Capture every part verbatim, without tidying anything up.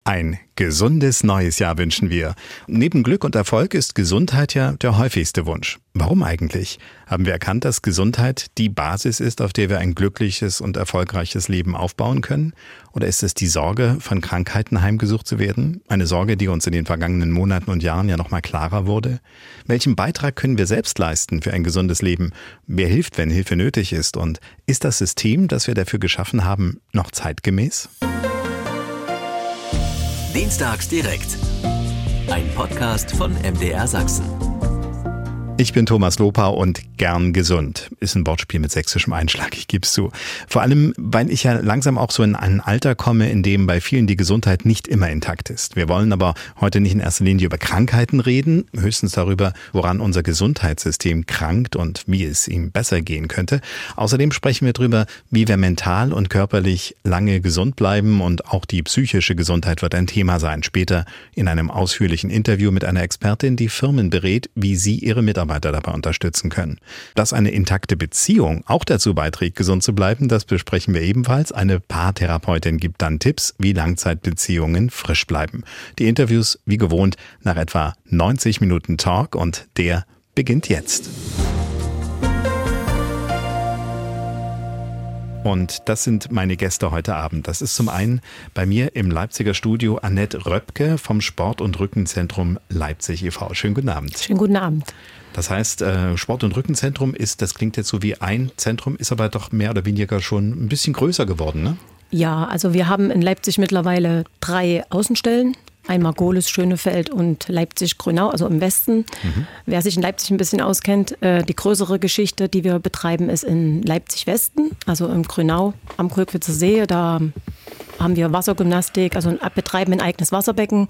Ein gesundes neues Jahr wünschen wir. Neben Glück und Erfolg ist Gesundheit ja der häufigste Wunsch. Warum eigentlich? Haben wir erkannt, dass Gesundheit die Basis ist, auf der wir ein glückliches und erfolgreiches Leben aufbauen können? Oder ist es die Sorge, von Krankheiten heimgesucht zu werden? Eine Sorge, die uns in den vergangenen Monaten und Jahren ja noch mal klarer wurde. Welchen Beitrag können wir selbst leisten für ein gesundes Leben? Wer hilft, wenn Hilfe nötig ist? Und ist das System, das wir dafür geschaffen haben, noch zeitgemäß? Dienstags direkt. Ein Podcast von M D R Sachsen. Ich bin Thomas Lopau und gern gesund. Ist ein Wortspiel mit sächsischem Einschlag, ich gebe es zu. Vor allem, weil ich ja langsam auch so in ein Alter komme, in dem bei vielen die Gesundheit nicht immer intakt ist. Wir wollen aber heute nicht in erster Linie über Krankheiten reden, höchstens darüber, woran unser Gesundheitssystem krankt und wie es ihm besser gehen könnte. Außerdem sprechen wir darüber, wie wir mental und körperlich lange gesund bleiben, und auch die psychische Gesundheit wird ein Thema sein. Später in einem ausführlichen Interview mit einer Expertin, die Firmen berät, wie sie ihre Mitarbeiter dabei unterstützen können. Dass eine intakte Beziehung auch dazu beiträgt, gesund zu bleiben, das besprechen wir ebenfalls. Eine Paartherapeutin gibt dann Tipps, wie Langzeitbeziehungen frisch bleiben. Die Interviews, wie gewohnt, nach etwa neunzig Minuten Talk, und der beginnt jetzt. Und das sind meine Gäste heute Abend. Das ist zum einen bei mir im Leipziger Studio Annette Röpke vom Sport- und Rückenzentrum Leipzig e V Schönen guten Abend. Schönen guten Abend. Das heißt, Sport- und Rückenzentrum ist, das klingt jetzt so wie ein Zentrum, ist aber doch mehr oder weniger schon ein bisschen größer geworden, ne? Ja, also wir haben in Leipzig mittlerweile drei Außenstellen. Einmal Gohlis, Schönefeld und Leipzig-Grünau, also im Westen. Mhm. Wer sich in Leipzig ein bisschen auskennt, die größere Geschichte, die wir betreiben, ist in Leipzig-Westen, also im Grünau am Kolkwitzer See. Da haben wir Wassergymnastik, also betreiben ein eigenes Wasserbecken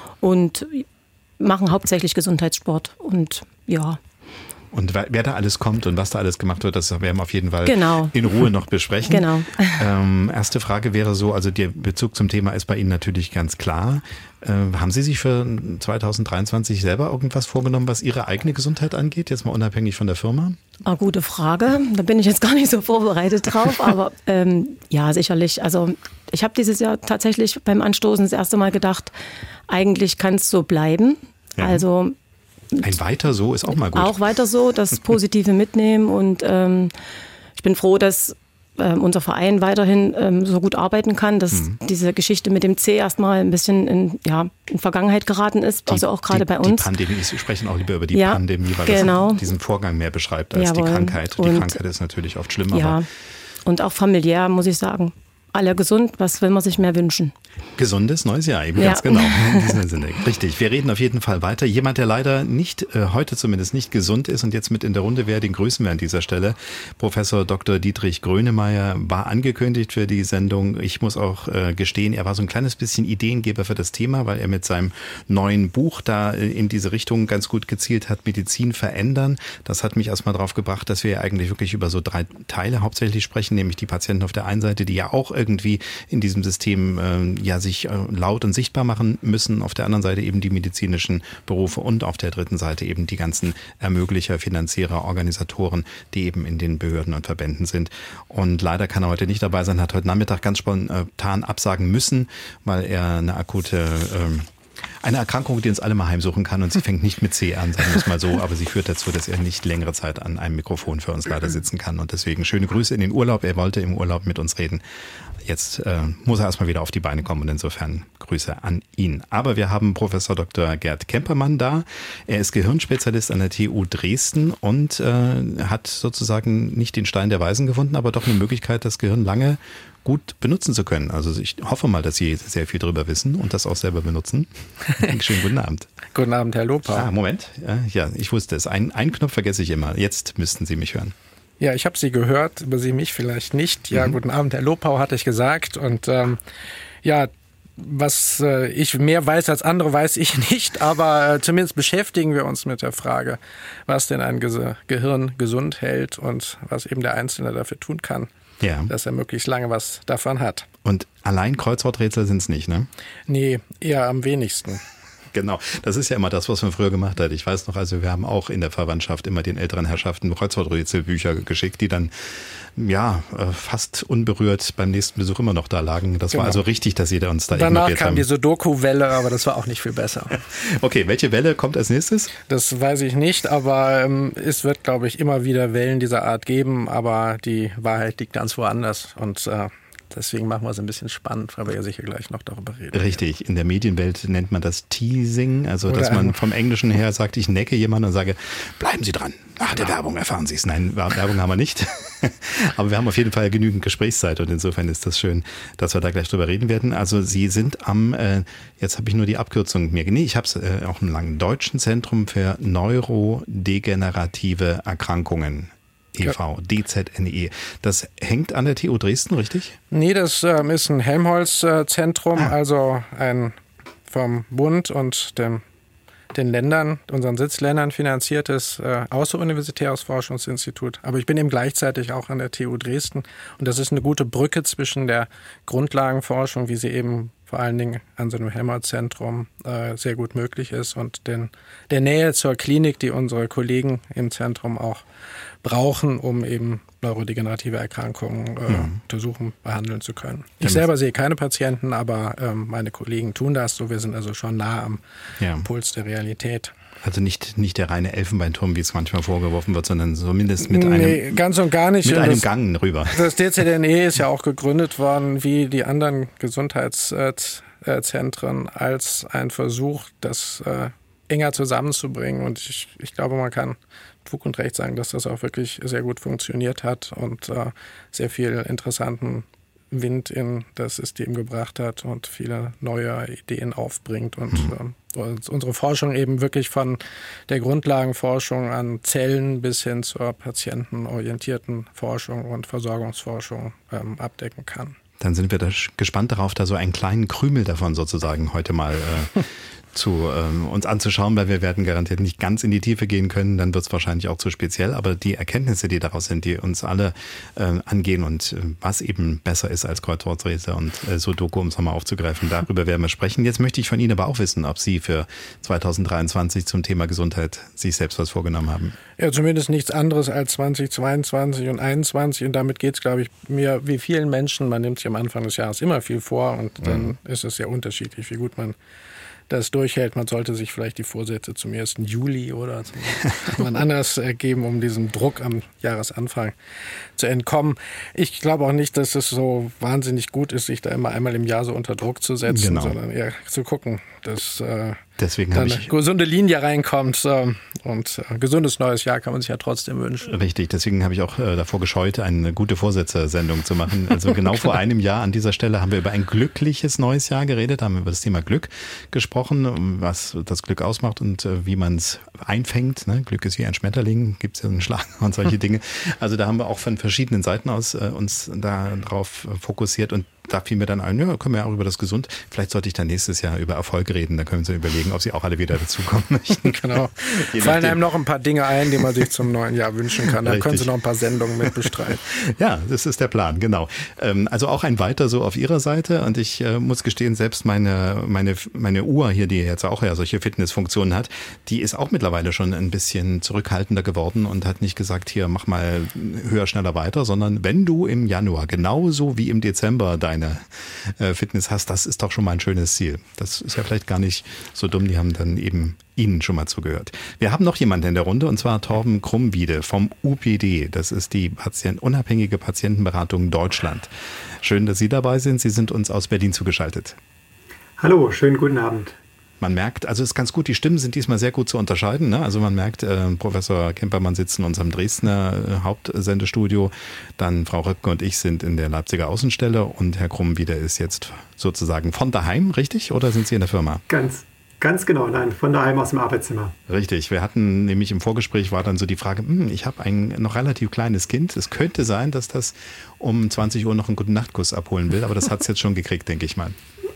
und machen hauptsächlich Gesundheitssport. Und ja. Und wer da alles kommt und was da alles gemacht wird, das werden wir auf jeden Fall genau. in Ruhe noch besprechen. Genau. Ähm, erste Frage wäre so, also der Bezug zum Thema ist bei Ihnen natürlich ganz klar. Äh, haben Sie sich für zwanzig dreiundzwanzig selber irgendwas vorgenommen, was Ihre eigene Gesundheit angeht, jetzt mal unabhängig von der Firma? Ah, gute Frage. Da bin ich jetzt gar nicht so vorbereitet drauf, aber ähm, ja, sicherlich. Also ich habe dieses Jahr tatsächlich beim Anstoßen das erste Mal gedacht, eigentlich kann es so bleiben. Ja. Also ein weiter so ist auch mal gut. Auch weiter so, das Positive mitnehmen, und ähm, ich bin froh, dass ähm, unser Verein weiterhin ähm, so gut arbeiten kann, dass mhm. diese Geschichte mit dem C erstmal ein bisschen in, ja, in Vergangenheit geraten ist, die, also auch gerade bei uns. Die Pandemie, wir sprechen auch lieber über die ja, Pandemie, weil genau. das diesen Vorgang mehr beschreibt als Jawohl. die Krankheit. Die und, Krankheit ist natürlich oft schlimmer. Ja, aber und auch familiär, muss ich sagen. Alle gesund, was will man sich mehr wünschen? Gesundes neues Jahr, eben ja. Ganz genau. In diesem Sinne. Richtig, wir reden auf jeden Fall weiter. Jemand, der leider nicht, äh, heute zumindest nicht gesund ist und jetzt mit in der Runde wäre, den grüßen wir an dieser Stelle. Professor Doktor Dietrich Grönemeyer war angekündigt für die Sendung. Ich muss auch äh, gestehen, er war so ein kleines bisschen Ideengeber für das Thema, weil er mit seinem neuen Buch da äh, in diese Richtung ganz gut gezielt hat, Medizin verändern. Das hat mich erstmal drauf gebracht, dass wir eigentlich wirklich über so drei Teile hauptsächlich sprechen, nämlich die Patienten auf der einen Seite, die ja auch irgendwie in diesem System äh, ja sich äh, laut und sichtbar machen müssen. Auf der anderen Seite eben die medizinischen Berufe und auf der dritten Seite eben die ganzen Ermöglicher, Finanzierer, Organisatoren, die eben in den Behörden und Verbänden sind. Und leider kann er heute nicht dabei sein, hat heute Nachmittag ganz spontan absagen müssen, weil er eine akute äh, Eine Erkrankung, die uns alle mal heimsuchen kann, und sie fängt nicht mit C an, sagen wir es mal so, aber sie führt dazu, dass er nicht längere Zeit an einem Mikrofon für uns leider sitzen kann, und deswegen schöne Grüße in den Urlaub. Er wollte im Urlaub mit uns reden. Jetzt äh, muss er erstmal wieder auf die Beine kommen, und insofern Grüße an ihn. Aber wir haben Professor Doktor Gerd Kempermann da. Er ist Gehirnspezialist an der T U Dresden und äh, hat sozusagen nicht den Stein der Weisen gefunden, aber doch eine Möglichkeit, das Gehirn lange gut benutzen zu können. Also ich hoffe mal, dass Sie sehr viel darüber wissen und das auch selber benutzen. Schönen guten Abend. Guten Abend, Herr Lopau. Ah, Moment. Ja, ich wusste es. Ein, einen Knopf vergesse ich immer. Jetzt müssten Sie mich hören. Ja, ich habe Sie gehört, aber Sie mich vielleicht nicht. Ja, mhm. Guten Abend, Herr Lopau, hatte ich gesagt. Und ähm, ja, was äh, ich mehr weiß als andere, weiß ich nicht. Aber äh, zumindest beschäftigen wir uns mit der Frage, was denn ein Ge- Gehirn gesund hält und was eben der Einzelne dafür tun kann, ja, dass er möglichst lange was davon hat. Und allein Kreuzworträtsel sind es nicht, ne? Nee, eher am wenigsten. Genau, das ist ja immer das, was man früher gemacht hat. Ich weiß noch, also wir haben auch in der Verwandtschaft immer den älteren Herrschaften Kreuzworträtselbücher geschickt, die dann ja fast unberührt beim nächsten Besuch immer noch da lagen. Das genau. war also richtig, dass jeder uns da Danach ignoriert kam haben. die Sudoku-Welle, aber das war auch nicht viel besser. Okay, welche Welle kommt als nächstes? Das weiß ich nicht, aber ähm, es wird, glaube ich, immer wieder Wellen dieser Art geben, aber die Wahrheit liegt ganz woanders und äh, deswegen machen wir es ein bisschen spannend, weil wir ja sicher gleich noch darüber reden. Richtig, in der Medienwelt nennt man das Teasing, also Oder dass man vom Englischen her sagt, ich necke jemanden und sage, bleiben Sie dran, nach der Werbung erfahren Sie es. Nein, Werbung haben wir nicht, aber wir haben auf jeden Fall genügend Gesprächszeit und insofern ist das schön, dass wir da gleich drüber reden werden. Also Sie sind am, äh, jetzt habe ich nur die Abkürzung mir, nee, ich habe es äh, auch im langen Deutschen Zentrum für neurodegenerative Erkrankungen. E V, D Z N E. Das hängt an der T U Dresden, richtig? Nee, das ähm, ist ein Helmholtz-Zentrum, ah. also ein vom Bund und dem, den Ländern, unseren Sitzländern finanziertes äh, außeruniversitäres Forschungsinstitut. Aber ich bin eben gleichzeitig auch an der T U Dresden und das ist eine gute Brücke zwischen der Grundlagenforschung, wie sie eben vor allen Dingen an so einem Helmholtz-Zentrum äh, sehr gut möglich ist und den, der Nähe zur Klinik, die unsere Kollegen im Zentrum auch brauchen, um eben neurodegenerative Erkrankungen äh, mhm. untersuchen, behandeln zu können. Ich ja, selber sehe keine Patienten, aber ähm, meine Kollegen tun das so. Wir sind also schon nah am ja. Puls der Realität. Also nicht, nicht der reine Elfenbeinturm, wie es manchmal vorgeworfen wird, sondern zumindest mit einem, nee, ganz und gar nicht. Mit einem das, Gang rüber. Das D Z N E ist ja auch gegründet worden, wie die anderen Gesundheitszentren, als ein Versuch, das äh, enger zusammenzubringen. Und ich, ich glaube, man kann Fug und Recht sagen, dass das auch wirklich sehr gut funktioniert hat und äh, sehr viel interessanten Wind in das System gebracht hat und viele neue Ideen aufbringt und mhm. äh, unsere Forschung eben wirklich von der Grundlagenforschung an Zellen bis hin zur patientenorientierten Forschung und Versorgungsforschung ähm, abdecken kann. Dann sind wir da gespannt darauf, da so einen kleinen Krümel davon sozusagen heute mal äh, zu ähm, uns anzuschauen, weil wir werden garantiert nicht ganz in die Tiefe gehen können, dann wird es wahrscheinlich auch zu speziell, aber die Erkenntnisse, die daraus sind, die uns alle äh, angehen und äh, was eben besser ist als Kreuzworträtsel und äh, Sudoku, um es nochmal aufzugreifen, darüber werden wir sprechen. Jetzt möchte ich von Ihnen aber auch wissen, ob Sie für zwanzig dreiundzwanzig zum Thema Gesundheit sich selbst was vorgenommen haben. Ja, zumindest nichts anderes als zwanzig zweiundzwanzig und einundzwanzig und damit geht es, glaube ich, mir wie vielen Menschen, man nimmt sich am Anfang des Jahres immer viel vor und dann mhm. ist es sehr unterschiedlich, wie gut man das durchhält. Man sollte sich vielleicht die Vorsätze zum ersten Juli oder zum wann anders geben, um diesem Druck am Jahresanfang zu entkommen. Ich glaube auch nicht, dass es so wahnsinnig gut ist, sich da immer einmal im Jahr so unter Druck zu setzen, genau. sondern eher zu gucken, dass äh, Deswegen da eine ich gesunde Linie reinkommt. Äh, und ein gesundes neues Jahr kann man sich ja trotzdem wünschen. Richtig, deswegen habe ich auch äh, davor gescheut, eine gute Vorsätze-Sendung zu machen. Also genau vor einem Jahr an dieser Stelle haben wir über ein glückliches neues Jahr geredet, haben über das Thema Glück gesprochen, was das Glück ausmacht und äh, wie man es einfängt. Ne? Glück ist wie ein Schmetterling, gibt es ja einen Schlag und solche Dinge. Also da haben wir auch von verschiedenen Seiten aus äh, uns darauf fokussiert und da fiel mir dann ein, ja, können wir ja auch über das Gesund. Vielleicht sollte ich dann nächstes Jahr über Erfolg reden. Da können Sie überlegen, ob Sie auch alle wieder dazukommen möchten. Genau. Fallen einem noch ein paar Dinge ein, die man sich zum neuen Jahr wünschen kann. Dann Richtig. Können Sie noch ein paar Sendungen mit bestreiten. Ja, das ist der Plan, genau. Also auch ein Weiter so auf Ihrer Seite. Und ich muss gestehen, selbst meine, meine, meine Uhr hier, die jetzt auch ja solche Fitnessfunktionen hat, die ist auch mittlerweile schon ein bisschen zurückhaltender geworden und hat nicht gesagt, hier mach mal höher, schneller weiter, sondern wenn du im Januar genauso wie im Dezember deine Fitness hast, das ist doch schon mal ein schönes Ziel. Das ist ja vielleicht gar nicht so dumm, die haben dann eben Ihnen schon mal zugehört. Wir haben noch jemanden in der Runde und zwar Torben Krumbiede vom U P D. Das ist die Patient, unabhängige Patientenberatung Deutschland. Schön, dass Sie dabei sind. Sie sind uns aus Berlin zugeschaltet. Hallo, schönen guten Abend. Man merkt, also es ist ganz gut, die Stimmen sind diesmal sehr gut zu unterscheiden. Ne? Also man merkt, äh, Professor Kempermann sitzt in unserem Dresdner äh, Hauptsendestudio, dann Frau Röpke und ich sind in der Leipziger Außenstelle und Herr Krumbiede ist jetzt sozusagen von daheim, richtig? Oder sind Sie in der Firma? Ganz, ganz genau, nein, von daheim aus dem Arbeitszimmer. Richtig, wir hatten nämlich im Vorgespräch war dann so die Frage, hm, ich habe ein noch relativ kleines Kind, es könnte sein, dass das um zwanzig Uhr noch einen guten Nachtkuss abholen will, aber das hat es jetzt schon gekriegt, denke ich mal.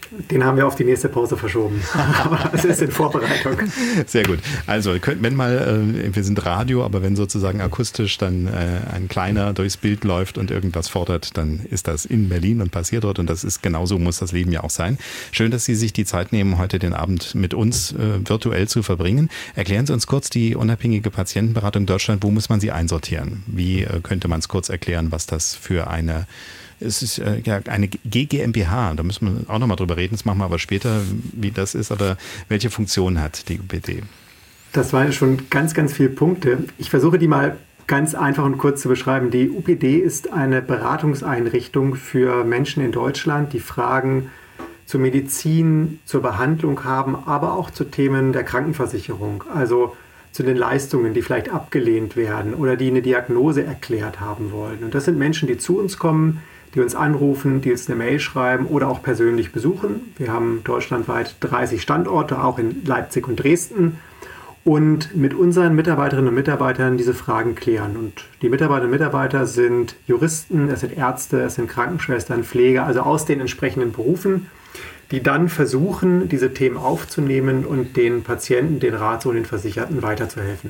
Den haben wir auf die nächste Pause verschoben. Aber es ist in Vorbereitung. Sehr gut. Also, wenn mal, wir sind Radio, aber wenn sozusagen akustisch dann ein Kleiner durchs Bild läuft und irgendwas fordert, dann ist das in Berlin und passiert dort. Und das ist genauso, muss das Leben ja auch sein. Schön, dass Sie sich die Zeit nehmen, heute den Abend mit uns äh, virtuell zu verbringen. Erklären Sie uns kurz die unabhängige Patientenberatung Deutschland. Wo muss man sie einsortieren? Wie äh, könnte man es kurz erklären, was das für eine Es ist äh, ja eine G G m b H, da müssen wir auch nochmal drüber reden, das machen wir aber später, wie das ist, aber welche Funktion hat die U P D? Das waren schon ganz, ganz viele Punkte. Ich versuche die mal ganz einfach und kurz zu beschreiben. Die U P D ist eine Beratungseinrichtung für Menschen in Deutschland, die Fragen zur Medizin, zur Behandlung haben, aber auch zu Themen der Krankenversicherung, also zu den Leistungen, die vielleicht abgelehnt werden oder die eine Diagnose erklärt haben wollen. Und das sind Menschen, die zu uns kommen, die uns anrufen, die uns eine Mail schreiben oder auch persönlich besuchen. Wir haben deutschlandweit dreißig Standorte, auch in Leipzig und Dresden. Und mit unseren Mitarbeiterinnen und Mitarbeitern diese Fragen klären. Und die Mitarbeiterinnen und Mitarbeiter sind Juristen, es sind Ärzte, es sind Krankenschwestern, Pfleger, also aus den entsprechenden Berufen, die dann versuchen, diese Themen aufzunehmen und den Patienten, den Rats- und den Versicherten weiterzuhelfen.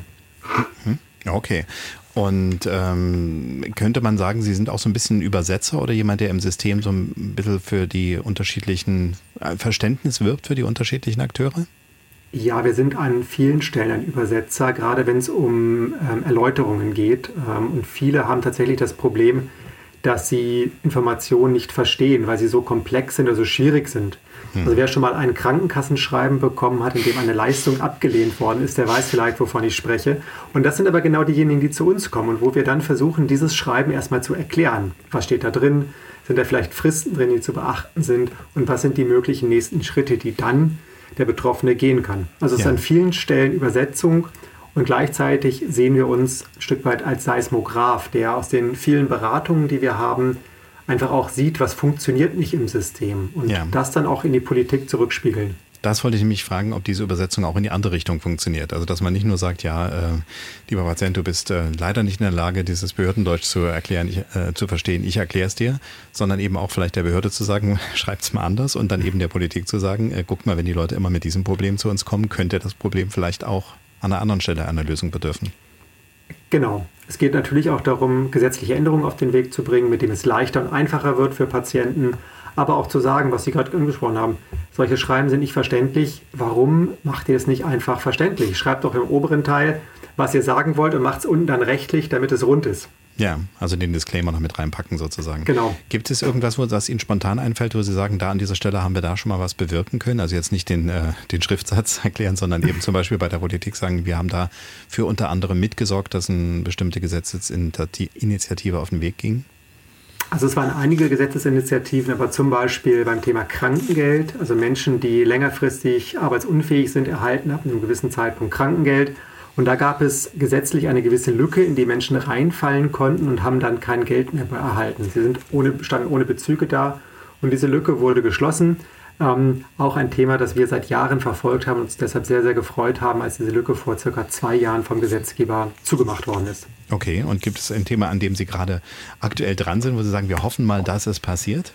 Okay. Und ähm, könnte man sagen, Sie sind auch so ein bisschen Übersetzer oder jemand, der im System so ein bisschen für die unterschiedlichen äh, Verständnis wirbt für die unterschiedlichen Akteure? Ja, wir sind an vielen Stellen ein Übersetzer, gerade wenn es um ähm, Erläuterungen geht. Ähm, und viele haben tatsächlich das Problem, dass sie Informationen nicht verstehen, weil sie so komplex sind oder so schwierig sind. Hm. Also wer schon mal ein Krankenkassenschreiben bekommen hat, in dem eine Leistung abgelehnt worden ist, der weiß vielleicht, wovon ich spreche. Und das sind aber genau diejenigen, die zu uns kommen und wo wir dann versuchen, dieses Schreiben erstmal zu erklären. Was steht da drin? Sind da vielleicht Fristen drin, die zu beachten sind? Und was sind die möglichen nächsten Schritte, die dann der Betroffene gehen kann? Also es ja. ist an vielen Stellen Übersetzung. Und gleichzeitig sehen wir uns ein Stück weit als Seismograph, der aus den vielen Beratungen, die wir haben, einfach auch sieht, was funktioniert nicht im System und ja. das dann auch in die Politik zurückspiegeln. Das wollte ich mich fragen, ob diese Übersetzung auch in die andere Richtung funktioniert. Also dass man nicht nur sagt, ja, äh, lieber Patient, du bist äh, leider nicht in der Lage, dieses Behördendeutsch zu erklären, ich, äh, zu verstehen, ich erkläre es dir, sondern eben auch vielleicht der Behörde zu sagen, schreib's mal anders und dann eben der Politik zu sagen, äh, guck mal, wenn die Leute immer mit diesem Problem zu uns kommen, könnte das Problem vielleicht auch an einer anderen Stelle einer Lösung bedürfen. Genau. Es geht natürlich auch darum, gesetzliche Änderungen auf den Weg zu bringen, mit dem es leichter und einfacher wird für Patienten, aber auch zu sagen, was Sie gerade angesprochen haben, solche Schreiben sind nicht verständlich. Warum macht ihr das nicht einfach verständlich? Schreibt doch im oberen Teil, was ihr sagen wollt und macht es unten dann rechtlich, damit es rund ist. Ja, also den Disclaimer noch mit reinpacken sozusagen. Genau. Gibt es irgendwas, wo das Ihnen spontan einfällt, wo Sie sagen, da an dieser Stelle haben wir da schon mal was bewirken können? Also jetzt nicht den, äh, den Schriftsatz erklären, sondern eben zum Beispiel bei der Politik sagen, wir haben da für unter anderem mitgesorgt, dass eine bestimmte Gesetzesinitiative auf den Weg ging? Also es waren einige Gesetzesinitiativen, aber zum Beispiel beim Thema Krankengeld, also Menschen, die längerfristig arbeitsunfähig sind, erhalten ab einem gewissen Zeitpunkt Krankengeld. Und da gab es gesetzlich eine gewisse Lücke, in die Menschen reinfallen konnten und haben dann kein Geld mehr erhalten. Sie sind ohne, standen ohne Bezüge da und diese Lücke wurde geschlossen. Ähm, auch ein Thema, das wir seit Jahren verfolgt haben und uns deshalb sehr, sehr gefreut haben, als diese Lücke vor circa zwei Jahren vom Gesetzgeber zugemacht worden ist. Okay, und gibt es ein Thema, an dem Sie gerade aktuell dran sind, wo Sie sagen, wir hoffen mal, dass es passiert?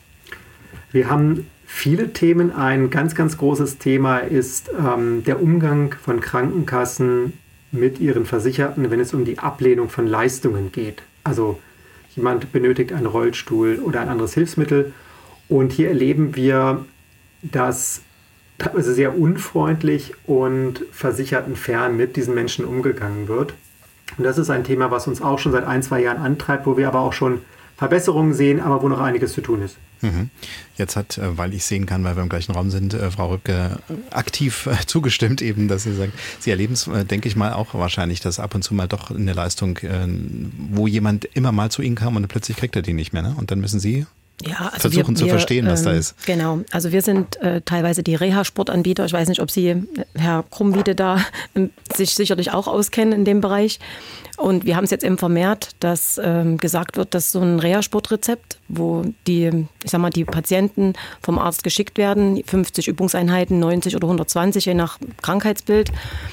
Wir haben viele Themen. Ein ganz, ganz großes Thema ist ähm, der Umgang von Krankenkassen mit ihren Versicherten, wenn es um die Ablehnung von Leistungen geht. Also jemand benötigt einen Rollstuhl oder ein anderes Hilfsmittel und hier erleben wir, dass teilweise sehr unfreundlich und versichertenfern mit diesen Menschen umgegangen wird. Und das ist ein Thema, was uns auch schon seit ein, zwei Jahren antreibt, wo wir aber auch schon Verbesserungen sehen, aber wo noch einiges zu tun ist. Jetzt hat, weil ich sehen kann, weil wir im gleichen Raum sind, Frau Rübke aktiv zugestimmt eben, dass Sie sagen, Sie erleben es, denke ich mal, auch wahrscheinlich, dass ab und zu mal doch eine Leistung, wo jemand immer mal zu Ihnen kam und plötzlich kriegt er die nicht mehr, ne? Und dann müssen Sie ja, also versuchen wir, zu wir, verstehen, was ähm, da ist. Genau, also wir sind äh, teilweise die Reha-Sportanbieter. Ich weiß nicht, ob Sie, Herr Krummwiede, da äh, sich sicherlich auch auskennen in dem Bereich. Und wir haben es jetzt eben vermehrt, dass ähm, gesagt wird, dass so ein Reha-Sportrezept, wo die, ich sag mal, die Patienten vom Arzt geschickt werden, fünfzig Übungseinheiten, neunzig oder hundertzwanzig, je nach Krankheitsbild.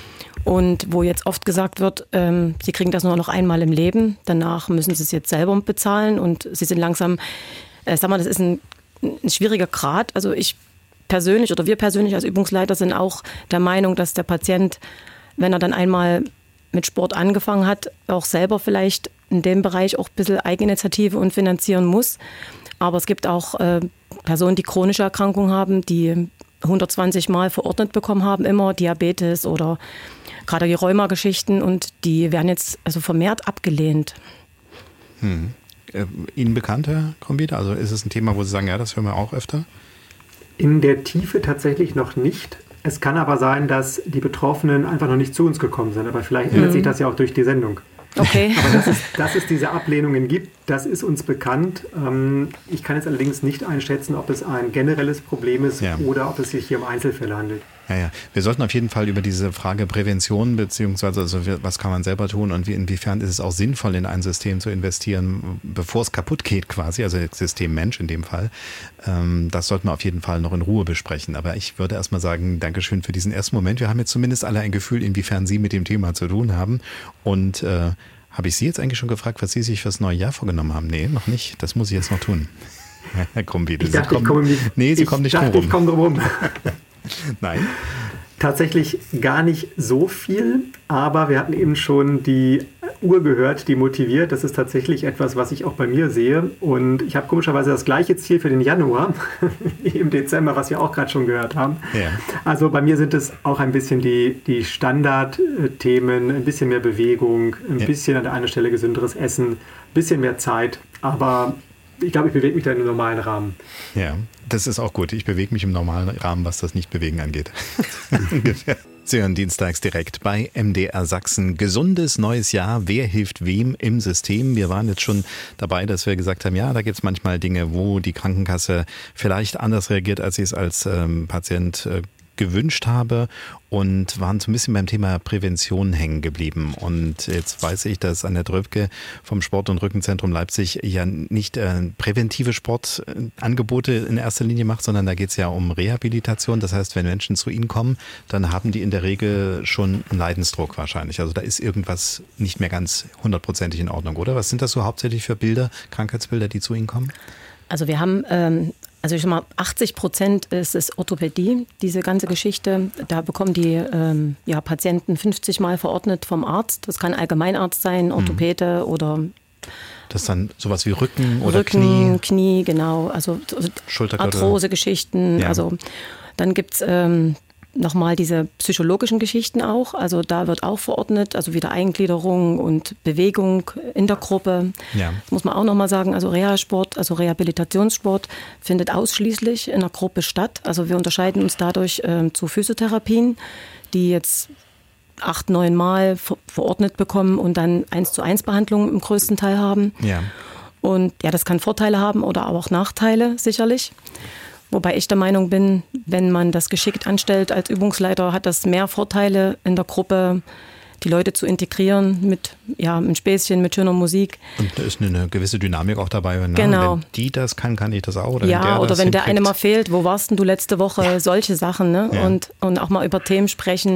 Und wo jetzt oft gesagt wird, ähm, sie kriegen das nur noch einmal im Leben, danach müssen sie es jetzt selber bezahlen und sie sind langsam, äh, sag mal, das ist ein, ein schwieriger Grad. Also ich persönlich oder wir persönlich als Übungsleiter sind auch der Meinung, dass der Patient, wenn er dann einmal mit Sport angefangen hat, auch selber vielleicht in dem Bereich auch ein bisschen Eigeninitiative und finanzieren muss. Aber es gibt auch äh, Personen, die chronische Erkrankungen haben, die hundertzwanzig Mal verordnet bekommen haben, immer Diabetes oder gerade die Rheuma-Geschichten, und die werden jetzt also vermehrt abgelehnt. Hm. Äh, Ihnen bekannt, Herr Krombieder? Also ist es ein Thema, wo Sie sagen, ja, das hören wir auch öfter? In der Tiefe tatsächlich noch nicht. Es kann aber sein, dass die Betroffenen einfach noch nicht zu uns gekommen sind. Aber vielleicht ändert mhm. sich das ja auch durch die Sendung. Okay. Aber dass es, dass es diese Ablehnungen gibt, das ist uns bekannt. Ich kann jetzt allerdings nicht einschätzen, ob es ein generelles Problem ist ja. oder ob es sich hier um Einzelfälle handelt. Ja, ja. Wir sollten auf jeden Fall über diese Frage Prävention beziehungsweise also was kann man selber tun und wie, inwiefern ist es auch sinnvoll, in ein System zu investieren, bevor es kaputt geht quasi, also das System Mensch in dem Fall. Ähm, das sollten wir auf jeden Fall noch in Ruhe besprechen. Aber ich würde erstmal sagen, Dankeschön für diesen ersten Moment. Wir haben jetzt zumindest alle ein Gefühl, inwiefern Sie mit dem Thema zu tun haben. Und äh, habe ich Sie jetzt eigentlich schon gefragt, was Sie sich fürs neue Jahr vorgenommen haben? Nee, noch nicht. Das muss ich jetzt noch tun. Herr Krombieder, ich dachte, Sie kommen, ich komme nicht, nee, Sie ich kommen nicht dachte, drum rum. Ich komme drum rum. Nein. Tatsächlich gar nicht so viel, aber wir hatten eben schon die Uhr gehört, die motiviert. Das ist tatsächlich etwas, was ich auch bei mir sehe. Und ich habe komischerweise das gleiche Ziel für den Januar, wie im Dezember, was wir auch gerade schon gehört haben. Ja. Also bei mir sind es auch ein bisschen die, die Standardthemen, ein bisschen mehr Bewegung, ein ja. bisschen an der einen Stelle gesünderes Essen, ein bisschen mehr Zeit. Aber ich glaube, ich bewege mich da in einem normalen Rahmen. Ja, das ist auch gut. Ich bewege mich im normalen Rahmen, was das Nicht-Bewegen angeht. Sie hören dienstags direkt bei M D R Sachsen. Gesundes neues Jahr. Wer hilft wem im System? Wir waren jetzt schon dabei, dass wir gesagt haben, ja, da gibt es manchmal Dinge, wo die Krankenkasse vielleicht anders reagiert, als ich es als ähm, Patient äh, gewünscht habe, und waren so ein bisschen beim Thema Prävention hängen geblieben. Und jetzt weiß ich, dass Annette Röpke vom Sport- und Rückenzentrum Leipzig ja nicht äh, präventive Sportangebote in erster Linie macht, sondern da geht es ja um Rehabilitation. Das heißt, wenn Menschen zu Ihnen kommen, dann haben die in der Regel schon einen Leidensdruck wahrscheinlich. Also da ist irgendwas nicht mehr ganz hundertprozentig in Ordnung, oder? Was sind das so hauptsächlich für Bilder, Krankheitsbilder, die zu Ihnen kommen? Also wir haben... Ähm Also ich sag mal, achtzig Prozent ist es Orthopädie, diese ganze Geschichte. Da bekommen die ähm, ja, Patienten fünfzig Mal verordnet vom Arzt. Das kann Allgemeinarzt sein, Orthopäde mhm. oder... Das ist dann sowas wie Rücken oder Rücken, Knie? Knie, genau. Also Arthrose-Geschichten. Ja. Also dann gibt es... Ähm, Nochmal diese psychologischen Geschichten auch, also da wird auch verordnet, also wieder Eingliederung und Bewegung in der Gruppe. Ja. Das muss man auch nochmal sagen, also Reha-Sport, also Rehabilitationssport findet ausschließlich in der Gruppe statt. Also wir unterscheiden uns dadurch äh, zu Physiotherapien, die jetzt acht, neun Mal ver- verordnet bekommen und dann eins zu eins Behandlungen im größten Teil haben. Ja. Und ja, das kann Vorteile haben oder auch Nachteile sicherlich. Wobei ich der Meinung bin, wenn man das geschickt anstellt als Übungsleiter, hat das mehr Vorteile in der Gruppe, die Leute zu integrieren mit, ja, mit Späßchen, mit schöner Musik. Und da ist eine gewisse Dynamik auch dabei. Wenn, genau. wenn die das kann, kann ich das auch. Oder ja, wenn der oder das wenn hinkriegt. der eine mal fehlt, wo warst denn du letzte Woche? Ja. Solche Sachen. Ne? Ja. Und, und auch mal über Themen sprechen,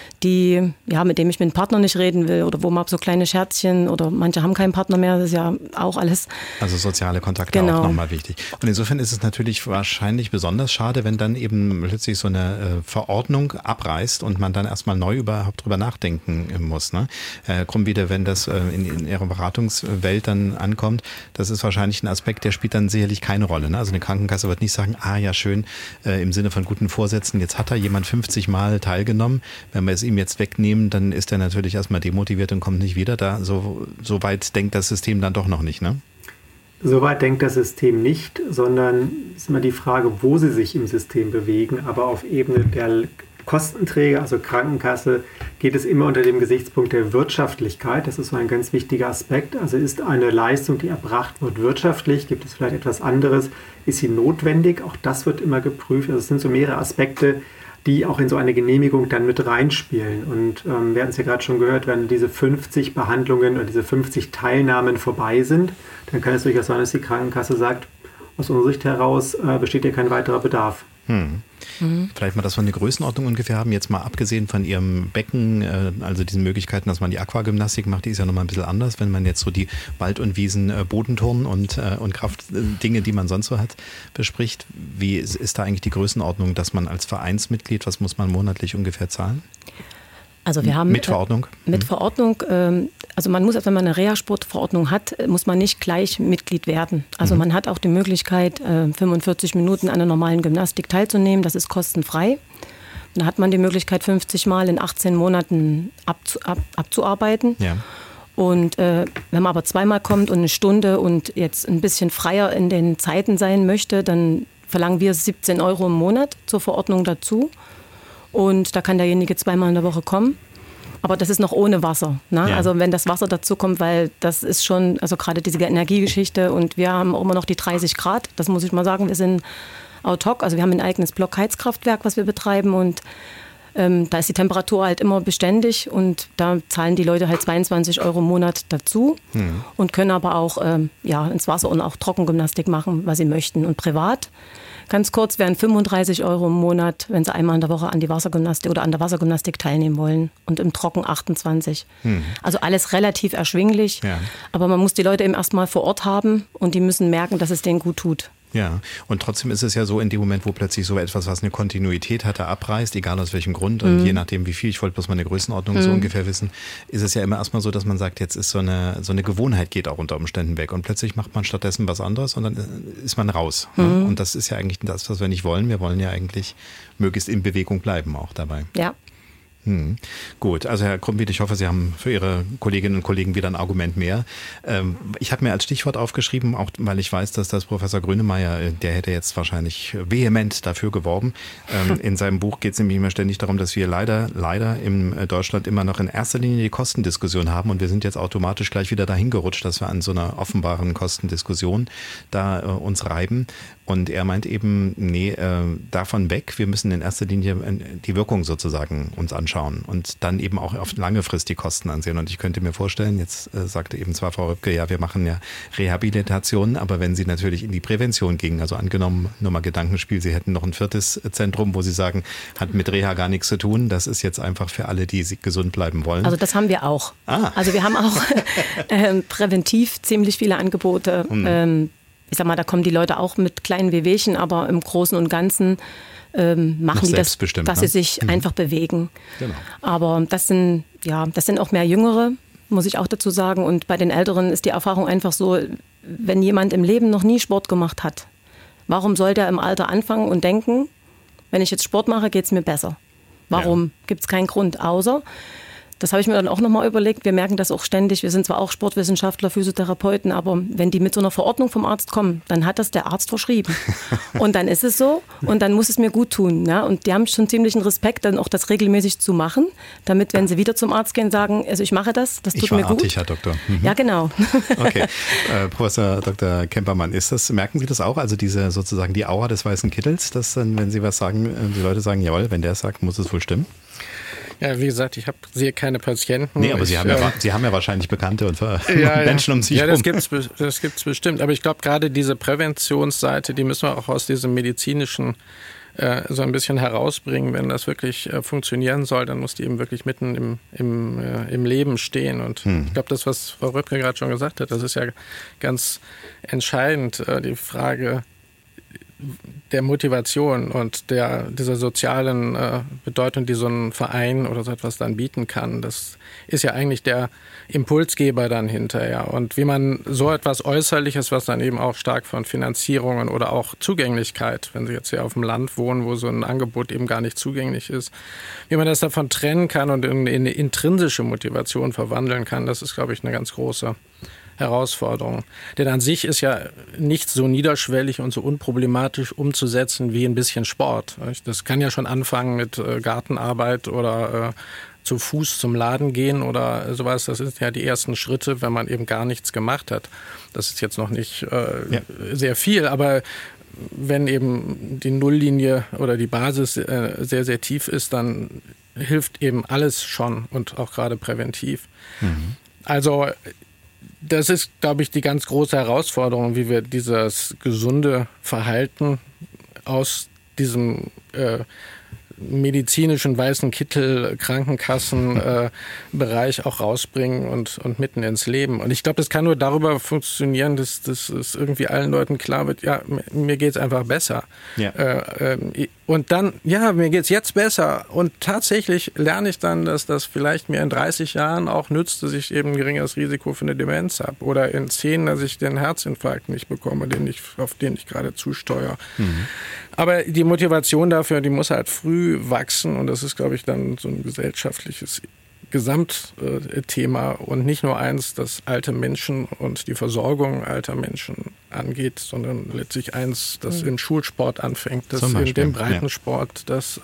die, ja, mit dem ich mit dem Partner nicht reden will oder wo man so kleine Scherzchen oder manche haben keinen Partner mehr, das ist ja auch alles. Also soziale Kontakte genau. auch nochmal wichtig. Und insofern ist es natürlich wahrscheinlich besonders schade, wenn dann eben plötzlich so eine äh, Verordnung abreißt und man dann erstmal neu überhaupt drüber nachdenken muss. Ne? Herr Krombieder, wenn das äh, in, in Ihrer Beratungswelt dann ankommt, das ist wahrscheinlich ein Aspekt, der spielt dann sicherlich keine Rolle. Ne? Also eine Krankenkasse wird nicht sagen, ah ja schön, äh, im Sinne von guten Vorsätzen, jetzt hat da jemand fünfzig Mal teilgenommen, wenn wir es ihm jetzt wegnehmen, dann ist er natürlich erstmal demotiviert und kommt nicht wieder. Da so, so weit denkt das System dann doch noch nicht, ne? So weit denkt das System nicht, sondern es ist immer die Frage, wo sie sich im System bewegen. Aber auf Ebene der Kostenträger, also Krankenkasse, geht es immer unter dem Gesichtspunkt der Wirtschaftlichkeit. Das ist so ein ganz wichtiger Aspekt. Also ist eine Leistung, die erbracht wird, wirtschaftlich? Gibt es vielleicht etwas anderes? Ist sie notwendig? Auch das wird immer geprüft. Also es sind so mehrere Aspekte, die auch in so eine Genehmigung dann mit reinspielen. Und ähm, wir hatten es ja gerade schon gehört, wenn diese fünfzig Behandlungen oder diese fünfzig Teilnahmen vorbei sind, dann kann es durchaus sein, dass die Krankenkasse sagt, aus unserer Sicht heraus äh, besteht ja kein weiterer Bedarf. Hm. Mhm. Vielleicht mal, dass wir eine Größenordnung ungefähr haben, jetzt mal abgesehen von Ihrem Becken, äh, also diesen Möglichkeiten, dass man die Aquagymnastik macht, die ist ja nochmal ein bisschen anders, wenn man jetzt so die Wald- und Wiesen, äh, Bodenturnen und, äh, und Kraftdinge, die man sonst so hat, bespricht. Wie ist, ist da eigentlich die Größenordnung, dass man als Vereinsmitglied, was muss man monatlich ungefähr zahlen? Also wir haben mit Verordnung? Äh, mit Verordnung, äh, also man muss, wenn man eine Reha-Sportverordnung hat, muss man nicht gleich Mitglied werden. Also mhm. man hat auch die Möglichkeit, äh, fünfundvierzig Minuten an einer normalen Gymnastik teilzunehmen. Das ist kostenfrei. Dann hat man die Möglichkeit, fünfzig Mal in achtzehn Monaten abzu, ab, abzuarbeiten. Ja. Und äh, wenn man aber zweimal kommt und eine Stunde und jetzt ein bisschen freier in den Zeiten sein möchte, dann verlangen wir siebzehn Euro im Monat zur Verordnung dazu. Und da kann derjenige zweimal in der Woche kommen. Aber das ist noch ohne Wasser. Ne? Ja. Also wenn das Wasser dazu kommt, weil das ist schon, also gerade diese Energiegeschichte und wir haben auch immer noch die dreißig Grad. Das muss ich mal sagen, wir sind autark. Also wir haben ein eigenes Blockheizkraftwerk, was wir betreiben und ähm, da ist die Temperatur halt immer beständig und da zahlen die Leute halt zweiundzwanzig Euro im Monat dazu mhm. und können aber auch ähm, ja, ins Wasser und auch Trockengymnastik machen, was sie möchten. Und privat, ganz kurz, wären fünfunddreißig Euro im Monat, wenn sie einmal in der Woche an die Wassergymnastik oder an der Wassergymnastik teilnehmen wollen und im Trocken achtundzwanzig. Mhm. Also alles relativ erschwinglich, ja. aber man muss die Leute eben erstmal vor Ort haben und die müssen merken, dass es denen gut tut. Ja, und trotzdem ist es ja so, in dem Moment, wo plötzlich so etwas, was eine Kontinuität hatte, abreißt, egal aus welchem Grund und mhm. je nachdem wie viel, ich wollte bloß mal eine Größenordnung mhm. so ungefähr wissen, ist es ja immer erstmal so, dass man sagt, jetzt ist so eine, so eine Gewohnheit geht auch unter Umständen weg und plötzlich macht man stattdessen was anderes und dann ist man raus. Mhm. Ne? Und das ist ja eigentlich das, was wir nicht wollen. Wir wollen ja eigentlich möglichst in Bewegung bleiben auch dabei. Ja. Hm. Gut, also Herr Krumbiet, ich hoffe, Sie haben für Ihre Kolleginnen und Kollegen wieder ein Argument mehr. Ähm, ich habe mir als Stichwort aufgeschrieben, auch weil ich weiß, dass das Professor Grönemeyer, der hätte jetzt wahrscheinlich vehement dafür geworben. Ähm, in seinem Buch geht es nämlich immer ständig darum, dass wir leider, leider in Deutschland immer noch in erster Linie die Kostendiskussion haben und wir sind jetzt automatisch gleich wieder dahin gerutscht, dass wir an so einer offenbaren Kostendiskussion da äh, uns reiben. Und er meint eben, nee, äh, davon weg, wir müssen in erster Linie die Wirkung sozusagen uns anschauen und dann eben auch auf lange Frist die Kosten ansehen. Und ich könnte mir vorstellen, jetzt äh, sagte eben zwar Frau Röpke, ja, wir machen ja Rehabilitation, aber wenn Sie natürlich in die Prävention gingen, also angenommen, nur mal Gedankenspiel, Sie hätten noch ein viertes Zentrum, wo Sie sagen, hat mit Reha gar nichts zu tun, das ist jetzt einfach für alle, die gesund bleiben wollen. Also das haben wir auch. Ah. Also wir haben auch äh, präventiv ziemlich viele Angebote. Hm. Ähm, Ich sag mal, da kommen die Leute auch mit kleinen Wehwehchen, aber im Großen und Ganzen ähm, machen die das, dass ne? sie sich mhm. einfach bewegen. Genau. Aber das sind, ja, das sind auch mehr Jüngere, muss ich auch dazu sagen. Und bei den Älteren ist die Erfahrung einfach so, wenn jemand im Leben noch nie Sport gemacht hat, warum sollte er im Alter anfangen und denken, wenn ich jetzt Sport mache, geht es mir besser? Warum? Ja. Gibt es keinen Grund, außer... Das habe ich mir dann auch nochmal überlegt. Wir merken das auch ständig. Wir sind zwar auch Sportwissenschaftler, Physiotherapeuten, aber wenn die mit so einer Verordnung vom Arzt kommen, dann hat das der Arzt verschrieben. Und dann ist es so und dann muss es mir gut tun. Ja? Und die haben schon ziemlichen Respekt, dann auch das regelmäßig zu machen, damit, wenn sie wieder zum Arzt gehen, sagen, also ich mache das, das tut ich war mir gut. Artig, Herr Doktor. Mhm. Ja, genau. Okay. Äh, Professor Doktor Kempermann, ist das, merken Sie das auch, also diese sozusagen die Aura des weißen Kittels, dass dann, wenn Sie was sagen, die Leute sagen, jawohl, wenn der es sagt, muss es wohl stimmen? Ja, wie gesagt, ich habe sehe keine Patienten. Nee, aber ich, Sie, haben ja, äh, Sie haben ja wahrscheinlich Bekannte und ja, Menschen um sich ja, herum. Ja, das gibt's, das gibt's bestimmt. Aber ich glaube, gerade diese Präventionsseite, die müssen wir auch aus diesem medizinischen äh, so ein bisschen herausbringen. Wenn das wirklich äh, funktionieren soll, dann muss die eben wirklich mitten im, im, äh, im Leben stehen. Und hm. ich glaube, das, was Frau Röpke gerade schon gesagt hat, das ist ja ganz entscheidend, äh, die Frage der Motivation und der, dieser sozialen äh, Bedeutung, die so ein Verein oder so etwas dann bieten kann. Das ist ja eigentlich der Impulsgeber dann hinterher. Und wie man so etwas Äußerliches, was dann eben auch stark von Finanzierungen oder auch Zugänglichkeit, wenn Sie jetzt hier auf dem Land wohnen, wo so ein Angebot eben gar nicht zugänglich ist, wie man das davon trennen kann und in eine intrinsische Motivation verwandeln kann, das ist, glaube ich, eine ganz große Herausforderung. Denn an sich ist ja nicht so niederschwellig und so unproblematisch umzusetzen wie ein bisschen Sport. Das kann ja schon anfangen mit Gartenarbeit oder zu Fuß zum Laden gehen oder sowas. Das sind ja die ersten Schritte, wenn man eben gar nichts gemacht hat. Das ist jetzt noch nicht äh, ja. sehr viel, aber wenn eben die Nulllinie oder die Basis äh, sehr, sehr tief ist, dann hilft eben alles schon und auch gerade präventiv. Mhm. Also das ist, glaube ich, die ganz große Herausforderung, wie wir dieses gesunde Verhalten aus diesem äh, medizinischen weißen Kittel Krankenkassenbereich äh, auch rausbringen und, und mitten ins Leben. Und ich glaube, das kann nur darüber funktionieren, dass, dass es irgendwie allen Leuten klar wird, ja, mir geht's einfach besser. Ja. Äh, äh, und dann, ja, mir geht's jetzt besser. Und tatsächlich lerne ich dann, dass das vielleicht mir in dreißig Jahren auch nützt, dass ich eben ein geringeres Risiko für eine Demenz habe. Oder in zehn, dass ich den Herzinfarkt nicht bekomme, den ich, auf den ich gerade zusteuere. Mhm. Aber die Motivation dafür, die muss halt früh wachsen. Und das ist, glaube ich, dann so ein gesellschaftliches Gesamtthema und nicht nur eins, das alte Menschen und die Versorgung alter Menschen angeht, sondern letztlich eins, das im Schulsport anfängt, das in dem Breitensport, das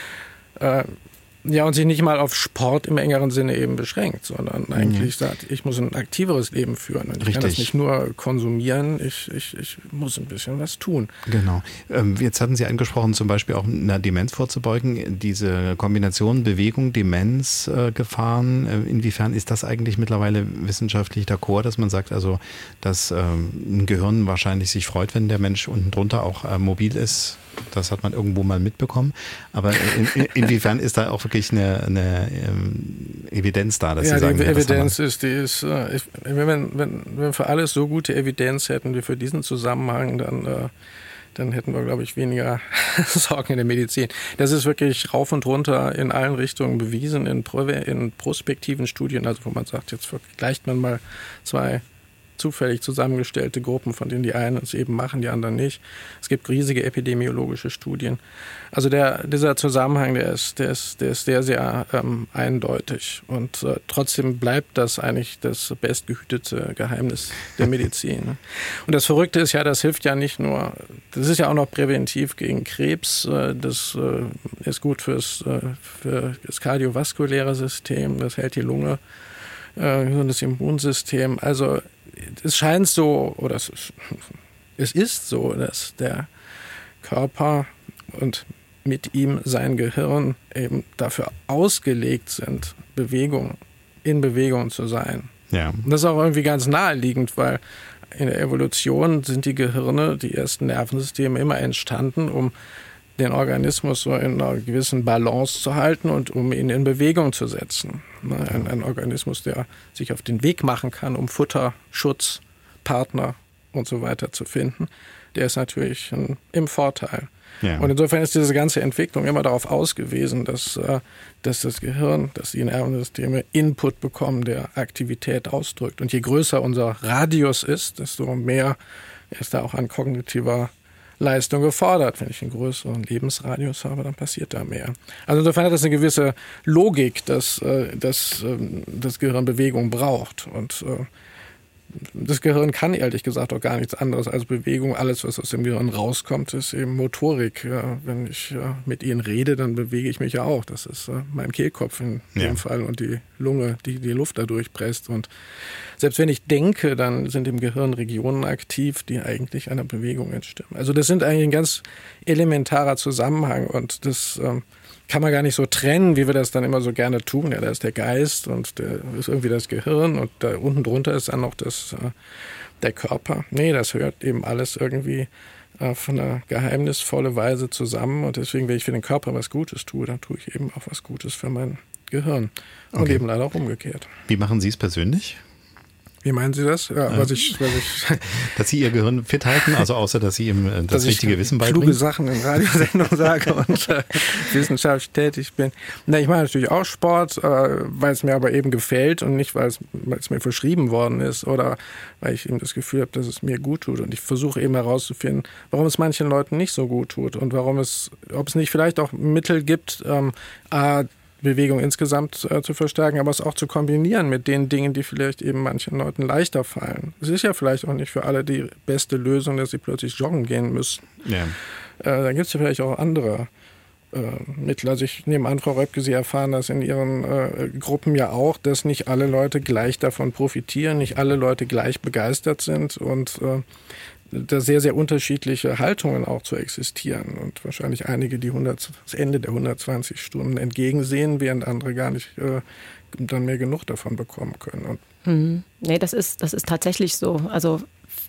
äh, äh, ja, und sich nicht mal auf Sport im engeren Sinne eben beschränkt, sondern eigentlich mhm. sagt, ich muss ein aktiveres Leben führen. Und ich Richtig. kann das nicht nur konsumieren, ich, ich, ich muss ein bisschen was tun. Genau. Jetzt hatten Sie angesprochen, zum Beispiel auch einer Demenz vorzubeugen. Diese Kombination Bewegung, Demenz, äh, Gefahren, inwiefern ist das eigentlich mittlerweile wissenschaftlich d'accord, dass man sagt, also, dass äh, ein Gehirn wahrscheinlich sich freut, wenn der Mensch unten drunter auch äh, mobil ist? Das hat man irgendwo mal mitbekommen. Aber in, in, inwiefern ist da auch wirklich eine, eine ähm, Evidenz da, dass ja, Sie sagen, die ja, Evidenz ist, die ist, äh, ich, wenn, wenn, wenn wir für alles so gute Evidenz hätten wie für diesen Zusammenhang, dann, äh, dann hätten wir, glaube ich, weniger Sorgen in der Medizin. Das ist wirklich rauf und runter in allen Richtungen bewiesen, in, in prospektiven Studien, also wo man sagt, jetzt vergleicht man mal zwei zufällig zusammengestellte Gruppen, von denen die einen es eben machen, die anderen nicht. Es gibt riesige epidemiologische Studien. Also der, dieser Zusammenhang, der ist, der ist, der ist sehr, sehr ähm, eindeutig. Und äh, trotzdem bleibt das eigentlich das bestgehütete Geheimnis der Medizin. Und das Verrückte ist ja, das hilft ja nicht nur, das ist ja auch noch präventiv gegen Krebs, äh, das äh, ist gut fürs, äh, für das kardiovaskuläre System, das hält die Lunge, äh, das Immunsystem. Also es scheint so, oder es ist, es ist so, dass der Körper und mit ihm sein Gehirn eben dafür ausgelegt sind, Bewegung, in Bewegung zu sein. Ja. Und das ist auch irgendwie ganz naheliegend, weil in der Evolution sind die Gehirne, die ersten Nervensysteme immer entstanden, um den Organismus so in einer gewissen Balance zu halten und um ihn in Bewegung zu setzen. Ein, ein Organismus, der sich auf den Weg machen kann, um Futter, Schutz, Partner und so weiter zu finden, der ist natürlich ein, im Vorteil. Ja. Und insofern ist diese ganze Entwicklung immer darauf ausgewiesen, dass, dass das Gehirn, dass die Nervensysteme Input bekommen, der Aktivität ausdrückt. Und je größer unser Radius ist, desto mehr ist da auch an kognitiver Leistung gefordert. Wenn ich einen größeren Lebensradius habe, dann passiert da mehr. Also insofern hat das eine gewisse Logik, dass, dass das Gehirn Bewegung braucht. Und das Gehirn kann ehrlich gesagt auch gar nichts anderes als Bewegung. Alles, was aus dem Gehirn rauskommt, ist eben Motorik. Ja, wenn ich ja, mit Ihnen rede, dann bewege ich mich ja auch. Das ist äh, mein Kehlkopf in ja. dem Fall und die Lunge, die die Luft dadurch presst. Und selbst wenn ich denke, dann sind im Gehirn Regionen aktiv, die eigentlich einer Bewegung entstimmen. Also das sind eigentlich ein ganz elementarer Zusammenhang und das ähm, kann man gar nicht so trennen, wie wir das dann immer so gerne tun. Ja, da ist der Geist und da ist irgendwie das Gehirn und da unten drunter ist dann noch das, äh, der Körper. Nee, das hört eben alles irgendwie auf eine geheimnisvolle Weise zusammen und deswegen, wenn ich für den Körper was Gutes tue, dann tue ich eben auch was Gutes für mein Gehirn. Und okay. eben leider auch umgekehrt. Wie machen Sie es persönlich? Wie meinen Sie das? Ja, was ich, was ich dass Sie Ihr Gehirn fit halten, also außer, dass Sie ihm das dass richtige ich Wissen beibringen? Kluge Sachen in Radiosendungen sage und äh, wissenschaftlich tätig bin. Na, ich mache natürlich auch Sport, äh, weil es mir aber eben gefällt und nicht, weil es, weil es mir verschrieben worden ist oder weil ich eben das Gefühl habe, dass es mir gut tut. Und ich versuche eben herauszufinden, warum es manchen Leuten nicht so gut tut und warum es, ob es nicht vielleicht auch Mittel gibt, ähm, a, Bewegung insgesamt äh, zu verstärken, aber es auch zu kombinieren mit den Dingen, die vielleicht eben manchen Leuten leichter fallen. Es ist ja vielleicht auch nicht für alle die beste Lösung, dass sie plötzlich joggen gehen müssen. Ja. Äh, da gibt es ja vielleicht auch andere äh, Mittel. Also ich nehme an, Frau Röpke, Sie erfahren das in Ihren äh, Gruppen ja auch, dass nicht alle Leute gleich davon profitieren, nicht alle Leute gleich begeistert sind und äh, da sehr, sehr unterschiedliche Haltungen auch zu existieren und wahrscheinlich einige, die hundert, das Ende der hundertzwanzig Stunden entgegensehen, während andere gar nicht äh, dann mehr genug davon bekommen können. Und hm. Nee, das ist, das ist tatsächlich so. Also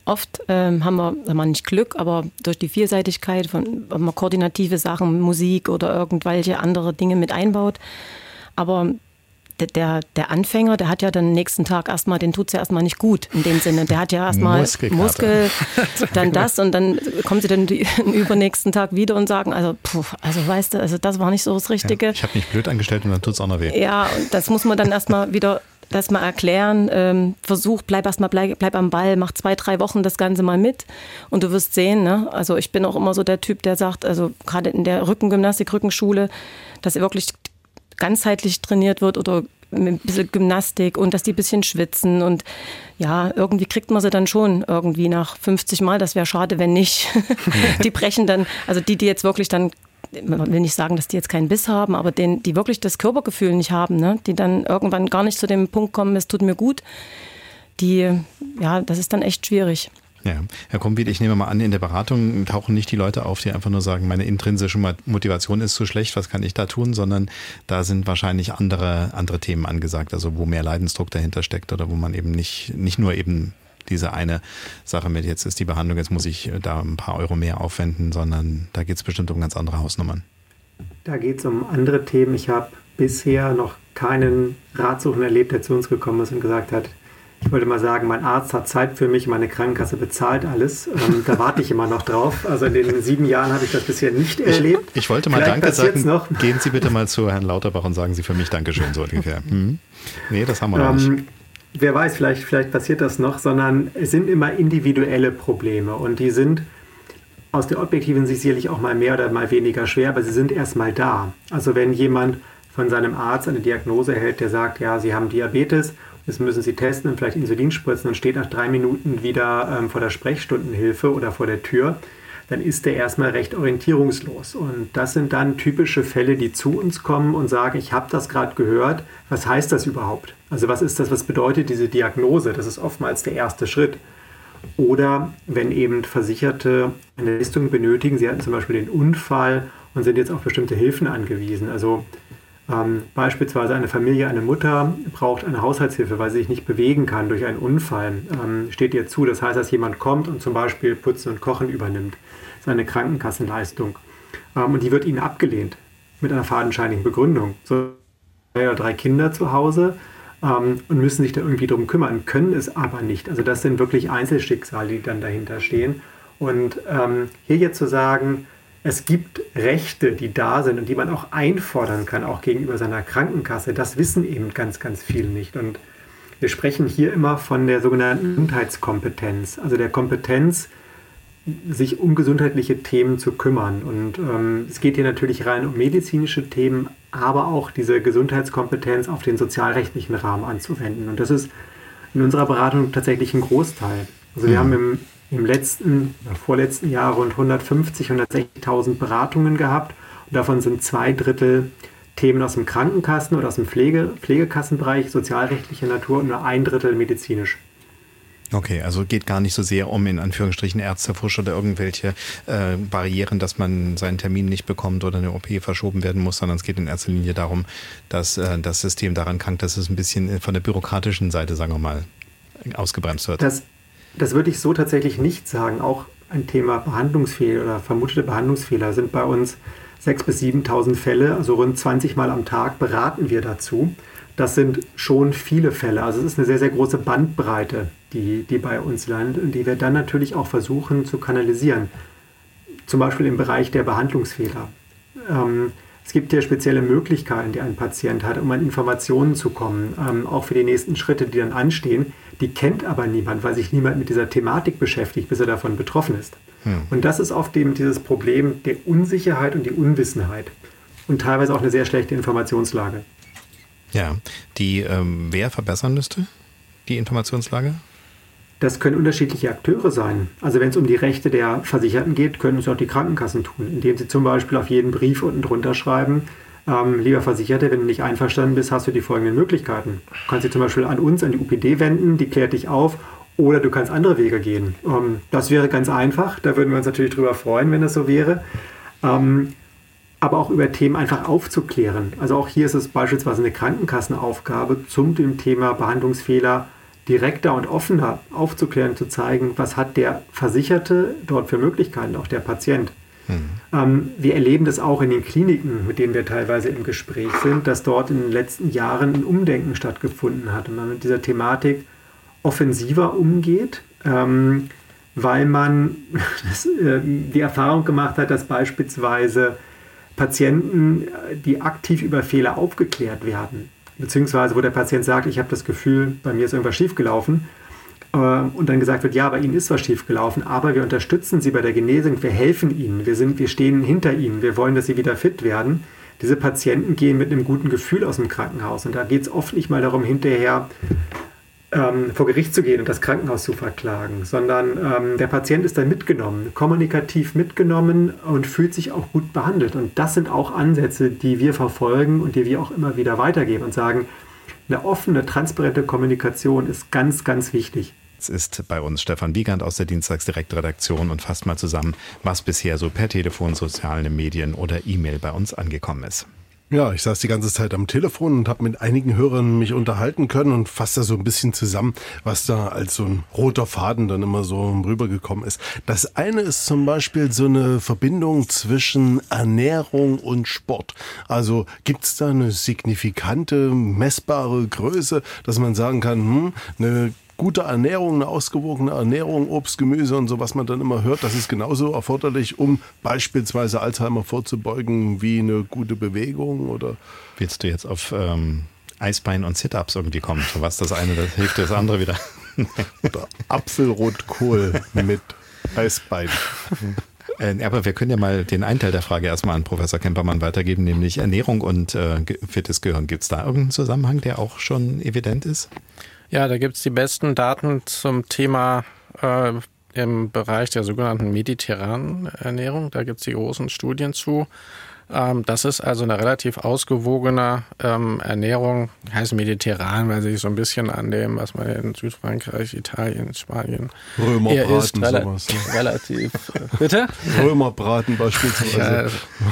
oft ähm, haben wir, sagen wir nicht Glück, aber durch die Vielseitigkeit von, wenn man koordinative Sachen, Musik oder irgendwelche andere Dinge mit einbaut. Aber der, der Anfänger, der hat ja dann nächsten Tag erstmal, den tut es ja erstmal nicht gut in dem Sinne. Der hat ja erstmal Muskel, dann das und dann kommen sie dann die, den übernächsten Tag wieder und sagen, also, puh, also weißt du, also das war nicht so das Richtige. Ja, ich habe mich blöd angestellt und dann tut es auch noch weh. Ja, und das muss man dann erstmal wieder das mal erklären. Ähm, versuch, bleib erstmal, bleib, bleib am Ball, mach zwei, drei Wochen das Ganze mal mit und du wirst sehen, ne? Also ich bin auch immer so der Typ, der sagt, also gerade in der Rückengymnastik, Rückenschule, dass wirklich ganzheitlich trainiert wird oder mit ein bisschen Gymnastik und dass die ein bisschen schwitzen und ja, irgendwie kriegt man sie dann schon irgendwie nach fünfzig Mal, das wäre schade, wenn nicht. Die brechen dann, also die, die jetzt wirklich dann, man will nicht sagen, dass die jetzt keinen Biss haben, aber den, die wirklich das Körpergefühl nicht haben, ne? Die dann irgendwann gar nicht zu dem Punkt kommen, es tut mir gut, die, ja, das ist dann echt schwierig. Ja, Herr Krumbiel, ich nehme mal an, in der Beratung tauchen nicht die Leute auf, die einfach nur sagen, meine intrinsische Motivation ist zu schlecht, was kann ich da tun, sondern da sind wahrscheinlich andere, andere Themen angesagt, also wo mehr Leidensdruck dahinter steckt oder wo man eben nicht, nicht nur eben diese eine Sache mit, jetzt ist die Behandlung, jetzt muss ich da ein paar Euro mehr aufwenden, sondern da geht es bestimmt um ganz andere Hausnummern. Da geht es um andere Themen. Ich habe bisher noch keinen Ratsuchenden erlebt, der zu uns gekommen ist und gesagt hat, ich wollte mal sagen, mein Arzt hat Zeit für mich, meine Krankenkasse bezahlt alles. Ähm, da warte ich immer noch drauf. Also in den sieben Jahren habe ich das bisher nicht erlebt. Ich, ich wollte mal Vielleicht Danke sagen. Noch. Gehen Sie bitte mal zu Herrn Lauterbach und sagen Sie für mich Dankeschön, so ungefähr. Hm. Nee, das haben wir noch ähm, nicht. Wer weiß, vielleicht, vielleicht passiert das noch, sondern es sind immer individuelle Probleme und die sind aus der objektiven Sicht sicherlich auch mal mehr oder mal weniger schwer, aber sie sind erstmal da. Also wenn jemand von seinem Arzt eine Diagnose erhält, der sagt, ja, Sie haben Diabetes, das müssen Sie testen und vielleicht Insulin spritzen und steht nach drei Minuten wieder ähm, vor der Sprechstundenhilfe oder vor der Tür, dann ist der erstmal recht orientierungslos. Und das sind dann typische Fälle, die zu uns kommen und sagen, ich habe das gerade gehört, was heißt das überhaupt? Also was ist das, was bedeutet diese Diagnose? Das ist oftmals der erste Schritt. Oder wenn eben Versicherte eine Leistung benötigen, sie hatten zum Beispiel den Unfall und sind jetzt auf bestimmte Hilfen angewiesen. Also ähm, beispielsweise eine Familie, eine Mutter braucht eine Haushaltshilfe, weil sie sich nicht bewegen kann durch einen Unfall. Ähm, steht ihr zu, das heißt, dass jemand kommt und zum Beispiel Putzen und Kochen übernimmt. Das ist eine Krankenkassenleistung. Ähm, und die wird ihnen abgelehnt mit einer fadenscheinigen Begründung. So zwei oder drei Kinder zu Hause ähm, und müssen sich da irgendwie drum kümmern, können es aber nicht. Also das sind wirklich Einzelschicksale, die dann dahinter stehen. Und ähm, hier jetzt zu sagen, es gibt Rechte, die da sind und die man auch einfordern kann, auch gegenüber seiner Krankenkasse. Das wissen eben ganz, ganz viele nicht. Und wir sprechen hier immer von der sogenannten Gesundheitskompetenz, also der Kompetenz, sich um gesundheitliche Themen zu kümmern. Und ähm, es geht hier natürlich rein um medizinische Themen, aber auch diese Gesundheitskompetenz auf den sozialrechtlichen Rahmen anzuwenden. Und das ist in unserer Beratung tatsächlich ein Großteil. Also wir mhm. haben im im letzten, vorletzten Jahr rund hundertfünfzig, hundertsechzigtausend Beratungen gehabt und davon sind zwei Drittel Themen aus dem Krankenkassen- oder aus dem Pflege, Pflegekassenbereich, sozialrechtlicher Natur und nur ein Drittel medizinisch. Okay, also geht gar nicht so sehr um, in Anführungsstrichen, Ärztefusch oder irgendwelche äh, Barrieren, dass man seinen Termin nicht bekommt oder eine O P verschoben werden muss, sondern es geht in erster Linie darum, dass äh, das System daran krankt, dass es ein bisschen von der bürokratischen Seite, sagen wir mal, ausgebremst wird. Das Das würde ich so tatsächlich nicht sagen. Auch ein Thema Behandlungsfehler oder vermutete Behandlungsfehler sind bei uns sechstausend bis siebentausend Fälle, also rund zwanzig Mal am Tag beraten wir dazu. Das sind schon viele Fälle. Also es ist eine sehr, sehr große Bandbreite, die, die bei uns landet und die wir dann natürlich auch versuchen zu kanalisieren. Zum Beispiel im Bereich der Behandlungsfehler. Ähm, Es gibt ja spezielle Möglichkeiten, die ein Patient hat, um an Informationen zu kommen, ähm, auch für die nächsten Schritte, die dann anstehen. Die kennt aber niemand, weil sich niemand mit dieser Thematik beschäftigt, bis er davon betroffen ist. Hm. Und das ist oft eben dieses Problem der Unsicherheit und die Unwissenheit und teilweise auch eine sehr schlechte Informationslage. Ja, die ähm, wer verbessern müsste, die Informationslage? Das können unterschiedliche Akteure sein. Also wenn es um die Rechte der Versicherten geht, können es auch die Krankenkassen tun, indem sie zum Beispiel auf jeden Brief unten drunter schreiben, ähm, lieber Versicherter, wenn du nicht einverstanden bist, hast du die folgenden Möglichkeiten. Du kannst dich zum Beispiel an uns, an die U P D wenden, die klärt dich auf, oder du kannst andere Wege gehen. Ähm, das wäre ganz einfach, da würden wir uns natürlich drüber freuen, wenn das so wäre. Ähm, aber auch über Themen einfach aufzuklären. Also auch hier ist es beispielsweise eine Krankenkassenaufgabe zum dem Thema Behandlungsfehler direkter und offener aufzuklären, zu zeigen, was hat der Versicherte dort für Möglichkeiten, auch der Patient. Mhm. Ähm, wir erleben das auch in den Kliniken, mit denen wir teilweise im Gespräch sind, dass dort in den letzten Jahren ein Umdenken stattgefunden hat und man mit dieser Thematik offensiver umgeht, ähm, weil man das, äh, die Erfahrung gemacht hat, dass beispielsweise Patienten, die aktiv über Fehler aufgeklärt werden, beziehungsweise wo der Patient sagt, ich habe das Gefühl, bei mir ist irgendwas schiefgelaufen, äh, und dann gesagt wird, ja, bei Ihnen ist was schiefgelaufen, aber wir unterstützen Sie bei der Genesung, wir helfen Ihnen, wir, sind, wir stehen hinter Ihnen, wir wollen, dass Sie wieder fit werden. Diese Patienten gehen mit einem guten Gefühl aus dem Krankenhaus und da geht es oft nicht mal darum, hinterher ähm, vor Gericht zu gehen und das Krankenhaus zu verklagen, sondern ähm, der Patient ist dann mitgenommen, kommunikativ mitgenommen und fühlt sich auch gut behandelt. Und das sind auch Ansätze, die wir verfolgen und die wir auch immer wieder weitergeben und sagen, eine offene, transparente Kommunikation ist ganz, ganz wichtig. Es ist bei uns Stefan Wiegand aus der Dienstagsdirektredaktion und fasst mal zusammen, was bisher so per Telefon, sozialen Medien oder E-Mail bei uns angekommen ist. Ja, ich saß die ganze Zeit am Telefon und habe mit einigen Hörern mich unterhalten können und fasse da so ein bisschen zusammen, was da als so ein roter Faden dann immer so rübergekommen ist. Das eine ist zum Beispiel so eine Verbindung zwischen Ernährung und Sport. Also gibt es da eine signifikante, messbare Größe, dass man sagen kann, hm, eine gute Ernährung, eine ausgewogene Ernährung, Obst, Gemüse und so, was man dann immer hört, das ist genauso erforderlich, um beispielsweise Alzheimer vorzubeugen, wie eine gute Bewegung, oder? Willst du jetzt auf ähm, Eisbein und Sit-Ups irgendwie kommen? So was das eine, das hilft das andere wieder. Oder Apfelrotkohl mit Eisbein. Äh, aber wir können ja mal den einen Teil der Frage erstmal an Professor Kempermann weitergeben, nämlich Ernährung und äh, fittes Gehirn. Gibt es da irgendeinen Zusammenhang, der auch schon evident ist? Ja, da gibt es die besten Daten zum Thema äh, im Bereich der sogenannten mediterranen Ernährung. Da gibt es die großen Studien zu. Ähm, das ist also eine relativ ausgewogene ähm, Ernährung. Heißt mediterran, weil sich so ein bisschen an dem, was man in Südfrankreich, Italien, Spanien Römerbraten, isst, rela- sowas. Ne? Relativ. Bitte? Römerbraten beispielsweise. Ja,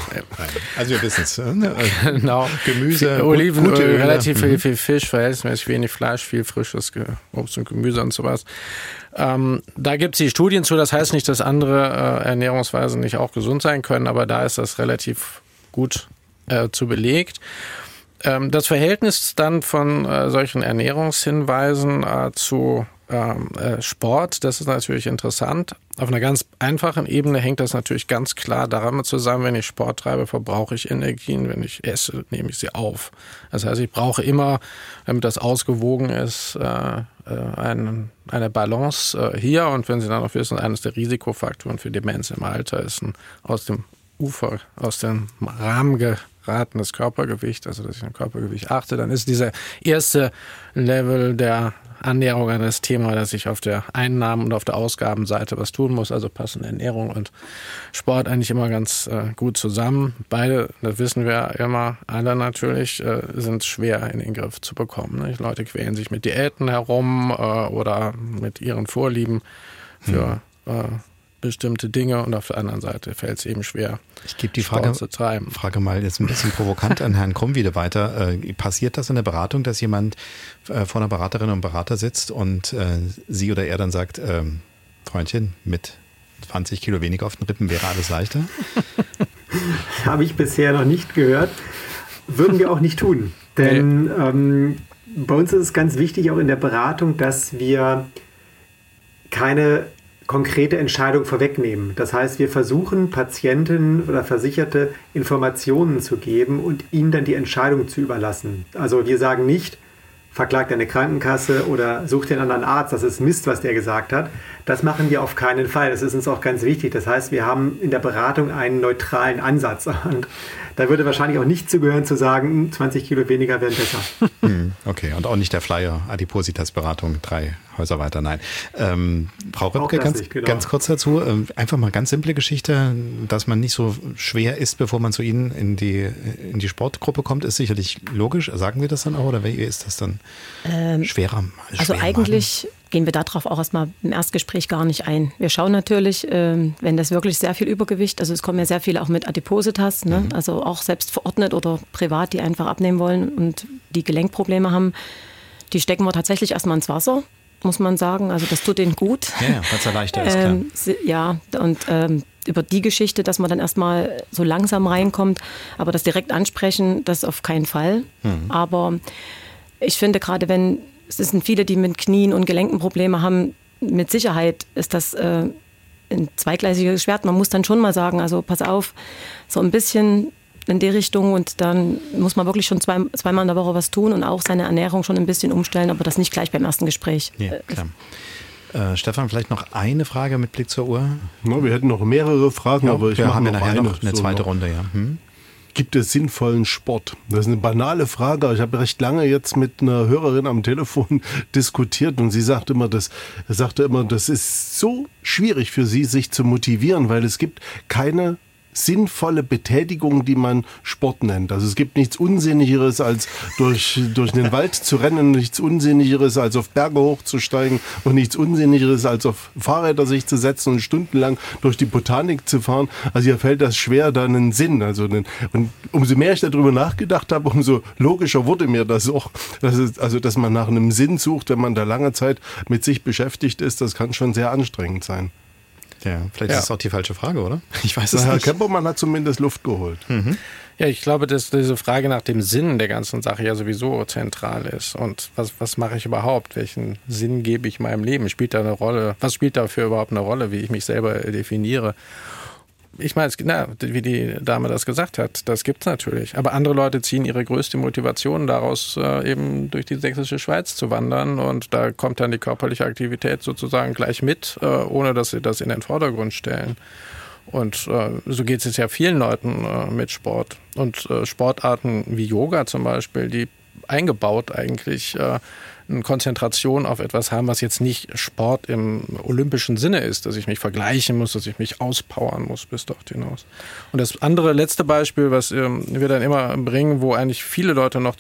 also wir wissen es. Ne? Genau. Gemüse, Olivenöl, gute Öle. relativ viel, Mhm. viel Fisch, verhältnismäßig wenig Fleisch, viel frisches Ge- Obst und Gemüse und sowas. Ähm, da gibt es die Studien zu, das heißt nicht, dass andere äh, Ernährungsweisen nicht auch gesund sein können, aber da ist das relativ gut äh, zu belegt. Ähm, das Verhältnis dann von äh, solchen Ernährungshinweisen äh, zu ähm, äh, Sport, das ist natürlich interessant. Auf einer ganz einfachen Ebene hängt das natürlich ganz klar damit zusammen, wenn ich Sport treibe, verbrauche ich Energien, wenn ich esse, nehme ich sie auf. Das heißt, ich brauche immer, damit das ausgewogen ist, äh, Eine, eine Balance äh, hier, und wenn Sie dann noch wissen, eines der Risikofaktoren für Demenz im Alter ist ein aus dem Ufer, aus dem Rahmen geratenes Körpergewicht, also dass ich am Körpergewicht achte, dann ist dieser erste Level der Ernährung das Thema, dass ich auf der Einnahmen- und auf der Ausgabenseite was tun muss, also passen Ernährung und Sport eigentlich immer ganz äh, gut zusammen. Beide, das wissen wir immer alle natürlich, äh, sind schwer in den Griff zu bekommen. Nicht? Leute quälen sich mit Diäten herum äh, oder mit ihren Vorlieben für hm. äh, bestimmte Dinge, und auf der anderen Seite fällt es eben schwer, ich gebe die Sport Frage, zu treiben. Frage mal jetzt ein bisschen provokant an Herrn Krumm wieder weiter. Äh, passiert das in der Beratung, dass jemand äh, vor einer Beraterin und Berater sitzt und äh, sie oder er dann sagt, äh, Freundchen, mit zwanzig Kilo weniger auf den Rippen wäre alles leichter? Habe ich bisher noch nicht gehört. Würden wir auch nicht tun. Denn nee. ähm, bei uns ist es ganz wichtig, auch in der Beratung, dass wir keine konkrete Entscheidung vorwegnehmen. Das heißt, wir versuchen, Patienten oder Versicherte Informationen zu geben und ihnen dann die Entscheidung zu überlassen. Also wir sagen nicht, verklag deine Krankenkasse oder such dir einen anderen Arzt, das ist Mist, was der gesagt hat. Das machen wir auf keinen Fall. Das ist uns auch ganz wichtig. Das heißt, wir haben in der Beratung einen neutralen Ansatz. Und da würde wahrscheinlich auch nicht zugehören zu sagen, zwanzig Kilo weniger wären besser. Okay, und auch nicht der Flyer, Adipositas-Beratung, drei Häuser weiter, nein. Ähm, Frau Röpke, ganz, nicht, genau. ganz kurz dazu, einfach mal ganz simple Geschichte, dass man nicht so schwer isst, bevor man zu Ihnen in die, in die Sportgruppe kommt, ist sicherlich logisch. Sagen wir das dann auch, oder wie ist das dann ähm, schwerer? Also schwer eigentlich machen? Gehen wir darauf auch erstmal im Erstgespräch gar nicht ein. Wir schauen natürlich, ähm, wenn das wirklich sehr viel Übergewicht, also es kommen ja sehr viele auch mit Adipositas, ne? Mhm. Also auch selbst verordnet oder privat, die einfach abnehmen wollen und die Gelenkprobleme haben, die stecken wir tatsächlich erstmal ins Wasser muss man sagen. Also das tut denen gut. Ja, ja, weil es ja leichter ist, ähm, ja, und ähm, über die Geschichte, dass man dann erstmal so langsam reinkommt, aber das direkt ansprechen, das auf keinen Fall. Mhm. Aber ich finde, gerade wenn, es sind viele, die mit Knien und Gelenken Probleme haben, mit Sicherheit ist das äh, ein zweigleisiges Schwert. Man muss dann schon mal sagen, also pass auf, so ein bisschen in die Richtung und dann muss man wirklich schon zwei, zweimal in der Woche was tun und auch seine Ernährung schon ein bisschen umstellen, aber das nicht gleich beim ersten Gespräch. Ja, klar. Äh, Stefan, vielleicht noch eine Frage mit Blick zur Uhr? No, wir hätten noch mehrere Fragen, ja, aber ich mache noch nachher eine. noch eine zweite so Runde, ja. Hm? Gibt es sinnvollen Sport? Das ist eine banale Frage, aber ich habe recht lange jetzt mit einer Hörerin am Telefon diskutiert und sie sagte immer, das, sagte immer, das ist so schwierig für sie, sich zu motivieren, weil es gibt keine sinnvolle Betätigung, die man Sport nennt. Also es gibt nichts Unsinnigeres, als durch, durch den Wald zu rennen, nichts Unsinnigeres, als auf Berge hochzusteigen und nichts Unsinnigeres, als auf Fahrräder sich zu setzen und stundenlang durch die Botanik zu fahren. Also ihr fällt das schwer, da einen Sinn. Also einen, und umso mehr ich darüber nachgedacht habe, umso logischer wurde mir das auch. Dass es, also dass man nach einem Sinn sucht, wenn man da lange Zeit mit sich beschäftigt ist, das kann schon sehr anstrengend sein. Ja, vielleicht ja. ist das auch die falsche Frage, oder? Ich weiß es nicht. Herr Kempermann hat zumindest Luft geholt. Mhm. Ja, ich glaube, dass diese Frage nach dem Sinn der ganzen Sache ja sowieso zentral ist. Und was, was mache ich überhaupt? Welchen Sinn gebe ich meinem Leben? Spielt da eine Rolle? Was spielt dafür überhaupt eine Rolle, wie ich mich selber definiere? Ich meine, na, wie die Dame das gesagt hat, das gibt es natürlich. Aber andere Leute ziehen ihre größte Motivation daraus, äh, eben durch die sächsische Schweiz zu wandern. Und da kommt dann die körperliche Aktivität sozusagen gleich mit, äh, ohne dass sie das in den Vordergrund stellen. Und äh, so geht es ja vielen Leuten äh, mit Sport. Und äh, Sportarten wie Yoga zum Beispiel, die eingebaut eigentlich äh, eine Konzentration auf etwas haben, was jetzt nicht Sport im olympischen Sinne ist, dass ich mich vergleichen muss, dass ich mich auspowern muss bis dort hinaus. Und das andere, letzte Beispiel, was ähm, wir dann immer bringen, wo eigentlich viele Leute noch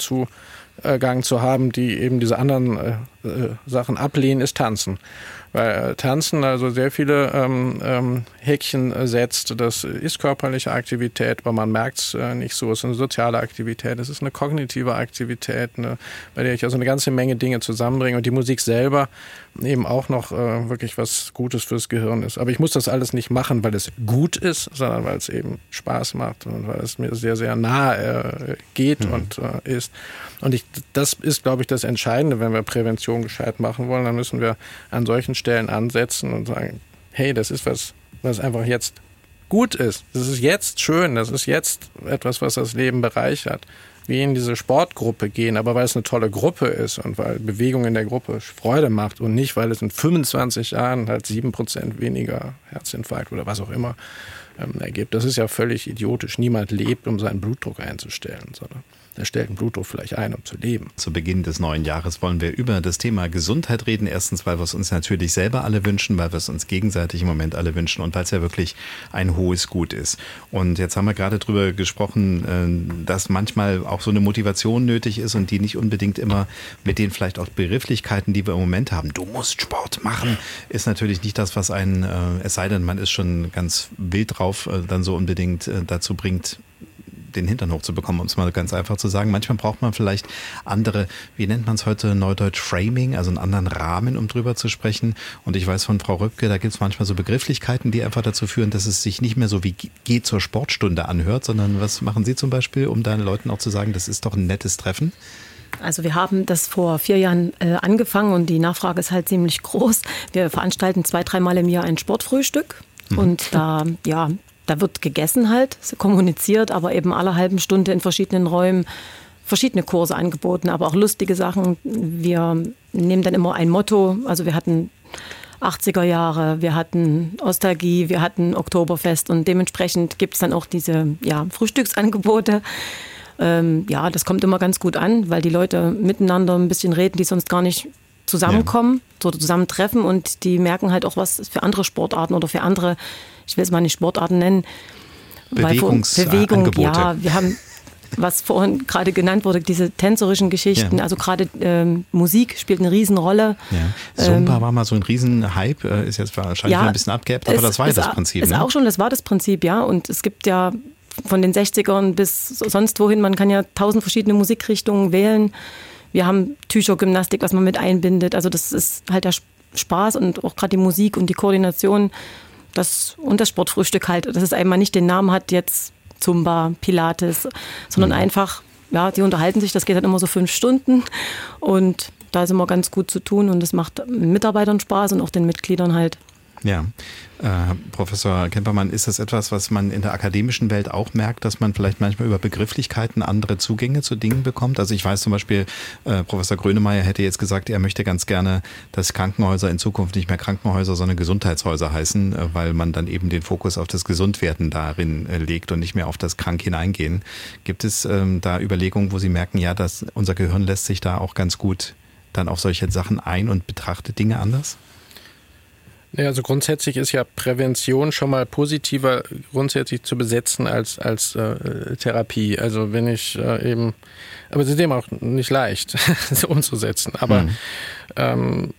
Zugang zu haben, die eben diese anderen äh, äh, Sachen ablehnen, ist Tanzen. Weil Tanzen also sehr viele ähm, ähm, Häkchen setzt. Das ist körperliche Aktivität, aber man merkt es äh, nicht so. Es ist eine soziale Aktivität, es ist eine kognitive Aktivität, eine, bei der ich also eine ganze Menge Dinge zusammenbringe und die Musik selber eben auch noch äh, wirklich was Gutes fürs Gehirn ist. Aber ich muss das alles nicht machen, weil es gut ist, sondern weil es eben Spaß macht und weil es mir sehr, sehr nahe äh, geht mhm. und äh, ist. Und ich, das ist, glaube ich, das Entscheidende, wenn wir Prävention gescheit machen wollen, dann müssen wir an solchen Stellen ansetzen und sagen, hey, das ist was, was einfach jetzt gut ist. Das ist jetzt schön, das ist jetzt etwas, was das Leben bereichert. Wie in diese Sportgruppe gehen, aber weil es eine tolle Gruppe ist und weil Bewegung in der Gruppe Freude macht und nicht, weil es in fünfundzwanzig Jahren halt sieben Prozent weniger Herzinfarkt oder was auch immer ähm, ergibt. Das ist ja völlig idiotisch. Niemand lebt, um seinen Blutdruck einzustellen, sondern er stellt einen Blutdruck vielleicht ein, um zu leben. Zu Beginn des neuen Jahres wollen wir über das Thema Gesundheit reden. Erstens, weil wir es uns natürlich selber alle wünschen, weil wir es uns gegenseitig im Moment alle wünschen und weil es ja wirklich ein hohes Gut ist. Und jetzt haben wir gerade drüber gesprochen, dass manchmal auch so eine Motivation nötig ist und die nicht unbedingt immer mit den vielleicht auch Begrifflichkeiten, die wir im Moment haben, du musst Sport machen, ist natürlich nicht das, was einen, es sei denn, man ist schon ganz wild drauf, dann so unbedingt dazu bringt, den Hintern hochzubekommen, um es mal ganz einfach zu sagen. Manchmal braucht man vielleicht andere, wie nennt man es heute, Neudeutsch Framing, also einen anderen Rahmen, um drüber zu sprechen. Und ich weiß von Frau Röpke, da gibt es manchmal so Begrifflichkeiten, die einfach dazu führen, dass es sich nicht mehr so wie geht zur Sportstunde anhört, sondern was machen Sie zum Beispiel, um deinen Leuten auch zu sagen, das ist doch ein nettes Treffen? Also wir haben das vor vier Jahren äh, angefangen und die Nachfrage ist halt ziemlich groß. Wir veranstalten zwei, dreimal im Jahr ein Sportfrühstück mhm. und da, ja, Da wird gegessen halt, kommuniziert, aber eben alle halben Stunde in verschiedenen Räumen verschiedene Kurse angeboten, aber auch lustige Sachen. Wir nehmen dann immer ein Motto, also wir hatten achtziger Jahre, wir hatten Ostalgie, wir hatten Oktoberfest und dementsprechend gibt es dann auch diese ja, Frühstücksangebote. Ähm, ja, das kommt immer ganz gut an, weil die Leute miteinander ein bisschen reden, die sonst gar nicht zusammenkommen ja. oder zusammentreffen und die merken halt auch, was für andere Sportarten oder für andere, ich will es mal nicht Sportarten nennen, Bewegungsangebote. Bewegung, ja, wir haben, was vorhin gerade genannt wurde, diese tänzerischen Geschichten, ja. also gerade ähm, Musik spielt eine Riesenrolle. Ja. Zumba ähm, war mal so ein Riesenhype, ist jetzt wahrscheinlich ja, ein bisschen abgeebbt, aber es, das war ja das Prinzip. Ist ne? auch schon, das war das Prinzip, ja, und es gibt ja von den sechzigern bis sonst wohin, man kann ja tausend verschiedene Musikrichtungen wählen. Wir haben Tüchergymnastik, was man mit einbindet. Also das ist halt der Spaß und auch gerade die Musik und die Koordination das, und das Sportfrühstück halt, dass es einmal nicht den Namen hat, jetzt Zumba, Pilates, sondern mhm. einfach, ja, die unterhalten sich, das geht dann immer so fünf Stunden und da ist immer ganz gut zu tun und das macht Mitarbeitern Spaß und auch den Mitgliedern halt. Ja, äh, Professor Kempermann, ist das etwas, was man in der akademischen Welt auch merkt, dass man vielleicht manchmal über Begrifflichkeiten andere Zugänge zu Dingen bekommt? Also ich weiß zum Beispiel, äh, Professor Grönemeyer hätte jetzt gesagt, er möchte ganz gerne, dass Krankenhäuser in Zukunft nicht mehr Krankenhäuser, sondern Gesundheitshäuser heißen, äh, weil man dann eben den Fokus auf das Gesundwerden darin äh, legt und nicht mehr auf das Krank hineingehen. Gibt es ähm, da Überlegungen, wo Sie merken, ja, dass unser Gehirn lässt sich da auch ganz gut dann auf solche Sachen ein und betrachtet Dinge anders? Ja, also grundsätzlich ist ja Prävention schon mal positiver grundsätzlich zu besetzen als als äh, Therapie. Also wenn ich äh, eben, aber es ist eben auch nicht leicht, so umzusetzen. Aber mhm. ähm,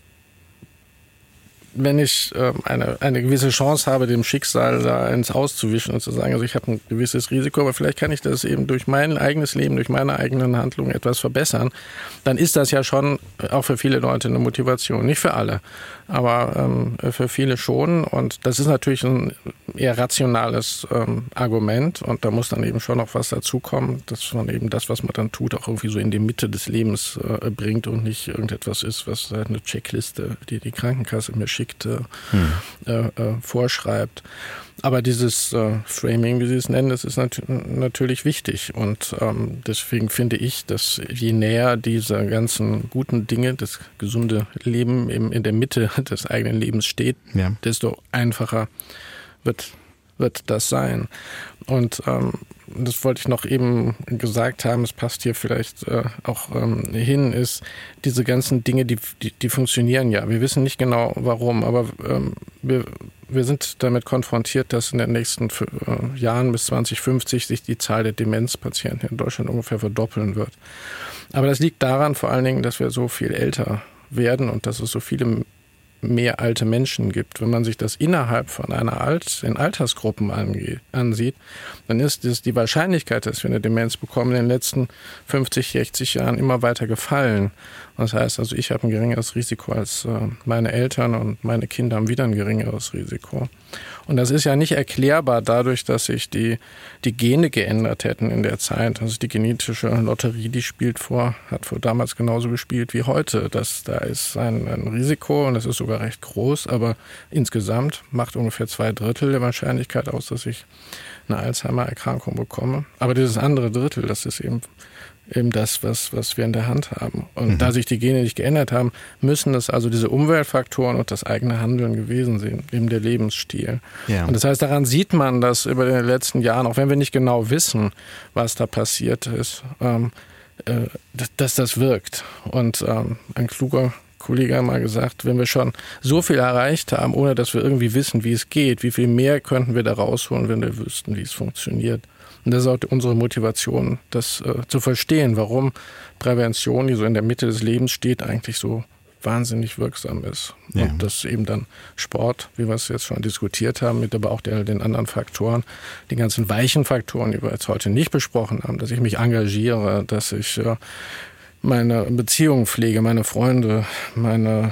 wenn ich äh, eine, eine gewisse Chance habe, dem Schicksal da ins Auszuwischen und zu sagen, also ich habe ein gewisses Risiko, aber vielleicht kann ich das eben durch mein eigenes Leben, durch meine eigenen Handlungen etwas verbessern, dann ist das ja schon auch für viele Leute eine Motivation. Nicht für alle, aber ähm, für viele schon. Und das ist natürlich ein eher rationales ähm, Argument und da muss dann eben schon noch was dazukommen, dass man eben das, was man dann tut, auch irgendwie so in die Mitte des Lebens äh, bringt und nicht irgendetwas ist, was eine Checkliste, die die Krankenkasse mir schickt, Äh, hm. äh, äh, vorschreibt. Aber dieses äh, Framing, wie Sie es nennen, das ist nat- natürlich wichtig. Und ähm, deswegen finde ich, dass je näher diese ganzen guten Dinge, das gesunde Leben eben in der Mitte des eigenen Lebens steht, ja. desto einfacher wird, wird das sein. Und ähm, das wollte ich noch eben gesagt haben, es passt hier vielleicht äh, auch ähm, hin, ist diese ganzen Dinge, die, die, die funktionieren ja. Wir wissen nicht genau warum, aber ähm, wir, wir sind damit konfrontiert, dass in den nächsten äh, Jahren bis zwanzig fünfzig sich die Zahl der Demenzpatienten in Deutschland ungefähr verdoppeln wird. Aber das liegt daran vor allen Dingen, dass wir so viel älter werden und dass es so viele mehr alte Menschen gibt. Wenn man sich das innerhalb von einer Alt, in Altersgruppen angeht, ansieht, dann ist es die Wahrscheinlichkeit, dass wir eine Demenz bekommen, in den letzten fünfzig, sechzig Jahren immer weiter gefallen. Das heißt also, ich habe ein geringeres Risiko als äh, meine Eltern und meine Kinder haben wieder ein geringeres Risiko. Und das ist ja nicht erklärbar dadurch, dass sich die, die Gene geändert hätten in der Zeit. Also die genetische Lotterie, die spielt vor, hat vor damals genauso gespielt wie heute. Das, da ist ein, ein Risiko und das ist sogar recht groß, aber insgesamt macht ungefähr zwei Drittel der Wahrscheinlichkeit aus, dass ich eine Alzheimer-Erkrankung bekomme. Aber dieses andere Drittel, das ist eben eben das, was, was wir in der Hand haben. Und mhm. da sich die Gene nicht geändert haben, müssen es also diese Umweltfaktoren und das eigene Handeln gewesen sein, eben der Lebensstil. Ja. Und das heißt, daran sieht man, dass über den letzten Jahren, auch wenn wir nicht genau wissen, was da passiert ist, ähm, äh, dass das wirkt. Und ähm, ein kluger Kollege hat mal gesagt, wenn wir schon so viel erreicht haben, ohne dass wir irgendwie wissen, wie es geht, wie viel mehr könnten wir da rausholen, wenn wir wüssten, wie es funktioniert. Und das ist auch unsere Motivation, das äh, zu verstehen, warum Prävention, die so in der Mitte des Lebens steht, eigentlich so wahnsinnig wirksam ist. Ja. Und dass eben dann Sport, wie wir es jetzt schon diskutiert haben, mit aber auch der, den anderen Faktoren, die ganzen weichen Faktoren, die wir jetzt heute nicht besprochen haben, dass ich mich engagiere, dass ich äh, meine Beziehungen pflege, meine Freunde, meine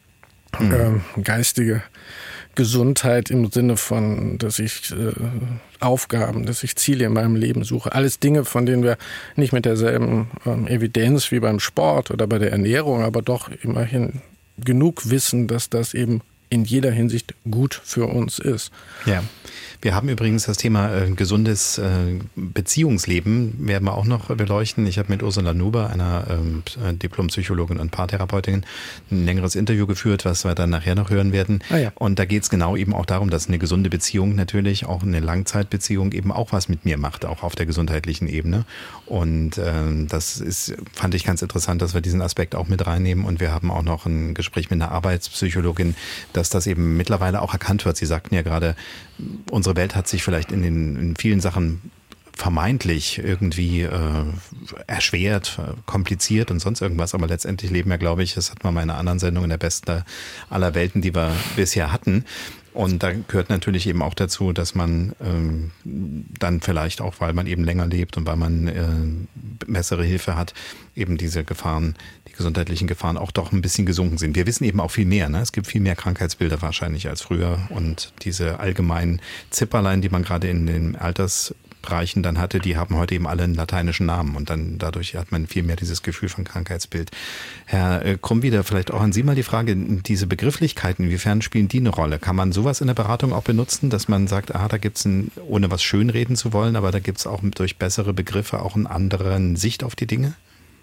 mhm. äh, geistige Gesundheit im Sinne von, dass ich äh, Aufgaben, dass ich Ziele in meinem Leben suche. Alles Dinge, von denen wir nicht mit derselben ähm, Evidenz wie beim Sport oder bei der Ernährung, aber doch immerhin genug wissen, dass das eben in jeder Hinsicht gut für uns ist. Ja. Wir haben übrigens das Thema äh, gesundes äh, Beziehungsleben, werden wir auch noch beleuchten. Ich habe mit Ursula Nuber, einer ähm, Diplompsychologin und Paartherapeutin, ein längeres Interview geführt, was wir dann nachher noch hören werden. Ah ja. Und da geht es genau eben auch darum, dass eine gesunde Beziehung natürlich, auch eine Langzeitbeziehung eben auch was mit mir macht, auch auf der gesundheitlichen Ebene. Und ähm, das ist, fand ich ganz interessant, dass wir diesen Aspekt auch mit reinnehmen. Und wir haben auch noch ein Gespräch mit einer Arbeitspsychologin, dass das eben mittlerweile auch erkannt wird. Sie sagten ja gerade, unsere Welt hat sich vielleicht in den in vielen Sachen vermeintlich irgendwie äh, erschwert, kompliziert und sonst irgendwas, aber letztendlich leben wir, glaube ich, das hatten wir mal in einer anderen Sendung, in der besten aller Welten, die wir bisher hatten. Und da gehört natürlich eben auch dazu, dass man ähm, dann vielleicht auch, weil man eben länger lebt und weil man äh, bessere Hilfe hat, eben diese Gefahren, die gesundheitlichen Gefahren auch doch ein bisschen gesunken sind. Wir wissen eben auch viel mehr. Ne? Es gibt viel mehr Krankheitsbilder wahrscheinlich als früher. Und diese allgemeinen Zipperlein, die man gerade in den Altersbereichen dann hatte, die haben heute eben alle einen lateinischen Namen. Und dann dadurch hat man viel mehr dieses Gefühl von Krankheitsbild. Herr Krumwieder, vielleicht auch an Sie mal die Frage, diese Begrifflichkeiten, inwiefern spielen die eine Rolle? Kann man sowas in der Beratung auch benutzen, dass man sagt, ah, da gibt's ein, ohne was schönreden zu wollen, aber da gibt's auch durch bessere Begriffe auch einen anderen Sicht auf die Dinge?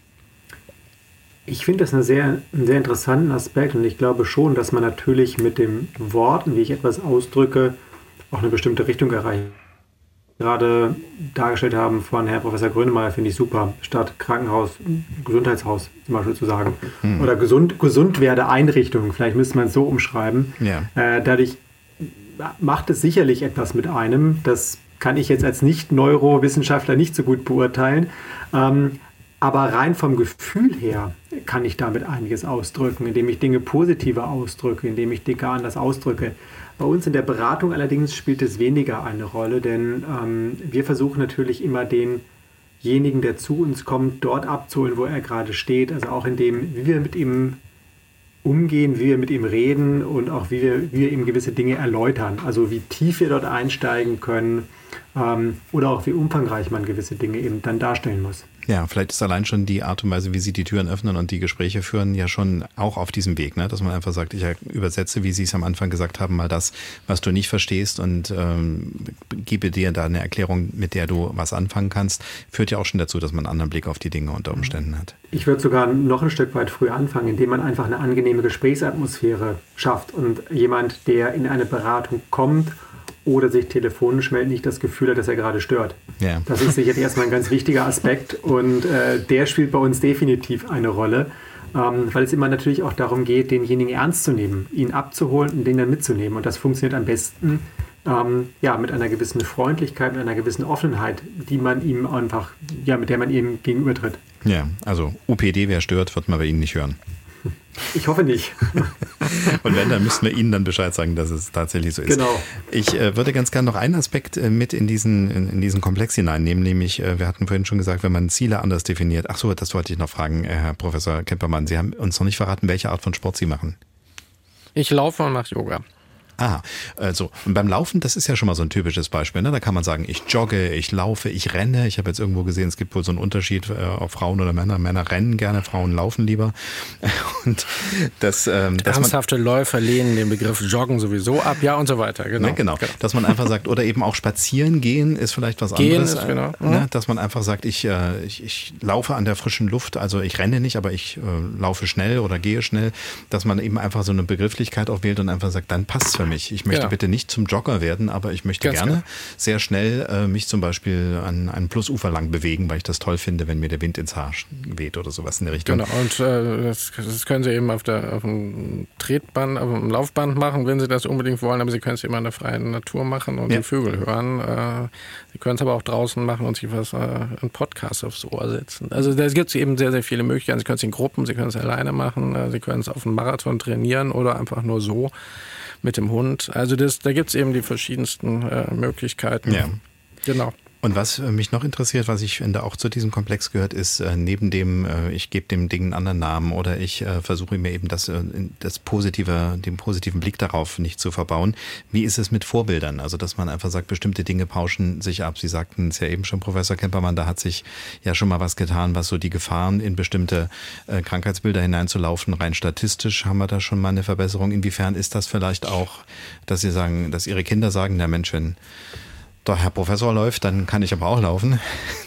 Ich finde das eine sehr, einen sehr interessanten Aspekt und ich glaube schon, dass man natürlich mit den Worten, wie ich etwas ausdrücke, auch eine bestimmte Richtung erreicht. Gerade dargestellt haben von Herrn Professor Grönemeyer, finde ich super, statt Krankenhaus, Gesundheitshaus zum Beispiel zu sagen. Hm. Oder gesund, Gesundwerde-Einrichtung, vielleicht müsste man es so umschreiben. Ja. Äh, dadurch macht es sicherlich etwas mit einem, das kann ich jetzt als Nicht-Neurowissenschaftler nicht so gut beurteilen. Ähm, Aber rein vom Gefühl her kann ich damit einiges ausdrücken, indem ich Dinge positiver ausdrücke, indem ich Dinge anders ausdrücke. Bei uns in der Beratung allerdings spielt es weniger eine Rolle, denn ähm, wir versuchen natürlich immer denjenigen, der zu uns kommt, dort abzuholen, wo er gerade steht. Also auch in dem, wie wir mit ihm umgehen, wie wir mit ihm reden und auch wie wir, wie wir ihm gewisse Dinge erläutern. Also wie tief wir dort einsteigen können ähm, oder auch wie umfangreich man gewisse Dinge eben dann darstellen muss. Ja, vielleicht ist allein schon die Art und Weise, wie Sie die Türen öffnen und die Gespräche führen, ja schon auch auf diesem Weg, ne? Dass man einfach sagt, ich übersetze, wie Sie es am Anfang gesagt haben, mal das, was du nicht verstehst und ähm, gebe dir da eine Erklärung, mit der du was anfangen kannst, führt ja auch schon dazu, dass man einen anderen Blick auf die Dinge unter Umständen hat. Ich würde sogar noch ein Stück weit früher anfangen, indem man einfach eine angenehme Gesprächsatmosphäre schafft und jemand, der in eine Beratung kommt oder sich telefonisch meldet, nicht das Gefühl hat, dass er gerade stört. Ja. Das ist sicherlich erstmal ein ganz wichtiger Aspekt und äh, der spielt bei uns definitiv eine Rolle, ähm, weil es immer natürlich auch darum geht, denjenigen ernst zu nehmen, ihn abzuholen und den dann mitzunehmen. Und das funktioniert am besten ähm, ja, mit einer gewissen Freundlichkeit, mit einer gewissen Offenheit, die man ihm einfach, ja, mit der man ihm gegenübertritt. Ja, also U P D, wer stört, wird man bei Ihnen nicht hören. Ich hoffe nicht. Und wenn, dann müssten wir Ihnen dann Bescheid sagen, dass es tatsächlich so ist. Genau. Ich äh, würde ganz gerne noch einen Aspekt äh, mit in diesen, in, in diesen Komplex hineinnehmen, nämlich, äh, wir hatten vorhin schon gesagt, wenn man Ziele anders definiert. Ach so, das wollte ich noch fragen, äh, Herr Professor Kempermann. Sie haben uns noch nicht verraten, welche Art von Sport Sie machen. Ich laufe und mache Yoga. Ah, also und beim Laufen, das ist ja schon mal so ein typisches Beispiel. Ne? Da kann man sagen, ich jogge, ich laufe, ich renne. Ich habe jetzt irgendwo gesehen, es gibt wohl so einen Unterschied, äh, ob Frauen oder Männer. Männer rennen gerne, Frauen laufen lieber. Und das, ähm, dass ernsthafte man, Läufer lehnen den Begriff Joggen sowieso ab, ja und so weiter. Genau. Ne, genau. genau. Dass man einfach sagt, oder eben auch spazieren gehen ist vielleicht was gehen anderes. Ist, genau. Ne? Dass man einfach sagt, ich, äh, ich, ich laufe an der frischen Luft, also ich renne nicht, aber ich äh, laufe schnell oder gehe schnell. Dass man eben einfach so eine Begrifflichkeit auch wählt und einfach sagt, dann passt es für mich. Ich möchte ja. bitte nicht zum Jogger werden, aber ich möchte Ganz gerne klar. sehr schnell äh, mich zum Beispiel an einem Flussufer lang bewegen, weil ich das toll finde, wenn mir der Wind ins Haar weht oder sowas in der Richtung. Genau, und äh, das, das können Sie eben auf, der, auf dem Tretband, auf dem Laufband machen, wenn Sie das unbedingt wollen, aber Sie können es immer in der freien Natur machen und ja. die Vögel hören. Äh, Sie können es aber auch draußen machen und sich was, äh, einen Podcast aufs Ohr setzen. Also da gibt es eben sehr, sehr viele Möglichkeiten. Sie können es in Gruppen, Sie können es alleine machen, äh, Sie können es auf einem Marathon trainieren oder einfach nur so mit dem Hund. Also das, da gibt es eben die verschiedensten äh, Möglichkeiten. Ja. Genau. Und was mich noch interessiert, was ich finde auch zu diesem Komplex gehört, ist äh, neben dem, äh, ich gebe dem Ding einen anderen Namen oder ich äh, versuche mir eben das, äh, das positive, den positiven Blick darauf nicht zu verbauen. Wie ist es mit Vorbildern? Also dass man einfach sagt, bestimmte Dinge pauschen sich ab. Sie sagten es ja eben schon, Professor Kempermann, da hat sich ja schon mal was getan, was so die Gefahren in bestimmte äh, Krankheitsbilder hineinzulaufen. Rein statistisch haben wir da schon mal eine Verbesserung. Inwiefern ist das vielleicht auch, dass Sie sagen, dass Ihre Kinder sagen, na Mensch, wenn der Herr Professor läuft, dann kann ich aber auch laufen.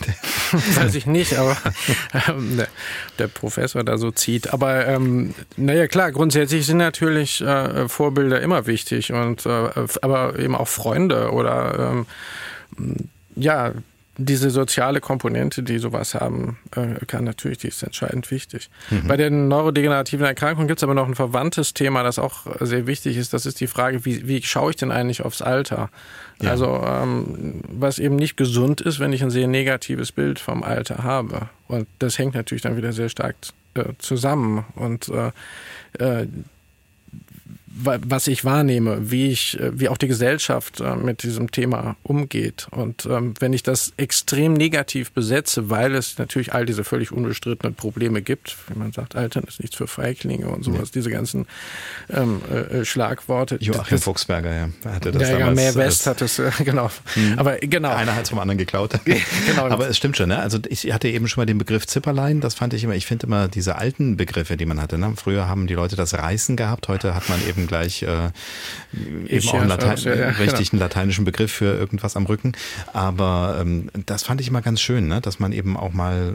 Weiß ich nicht, aber ähm, der Professor da so zieht. Aber ähm, naja, klar, grundsätzlich sind natürlich äh, Vorbilder immer wichtig, und äh, aber eben auch Freunde oder ähm, ja, diese soziale Komponente, die sowas haben äh, kann, natürlich, die ist entscheidend wichtig. Mhm. Bei den neurodegenerativen Erkrankungen gibt es aber noch ein verwandtes Thema, das auch sehr wichtig ist. Das ist die Frage, wie, wie schaue ich denn eigentlich aufs Alter? Ja. Also ähm, was eben nicht gesund ist, wenn ich ein sehr negatives Bild vom Alter habe. Und das hängt natürlich dann wieder sehr stark äh, zusammen. Und äh, äh, was ich wahrnehme, wie ich, wie auch die Gesellschaft mit diesem Thema umgeht. Und ähm, wenn ich das extrem negativ besetze, weil es natürlich all diese völlig unbestrittenen Probleme gibt, wie man sagt, Altern ist nichts für Feiglinge und sowas, ja. diese ganzen ähm, äh, Schlagworte. Joachim das, Fuchsberger, ja, hatte das ja, damals. Ja, Mehr West hat es, äh, genau. Mhm. Aber genau. Einer hat es vom anderen geklaut. Genau. Aber es stimmt schon, ne? Also ich hatte eben schon mal den Begriff Zipperlein, das fand ich immer, ich finde immer diese alten Begriffe, die man hatte, ne? Früher haben die Leute das Reißen gehabt, heute hat man eben gleich äh, eben auch einen, Latein, ja, ja, richtig, einen lateinischen Begriff für irgendwas am Rücken. Aber ähm, das fand ich immer ganz schön, ne? Dass man eben auch mal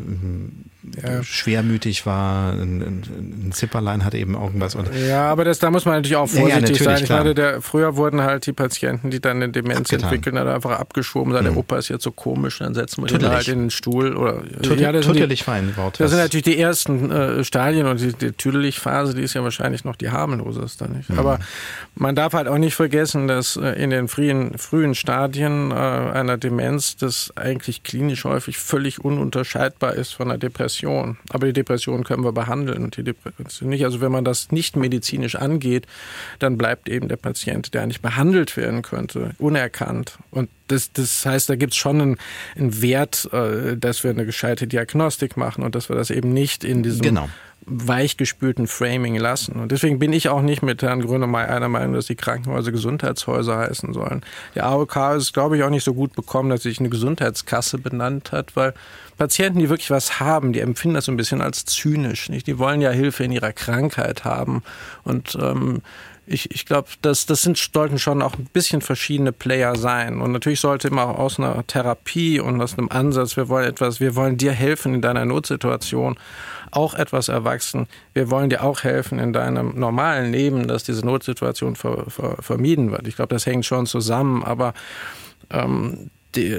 ja. schwermütig war. Ein, ein Zipperlein hatte eben irgendwas. Und ja, aber das, da muss man natürlich auch vorsichtig ja, ja, sein. Ich meine, der, früher wurden halt die Patienten, die dann eine Demenz Abgetan. entwickeln, halt einfach abgeschoben. Mhm. Der Opa ist jetzt so komisch, dann setzen wir ihn halt in den Stuhl. Oder, Tut, ja, das tutelig war ein Wort. Das sind natürlich die ersten äh, Stadien und die, die Tüdelig-Phase, die ist ja wahrscheinlich noch die harmloseste. Nicht? Mhm. Aber man darf halt auch nicht vergessen, dass äh, in den frühen, frühen Stadien äh, einer Demenz das eigentlich klinisch häufig völlig ununterscheidbar ist von einer Depression. Aber die Depression können wir behandeln und die Depression nicht. Also wenn man das nicht medizinisch angeht, dann bleibt eben der Patient, der nicht behandelt werden könnte, unerkannt. Und das, das heißt, da gibt es schon einen, einen Wert, äh, dass wir eine gescheite Diagnostik machen und dass wir das eben nicht in diesem genau. weichgespülten Framing lassen. Und deswegen bin ich auch nicht mit Herrn Grönemeyer einer Meinung, dass die Krankenhäuser Gesundheitshäuser heißen sollen. Die A O K ist, glaube ich, auch nicht so gut bekommen, dass sich eine Gesundheitskasse benannt hat, weil Patienten, die wirklich was haben, die empfinden das so ein bisschen als zynisch. Nicht? Die wollen ja Hilfe in ihrer Krankheit haben. Und ähm, ich, ich glaube, das, das sind, sollten schon auch ein bisschen verschiedene Player sein. Und natürlich sollte immer auch aus einer Therapie und aus einem Ansatz, wir wollen etwas, wir wollen dir helfen in deiner Notsituation, auch etwas erwachsen. Wir wollen dir auch helfen in deinem normalen Leben, dass diese Notsituation ver, ver, vermieden wird. Ich glaube, das hängt schon zusammen, aber ähm, die,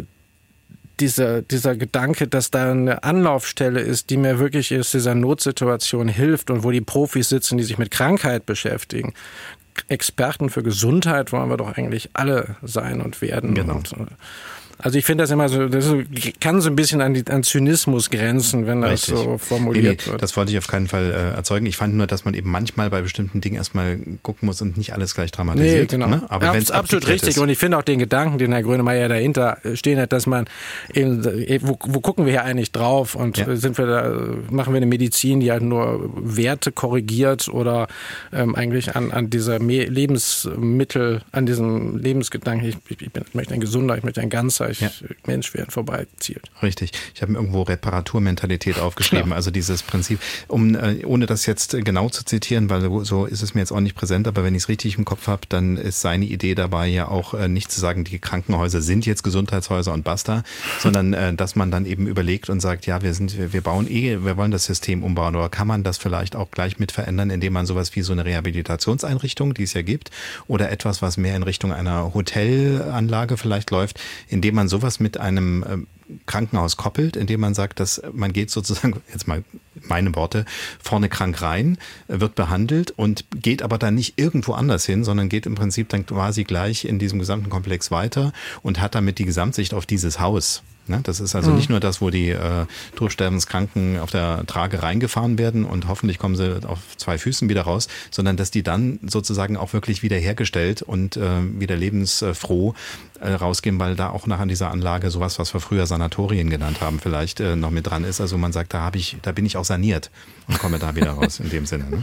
dieser, dieser Gedanke, dass da eine Anlaufstelle ist, die mir wirklich aus dieser Notsituation hilft und wo die Profis sitzen, die sich mit Krankheit beschäftigen. Experten für Gesundheit wollen wir doch eigentlich alle sein und werden. Genau. Und, also ich finde das immer so, das kann so ein bisschen an, die, an Zynismus grenzen, wenn das Richtig. so formuliert nee, nee, wird. Das wollte ich auf keinen Fall äh, erzeugen. Ich fand nur, dass man eben manchmal bei bestimmten Dingen erstmal gucken muss und nicht alles gleich dramatisiert. Nee, genau. Ne? Aber Abs- absolut richtig. Ist. Und ich finde auch den Gedanken, den Herr Grönemeyer dahinter stehen hat, dass man eben, wo, wo gucken wir hier eigentlich drauf und ja. sind wir da, machen wir eine Medizin, die halt nur Werte korrigiert oder ähm, eigentlich an, an dieser Lebensmittel, an diesem Lebensgedanken, ich, ich, bin, ich möchte ein gesunder, ich möchte ein ganzer Ja. Mensch werden vorbeizielt. Richtig. Ich habe mir irgendwo Reparaturmentalität aufgeschrieben, ja. also dieses Prinzip, um äh, ohne das jetzt genau zu zitieren, weil so ist es mir jetzt auch nicht präsent, aber wenn ich es richtig im Kopf habe, dann ist seine Idee dabei ja auch äh, nicht zu sagen, die Krankenhäuser sind jetzt Gesundheitshäuser und basta, sondern äh, dass man dann eben überlegt und sagt, ja, wir sind, wir, wir bauen eh, wir wollen das System umbauen, oder kann man das vielleicht auch gleich mit verändern, indem man sowas wie so eine Rehabilitationseinrichtung, die es ja gibt, oder etwas, was mehr in Richtung einer Hotelanlage vielleicht läuft, indem man sowas mit einem äh, Krankenhaus koppelt, indem man sagt, dass man geht sozusagen, jetzt mal meine Worte, vorne krank rein, wird behandelt und geht aber dann nicht irgendwo anders hin, sondern geht im Prinzip dann quasi gleich in diesem gesamten Komplex weiter und hat damit die Gesamtsicht auf dieses Haus. Ne? Das ist also mhm. nicht nur das, wo die äh, Todsterbenskranken auf der Trage reingefahren werden und hoffentlich kommen sie auf zwei Füßen wieder raus, sondern dass die dann sozusagen auch wirklich wieder hergestellt und äh, wieder lebensfroh äh, rausgehen, weil da auch nach an dieser Anlage sowas, was wir früher Sanatorien genannt haben, vielleicht äh, noch mit dran ist. Also man sagt, da habe ich, da bin ich auch saniert und komme da wieder raus in dem Sinne. Ne?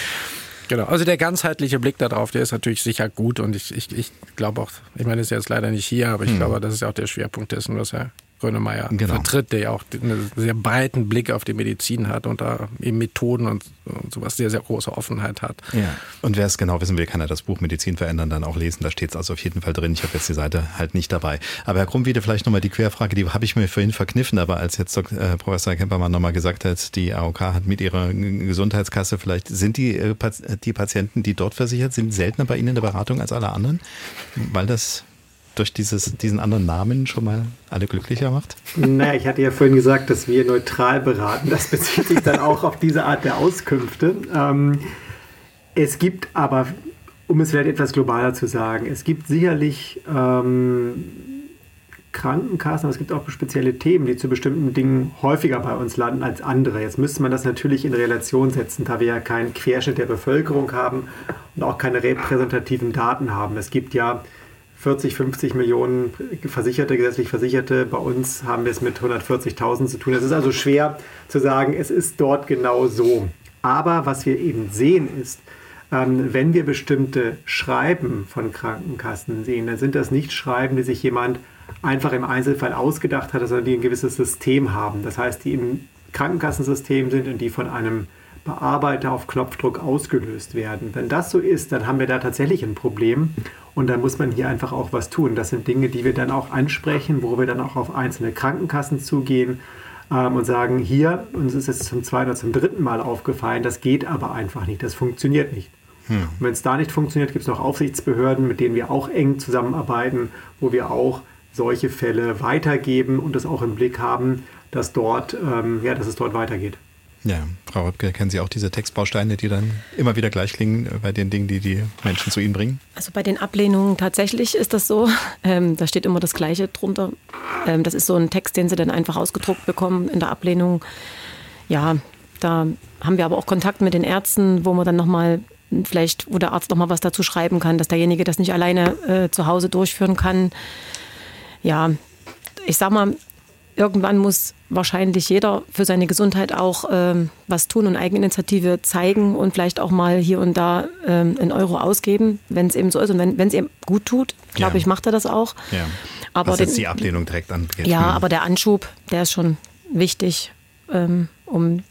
Genau, also der ganzheitliche Blick darauf, der ist natürlich sicher gut und ich, ich, ich glaube auch, ich meine, das ist jetzt leider nicht hier, aber ich hm. glaube, das ist auch der Schwerpunkt dessen, was Herr Grönemeyer genau. vertritt, der ja auch einen sehr breiten Blick auf die Medizin hat und da eben Methoden und, und sowas sehr, sehr große Offenheit hat. Ja. Und wer es genau wissen will, kann er das Buch Medizin verändern dann auch lesen. Da steht es also auf jeden Fall drin. Ich habe jetzt die Seite halt nicht dabei. Aber Herr Krumwiede, vielleicht nochmal die Querfrage, die habe ich mir vorhin verkniffen, aber als jetzt äh, Professor Kempermann nochmal gesagt hat, die A O K hat mit ihrer Gesundheitskasse, vielleicht sind die, äh, die Patienten, die dort versichert sind, seltener bei Ihnen in der Beratung als alle anderen? Weil das durch dieses, diesen anderen Namen schon mal alle glücklicher macht? Naja, ich hatte ja vorhin gesagt, dass wir neutral beraten. Das bezieht sich dann auch auf diese Art der Auskünfte. Ähm, es gibt aber, um es vielleicht etwas globaler zu sagen, es gibt sicherlich ähm, Krankenkassen, aber es gibt auch spezielle Themen, die zu bestimmten Dingen häufiger bei uns landen als andere. Jetzt müsste man das natürlich in Relation setzen, da wir ja keinen Querschnitt der Bevölkerung haben und auch keine repräsentativen Daten haben. Es gibt ja vierzig, fünfzig Millionen Versicherte, gesetzlich Versicherte. Bei uns haben wir es mit hundertvierzigtausend zu tun. Es ist also schwer zu sagen, es ist dort genau so. Aber was wir eben sehen ist, ähm, wenn wir bestimmte Schreiben von Krankenkassen sehen, dann sind das nicht Schreiben, die sich jemand einfach im Einzelfall ausgedacht hat, sondern die ein gewisses System haben. Das heißt, die im Krankenkassensystem sind und die von einem Bearbeiter auf Knopfdruck ausgelöst werden. Wenn das so ist, dann haben wir da tatsächlich ein Problem und dann muss man hier einfach auch was tun. Das sind Dinge, die wir dann auch ansprechen, wo wir dann auch auf einzelne Krankenkassen zugehen ähm, und sagen, hier, uns ist es zum zweiten oder zum dritten Mal aufgefallen, das geht aber einfach nicht, das funktioniert nicht. Hm. Und wenn es da nicht funktioniert, gibt es noch Aufsichtsbehörden, mit denen wir auch eng zusammenarbeiten, wo wir auch solche Fälle weitergeben und es auch im Blick haben, dass, dort, ähm, ja, dass es dort weitergeht. Ja, Frau Röpke, kennen Sie auch diese Textbausteine, die dann immer wieder gleich klingen bei den Dingen, die die Menschen zu Ihnen bringen? Also bei den Ablehnungen tatsächlich ist das so. Ähm, da steht immer das Gleiche drunter. Ähm, das ist so ein Text, den Sie dann einfach ausgedruckt bekommen in der Ablehnung. Ja, da haben wir aber auch Kontakt mit den Ärzten, wo man dann nochmal vielleicht, wo der Arzt nochmal was dazu schreiben kann, dass derjenige das nicht alleine äh, zu Hause durchführen kann. Ja, ich sag mal, irgendwann muss wahrscheinlich jeder für seine Gesundheit auch ähm, was tun und Eigeninitiative zeigen und vielleicht auch mal hier und da ähm, einen Euro ausgeben, wenn es eben so ist. Und wenn es ihm gut tut, glaube ja. ich, macht er das auch. Ja. Aber was jetzt den, die Ablehnung direkt angeht. Ja, aber der Anschub, der ist schon wichtig, ähm, um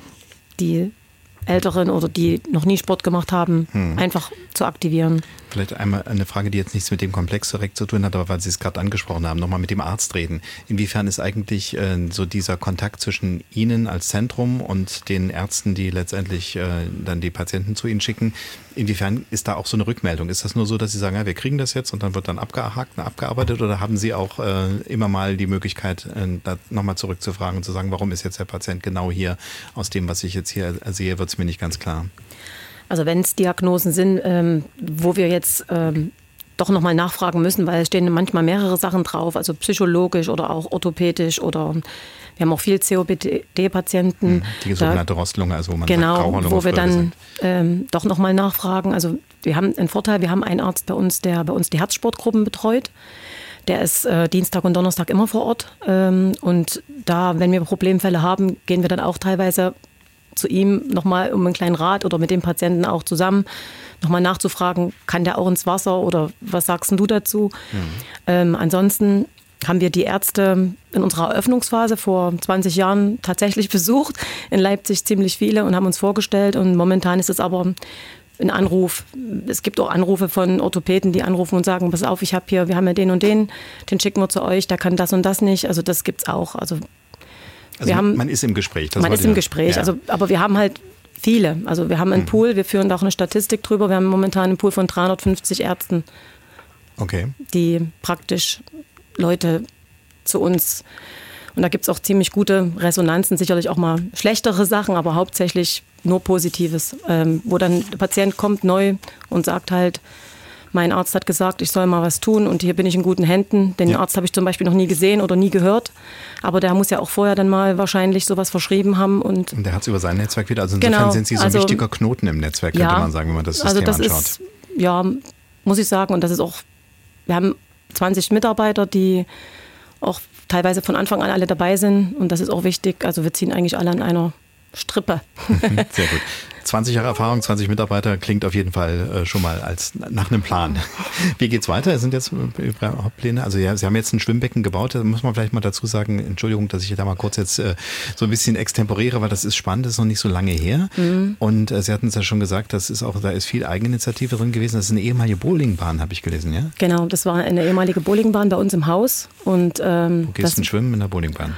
die Älteren oder die noch nie Sport gemacht haben, hm. einfach zu aktivieren. Vielleicht einmal eine Frage, die jetzt nichts mit dem Komplex direkt zu tun hat, aber weil Sie es gerade angesprochen haben, nochmal mit dem Arzt reden. Inwiefern ist eigentlich äh, so dieser Kontakt zwischen Ihnen als Zentrum und den Ärzten, die letztendlich äh, dann die Patienten zu Ihnen schicken, inwiefern ist da auch so eine Rückmeldung? Ist das nur so, dass Sie sagen, ja, wir kriegen das jetzt und dann wird dann abgehakt, abgearbeitet, oder haben Sie auch äh, immer mal die Möglichkeit, äh, da nochmal zurückzufragen und zu sagen, warum ist jetzt der Patient genau hier? Aus dem, was ich jetzt hier sehe, wird es mir nicht ganz klar. Also wenn es Diagnosen sind, ähm, wo wir jetzt ähm, doch nochmal nachfragen müssen, weil es stehen manchmal mehrere Sachen drauf, also psychologisch oder auch orthopädisch oder wir haben auch viel C O P D-Patienten. Die sogenannte Rostlunge, also wo man genau, sagt, Raucherlunge, wo wir dann ähm, doch nochmal nachfragen. Also wir haben einen Vorteil, wir haben einen Arzt bei uns, der bei uns die Herzsportgruppen betreut. Der ist äh, Dienstag und Donnerstag immer vor Ort. Ähm, und da, wenn wir Problemfälle haben, gehen wir dann auch teilweise zu ihm nochmal um einen kleinen Rat oder mit dem Patienten auch zusammen nochmal nachzufragen, kann der auch ins Wasser oder was sagst du dazu? Mhm. Ähm, ansonsten haben wir die Ärzte in unserer Eröffnungsphase vor zwanzig Jahren tatsächlich besucht, in Leipzig ziemlich viele, und haben uns vorgestellt, und momentan ist es aber ein Anruf. Es gibt auch Anrufe von Orthopäden, die anrufen und sagen, pass auf, ich habe hier, wir haben ja den und den, den schicken wir zu euch, der kann das und das nicht, also das gibt's auch. Also Also wir haben, man ist im Gespräch. Das man ist im Gespräch, ja. also, aber wir haben halt viele. Also wir haben einen mhm. Pool, wir führen da auch eine Statistik drüber. Wir haben momentan einen Pool von dreihundertfünfzig Ärzten, okay. die praktisch Leute zu uns, und da gibt es auch ziemlich gute Resonanzen, sicherlich auch mal schlechtere Sachen, aber hauptsächlich nur Positives, ähm, wo dann der Patient kommt neu und sagt halt, mein Arzt hat gesagt, ich soll mal was tun und hier bin ich in guten Händen. Den ja. Arzt habe ich zum Beispiel noch nie gesehen oder nie gehört. Aber der muss ja auch vorher dann mal wahrscheinlich sowas verschrieben haben. Und, und der hat es über sein Netzwerk wieder. Also insofern genau, sind Sie so ein also, wichtiger Knoten im Netzwerk, könnte ja, man sagen, wenn man das System also das anschaut. Ist, ja, muss ich sagen. Und das ist auch, wir haben zwanzig Mitarbeiter, die auch teilweise von Anfang an alle dabei sind. Und das ist auch wichtig. Also wir ziehen eigentlich alle an einer Strippe. Sehr gut. zwanzig Jahre Erfahrung, zwanzig Mitarbeiter, klingt auf jeden Fall schon mal als nach einem Plan. Wie geht's weiter? Es sind jetzt Hauptpläne. Also ja, Sie haben jetzt ein Schwimmbecken gebaut. Da muss man vielleicht mal dazu sagen, Entschuldigung, dass ich da mal kurz jetzt äh, so ein bisschen extemporiere, weil das ist spannend, das ist noch nicht so lange her. Mhm. Und äh, Sie hatten es ja schon gesagt, das ist auch, da ist viel Eigeninitiative drin gewesen. Das ist eine ehemalige Bowlingbahn, habe ich gelesen, ja? Genau, das war eine ehemalige Bowlingbahn bei uns im Haus. Und, ähm, Wo gehst du schwimmen in der Bowlingbahn?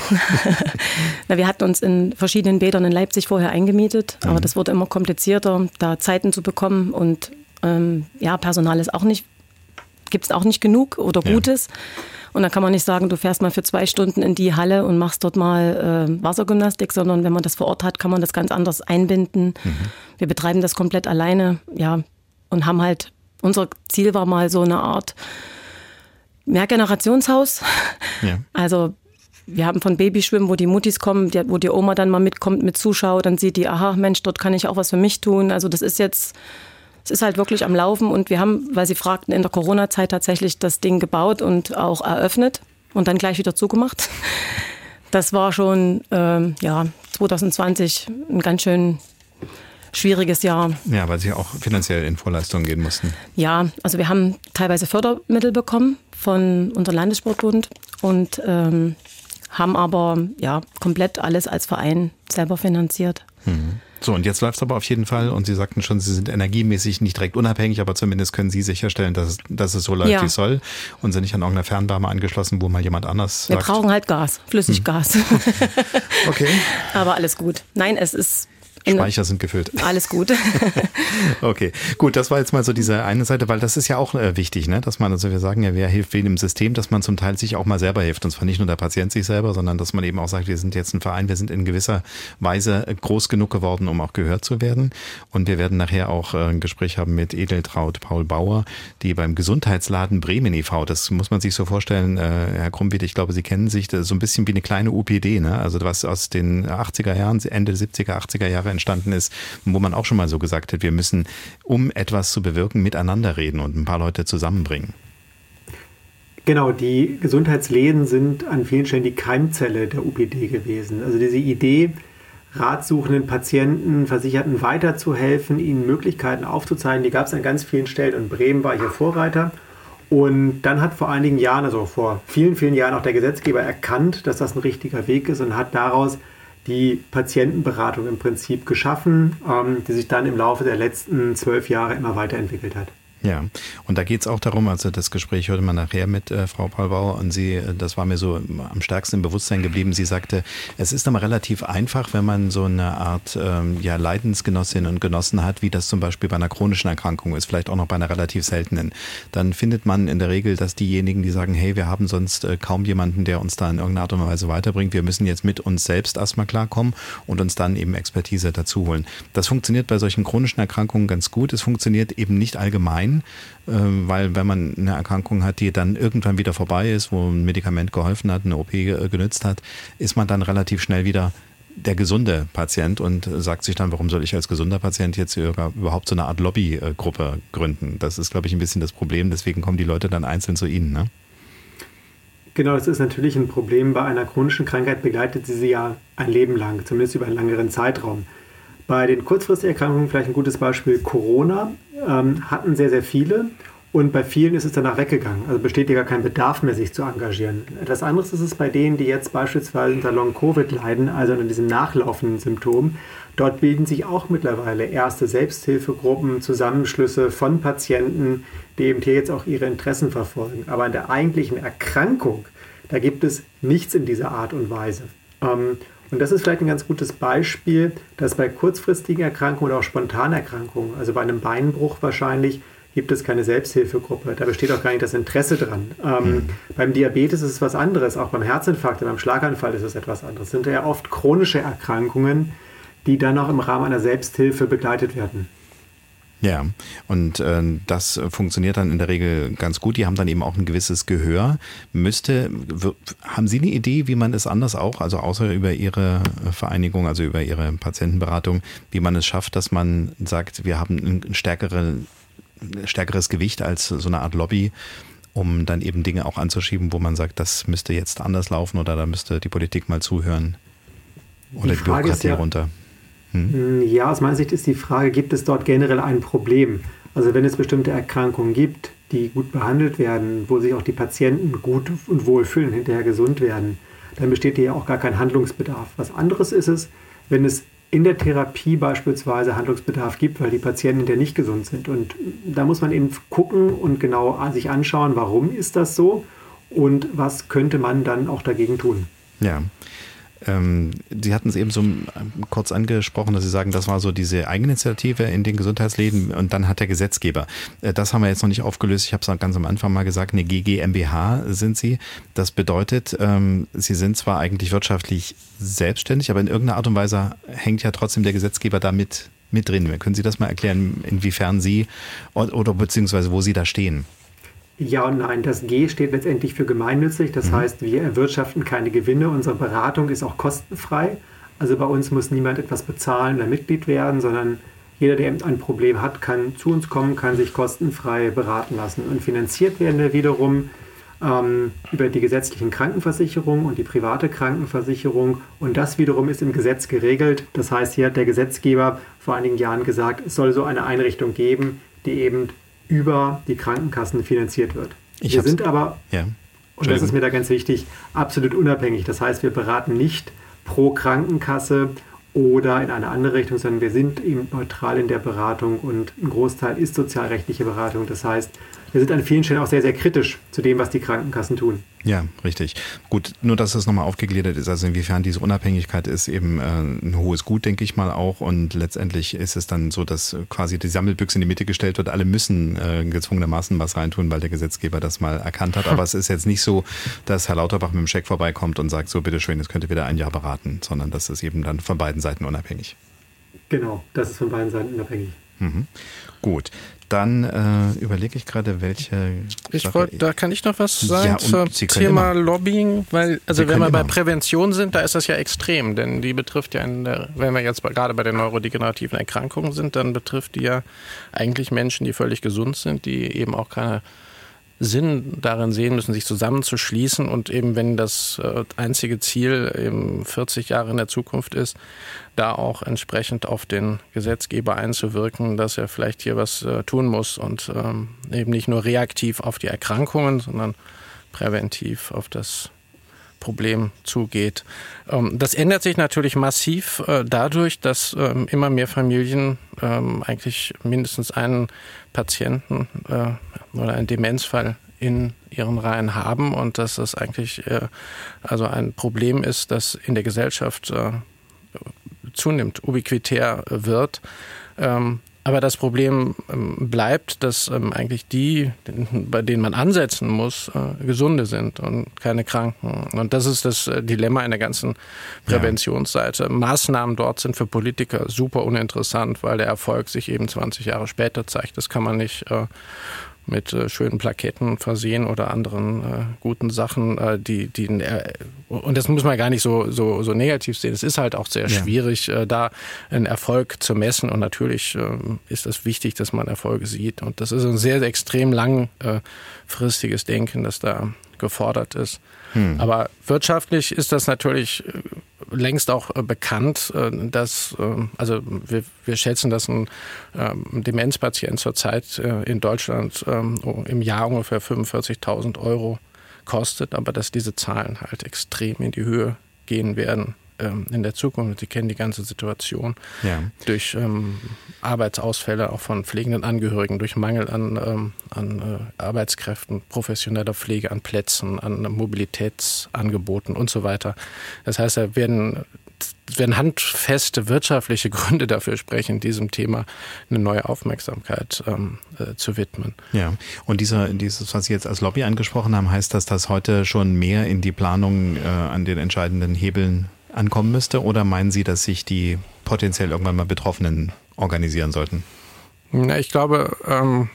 Na, wir hatten uns in verschiedenen Bädern in Leipzig vorher eingemietet, aber mhm. das wurde immer komplizierter, da Zeiten zu bekommen, und ähm, ja, Personal ist auch nicht, gibt es auch nicht genug oder Gutes. Ja. Und da kann man nicht sagen, du fährst mal für zwei Stunden in die Halle und machst dort mal äh, Wassergymnastik, sondern wenn man das vor Ort hat, kann man das ganz anders einbinden. Mhm. Wir betreiben das komplett alleine, ja, und haben halt, unser Ziel war mal so eine Art Mehrgenerationshaus. Ja. Also wir haben von Babyschwimmen, wo die Muttis kommen, die, wo die Oma dann mal mitkommt, mit zuschaut, dann sieht die, aha, Mensch, dort kann ich auch was für mich tun. Also das ist jetzt, es ist halt wirklich am Laufen und wir haben, weil Sie fragten, in der Corona-Zeit tatsächlich das Ding gebaut und auch eröffnet und dann gleich wieder zugemacht. Das war schon, ähm, ja, zwanzig zwanzig ein ganz schön schwieriges Jahr. Ja, weil Sie auch finanziell in Vorleistungen gehen mussten. Ja, also wir haben teilweise Fördermittel bekommen von unserem Landessportbund und ähm, haben aber ja komplett alles als Verein selber finanziert. Mhm. So, und jetzt läuft es aber auf jeden Fall und Sie sagten schon, Sie sind energiemäßig nicht direkt unabhängig, aber zumindest können Sie sicherstellen, dass es, dass es so läuft, ja. wie es soll und sind nicht an irgendeiner Fernwärme angeschlossen, wo mal jemand anders Wir sagt. brauchen halt Gas, Flüssiggas. Hm. Okay. Aber alles gut. Nein, es ist... Speicher sind gefüllt. Alles gut. Okay, gut, das war jetzt mal so diese eine Seite, weil das ist ja auch äh, wichtig, ne? Dass man, also wir sagen ja, wer hilft wen im System, dass man zum Teil sich auch mal selber hilft. Und zwar nicht nur der Patient sich selber, sondern dass man eben auch sagt, wir sind jetzt ein Verein, wir sind in gewisser Weise groß genug geworden, um auch gehört zu werden. Und wir werden nachher auch äh, ein Gespräch haben mit Edeltraud Paul Bauer, die beim Gesundheitsladen Bremen e V, das muss man sich so vorstellen, äh, Herr Krumbiet, ich glaube, Sie kennen sich, das ist so ein bisschen wie eine kleine U P D, ne? Also was aus den achtziger Jahren, Ende siebziger, achtziger Jahre entstanden ist, wo man auch schon mal so gesagt hat, wir müssen, um etwas zu bewirken, miteinander reden und ein paar Leute zusammenbringen. Genau, die Gesundheitsläden sind an vielen Stellen die Keimzelle der U P D gewesen. Also diese Idee, ratsuchenden Patienten, Versicherten weiterzuhelfen, ihnen Möglichkeiten aufzuzeigen, die gab es an ganz vielen Stellen und Bremen war hier Vorreiter. Und dann hat vor einigen Jahren, also vor vielen, vielen Jahren auch der Gesetzgeber erkannt, dass das ein richtiger Weg ist und hat daraus die Patientenberatung im Prinzip geschaffen, ähm, die sich dann im Laufe der letzten zwölf Jahre immer weiterentwickelt hat. Ja, und da geht es auch darum, also das Gespräch hörte man nachher mit äh, Frau Paul Bauer und sie, das war mir so am stärksten im Bewusstsein geblieben, sie sagte, es ist aber relativ einfach, wenn man so eine Art ähm, ja, Leidensgenossinnen und Genossen hat, wie das zum Beispiel bei einer chronischen Erkrankung ist, vielleicht auch noch bei einer relativ seltenen, dann findet man in der Regel, dass diejenigen, die sagen, hey, wir haben sonst äh, kaum jemanden, der uns da in irgendeiner Art und Weise weiterbringt, wir müssen jetzt mit uns selbst erstmal klarkommen und uns dann eben Expertise dazu holen. Das funktioniert bei solchen chronischen Erkrankungen ganz gut, es funktioniert eben nicht allgemein, weil wenn man eine Erkrankung hat, die dann irgendwann wieder vorbei ist, wo ein Medikament geholfen hat, eine O P genützt hat, ist man dann relativ schnell wieder der gesunde Patient und sagt sich dann, warum soll ich als gesunder Patient jetzt überhaupt so eine Art Lobbygruppe gründen? Das ist, glaube ich, ein bisschen das Problem, deswegen kommen die Leute dann einzeln zu Ihnen, ne? Genau, das ist natürlich ein Problem. Bei einer chronischen Krankheit begleitet sie sie ja ein Leben lang, zumindest über einen längeren Zeitraum. Bei den kurzfristigen Erkrankungen vielleicht ein gutes Beispiel Corona, ähm, hatten sehr, sehr viele und bei vielen ist es danach weggegangen. Also besteht ja gar kein Bedarf mehr, sich zu engagieren. Etwas anderes ist es bei denen, die jetzt beispielsweise unter Long-Covid leiden, also unter diesem nachlaufenden Symptom. Dort bilden sich auch mittlerweile erste Selbsthilfegruppen, Zusammenschlüsse von Patienten, die eben hier jetzt auch ihre Interessen verfolgen. Aber an der eigentlichen Erkrankung, da gibt es nichts in dieser Art und Weise. Ähm, Und das ist vielleicht ein ganz gutes Beispiel, dass bei kurzfristigen Erkrankungen oder auch Spontanerkrankungen, also bei einem Beinbruch wahrscheinlich, gibt es keine Selbsthilfegruppe. Da besteht auch gar nicht das Interesse dran. Ähm, mhm. Beim Diabetes ist es was anderes, auch beim Herzinfarkt oder beim Schlaganfall ist es etwas anderes. Das sind ja oft chronische Erkrankungen, die dann auch im Rahmen einer Selbsthilfe begleitet werden. Ja, und äh, das funktioniert dann in der Regel ganz gut. Die haben dann eben auch ein gewisses Gehör. Müsste, w- haben Sie eine Idee, wie man es anders auch, also außer über Ihre Vereinigung, also über Ihre Patientenberatung, wie man es schafft, dass man sagt, wir haben ein stärkere, stärkeres Gewicht als so eine Art Lobby, um dann eben Dinge auch anzuschieben, wo man sagt, das müsste jetzt anders laufen oder da müsste die Politik mal zuhören oder die, die Bürokratie ja, runter. Hm? Ja, aus meiner Sicht ist die Frage, gibt es dort generell ein Problem? Also wenn es bestimmte Erkrankungen gibt, die gut behandelt werden, wo sich auch die Patienten gut und wohl fühlen, hinterher gesund werden, dann besteht hier auch gar kein Handlungsbedarf. Was anderes ist es, wenn es in der Therapie beispielsweise Handlungsbedarf gibt, weil die Patienten hinterher nicht gesund sind. Und da muss man eben gucken und genau sich anschauen, warum ist das so und was könnte man dann auch dagegen tun. Ja. Ähm, Sie hatten es eben so kurz angesprochen, dass Sie sagen, das war so diese Eigeninitiative in den Gesundheitsläden und dann hat der Gesetzgeber. Das haben wir jetzt noch nicht aufgelöst. Ich habe es ganz am Anfang mal gesagt, eine G G mbH sind Sie. Das bedeutet, ähm, Sie sind zwar eigentlich wirtschaftlich selbstständig, aber in irgendeiner Art und Weise hängt ja trotzdem der Gesetzgeber da mit, mit drin. Können Sie das mal erklären, inwiefern Sie oder, oder beziehungsweise wo Sie da stehen? Ja und nein. Das G steht letztendlich für gemeinnützig. Das mhm. heißt, wir erwirtschaften keine Gewinne. Unsere Beratung ist auch kostenfrei. Also bei uns muss niemand etwas bezahlen oder Mitglied werden, sondern jeder, der ein Problem hat, kann zu uns kommen, kann sich kostenfrei beraten lassen. Und finanziert werden wir wiederum ähm, über die gesetzlichen Krankenversicherungen und die private Krankenversicherung. Und das wiederum ist im Gesetz geregelt. Das heißt, hier hat der Gesetzgeber vor einigen Jahren gesagt, es soll so eine Einrichtung geben, die eben über die Krankenkassen finanziert wird. Ich wir sind aber, ja. und das ist mir da ganz wichtig, absolut unabhängig. Das heißt, wir beraten nicht pro Krankenkasse oder in eine andere Richtung, sondern wir sind eben neutral in der Beratung und ein Großteil ist sozialrechtliche Beratung. Das heißt, wir sind an vielen Stellen auch sehr, sehr kritisch zu dem, was die Krankenkassen tun. Ja, richtig. Gut, nur dass das nochmal aufgegliedert ist, also inwiefern diese Unabhängigkeit ist eben äh, ein hohes Gut, denke ich mal auch, und letztendlich ist es dann so, dass quasi die Sammelbüchse in die Mitte gestellt wird, alle müssen äh, gezwungenermaßen was reintun, weil der Gesetzgeber das mal erkannt hat, aber es ist jetzt nicht so, dass Herr Lauterbach mit dem Scheck vorbeikommt und sagt, so bitteschön, jetzt könnt ihr wieder ein Jahr beraten, sondern das ist eben dann von beiden Seiten unabhängig. Genau, das ist von beiden Seiten unabhängig. Mhm. Gut. Dann äh, überlege ich gerade, welche. Ich wollte, da kann ich noch was sagen ja, zum Thema immer. Lobbying, weil, also Sie wenn wir immer. bei Prävention sind, da ist das ja extrem, denn die betrifft ja, in der, wenn wir jetzt gerade bei den neurodegenerativen Erkrankungen sind, dann betrifft die ja eigentlich Menschen, die völlig gesund sind, die eben auch keine Sinn darin sehen müssen, sich zusammenzuschließen und eben, wenn das einzige Ziel eben vierzig Jahre in der Zukunft ist, da auch entsprechend auf den Gesetzgeber einzuwirken, dass er vielleicht hier was äh, tun muss und ähm, eben nicht nur reaktiv auf die Erkrankungen, sondern präventiv auf das Problem zugeht. Ähm, das ändert sich natürlich massiv äh, dadurch, dass ähm, immer mehr Familien ähm, eigentlich mindestens einen Patienten äh, oder einen Demenzfall in ihren Reihen haben und dass das eigentlich äh, also ein Problem ist, das in der Gesellschaft äh, zunimmt, ubiquitär wird. Ähm, aber das Problem ähm, bleibt, dass ähm, eigentlich die, bei denen man ansetzen muss, äh, Gesunde sind und keine Kranken. Und das ist das äh, Dilemma in der ganzen Präventionsseite. Ja. Maßnahmen dort sind für Politiker super uninteressant, weil der Erfolg sich eben zwanzig Jahre später zeigt. Das kann man nicht äh, mit äh, schönen Plaketten versehen oder anderen äh, guten Sachen, äh, die, die äh, und das muss man gar nicht so, so, so negativ sehen. Es ist halt auch sehr ja. schwierig, äh, da einen Erfolg zu messen und natürlich äh, ist es wichtig, dass man Erfolge sieht und das ist ein sehr, sehr extrem langfristiges äh, Denken, das da gefordert ist. Hm. Aber wirtschaftlich ist das natürlich längst auch bekannt, dass, also wir, wir schätzen, dass ein Demenzpatient zurzeit in Deutschland im Jahr ungefähr fünfundvierzigtausend Euro kostet, aber dass diese Zahlen halt extrem in die Höhe gehen werden in der Zukunft. Sie kennen die ganze Situation ja. durch ähm, Arbeitsausfälle auch von pflegenden Angehörigen, durch Mangel an, ähm, an äh, Arbeitskräften, professioneller Pflege, an Plätzen, an Mobilitätsangeboten und so weiter. Das heißt, da werden, werden handfeste wirtschaftliche Gründe dafür sprechen, diesem Thema eine neue Aufmerksamkeit ähm, äh, zu widmen. Ja, und dieser, dieses, was Sie jetzt als Lobby angesprochen haben, heißt das, dass heute schon mehr in die Planung äh, an den entscheidenden Hebeln ankommen müsste, oder meinen Sie, dass sich die potenziell irgendwann mal Betroffenen organisieren sollten? Na, ich glaube, ähm,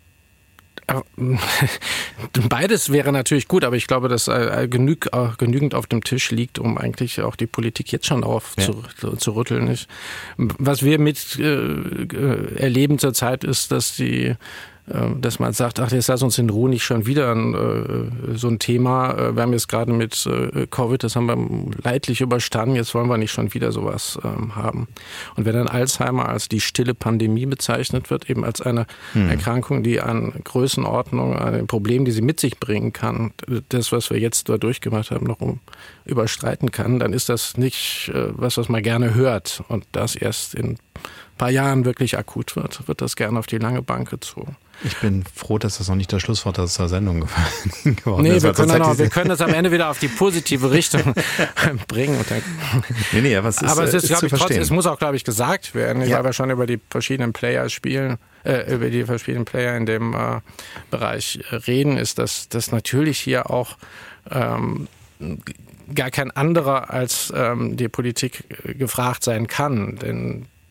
beides wäre natürlich gut, aber ich glaube, dass äh, genüg, äh, genügend auf dem Tisch liegt, um eigentlich auch die Politik jetzt schon auf ja. zu, zu rütteln. Ich, was wir mit äh, erleben zurzeit ist, dass die dass man sagt, ach, jetzt lass uns in Ruhe nicht schon wieder ein, äh, so ein Thema. Wir haben jetzt gerade mit äh, Covid, das haben wir leidlich überstanden, jetzt wollen wir nicht schon wieder sowas ähm, haben. Und wenn dann Alzheimer als die stille Pandemie bezeichnet wird, eben als eine hm. Erkrankung, die an Größenordnung, an den Problemen, die sie mit sich bringen kann, das, was wir jetzt da durchgemacht haben, noch um überstreiten kann, dann ist das nicht äh, was, was man gerne hört. Und das erst in ein paar Jahren wirklich akut wird, wird das gerne auf die lange Bank gezogen. Ich bin froh, dass das noch nicht der Schlusswort zur Sendung geworden nee, ist. Wir können, auch, wir können das am Ende wieder auf die positive Richtung bringen. Und dann, nee, nee, aber es ist, aber es, ist, ist glaub zu ich, verstehen. Trotzdem, es muss auch, glaube ich, gesagt werden, ja. weil wir schon über die verschiedenen Player spielen, äh, über die verschiedenen Player in dem äh, Bereich reden, ist, dass das natürlich hier auch ähm, gar kein anderer als ähm, die Politik gefragt sein kann. Denn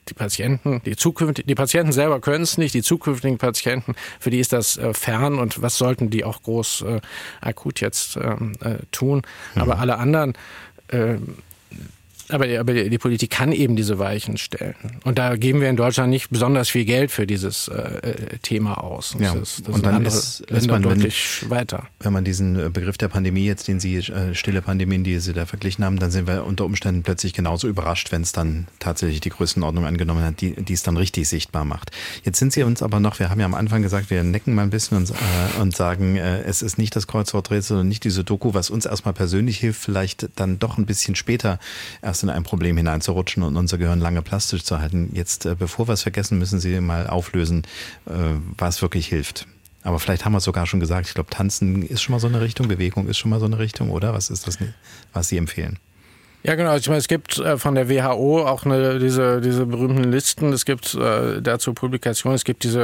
die Patienten, die zukünftigen, die Patienten selber können es nicht, die zukünftigen Patienten, für die ist das äh, fern und was sollten die auch groß äh, akut jetzt ähm, äh, tun. Mhm. Aber alle anderen, äh, aber, die, aber die Politik kann eben diese Weichen stellen. Und da geben wir in Deutschland nicht besonders viel Geld für dieses äh, Thema aus. Ja. Das ist, das und dann ist, ist man deutlich wenn, weiter. Wenn man diesen Begriff der Pandemie jetzt, den Sie, äh, stille Pandemien, die Sie da verglichen haben, dann sind wir unter Umständen plötzlich genauso überrascht, wenn es dann tatsächlich die Größenordnung angenommen hat, die, die es dann richtig sichtbar macht. Jetzt sind Sie uns aber noch, wir haben ja am Anfang gesagt, wir necken mal ein bisschen und, äh, und sagen, äh, es ist nicht das Kreuzworträtsel und nicht diese Doku, was uns erstmal persönlich hilft, vielleicht dann doch ein bisschen später erst in ein Problem hineinzurutschen und unser Gehirn lange plastisch zu halten. Jetzt, äh, bevor wir es vergessen, müssen Sie mal auflösen, äh, was wirklich hilft. Aber vielleicht haben wir es sogar schon gesagt. Ich glaube, Tanzen ist schon mal so eine Richtung, Bewegung ist schon mal so eine Richtung, oder? Was ist das, was Sie empfehlen? Ja, genau. Ich meine, es gibt äh, von der W H O auch eine, diese, diese berühmten Listen. Es gibt äh, dazu Publikationen. Es gibt diese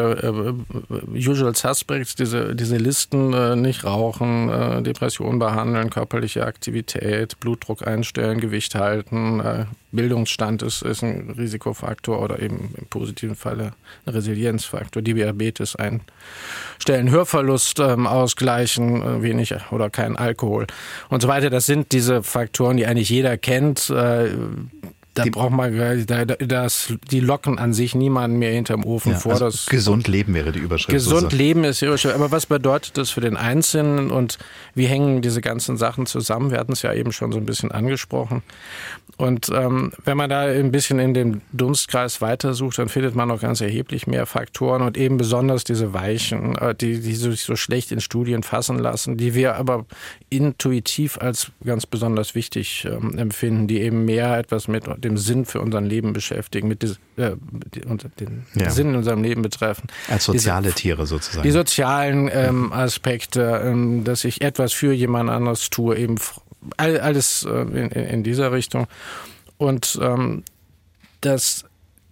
äh, Usual Suspects, diese, diese Listen, äh, nicht rauchen, äh, Depression behandeln, körperliche Aktivität, Blutdruck einstellen, Gewicht halten, äh, Bildungsstand ist, ist ein Risikofaktor oder eben im positiven Falle ein Resilienzfaktor, Diabetes einstellen, Hörverlust ähm, ausgleichen, äh, wenig oder kein Alkohol und so weiter. Das sind diese Faktoren, die eigentlich jeder kennt. Äh, Da die, braucht man, das, die locken an sich niemanden mehr hinterm Ofen ja, vor. Also das gesund leben wäre die Überschrift. Gesund leben ist die Überschrift. Aber was bedeutet das für den Einzelnen und wie hängen diese ganzen Sachen zusammen? Wir hatten es ja eben schon so ein bisschen angesprochen. Und ähm, wenn man da ein bisschen in dem Dunstkreis weitersucht, dann findet man noch ganz erheblich mehr Faktoren und eben besonders diese Weichen, die, die sich so schlecht in Studien fassen lassen, die wir aber intuitiv als ganz besonders wichtig ähm, empfinden, die eben mehr etwas mit dem Sinn für unser Leben beschäftigen, mit des, äh, den ja. Sinn in unserem Leben betreffen. Als soziale Diese, Tiere sozusagen. Die sozialen ähm, Aspekte, ähm, dass ich etwas für jemand anderes tue, eben all, alles äh, in, in dieser Richtung. Und ähm, dass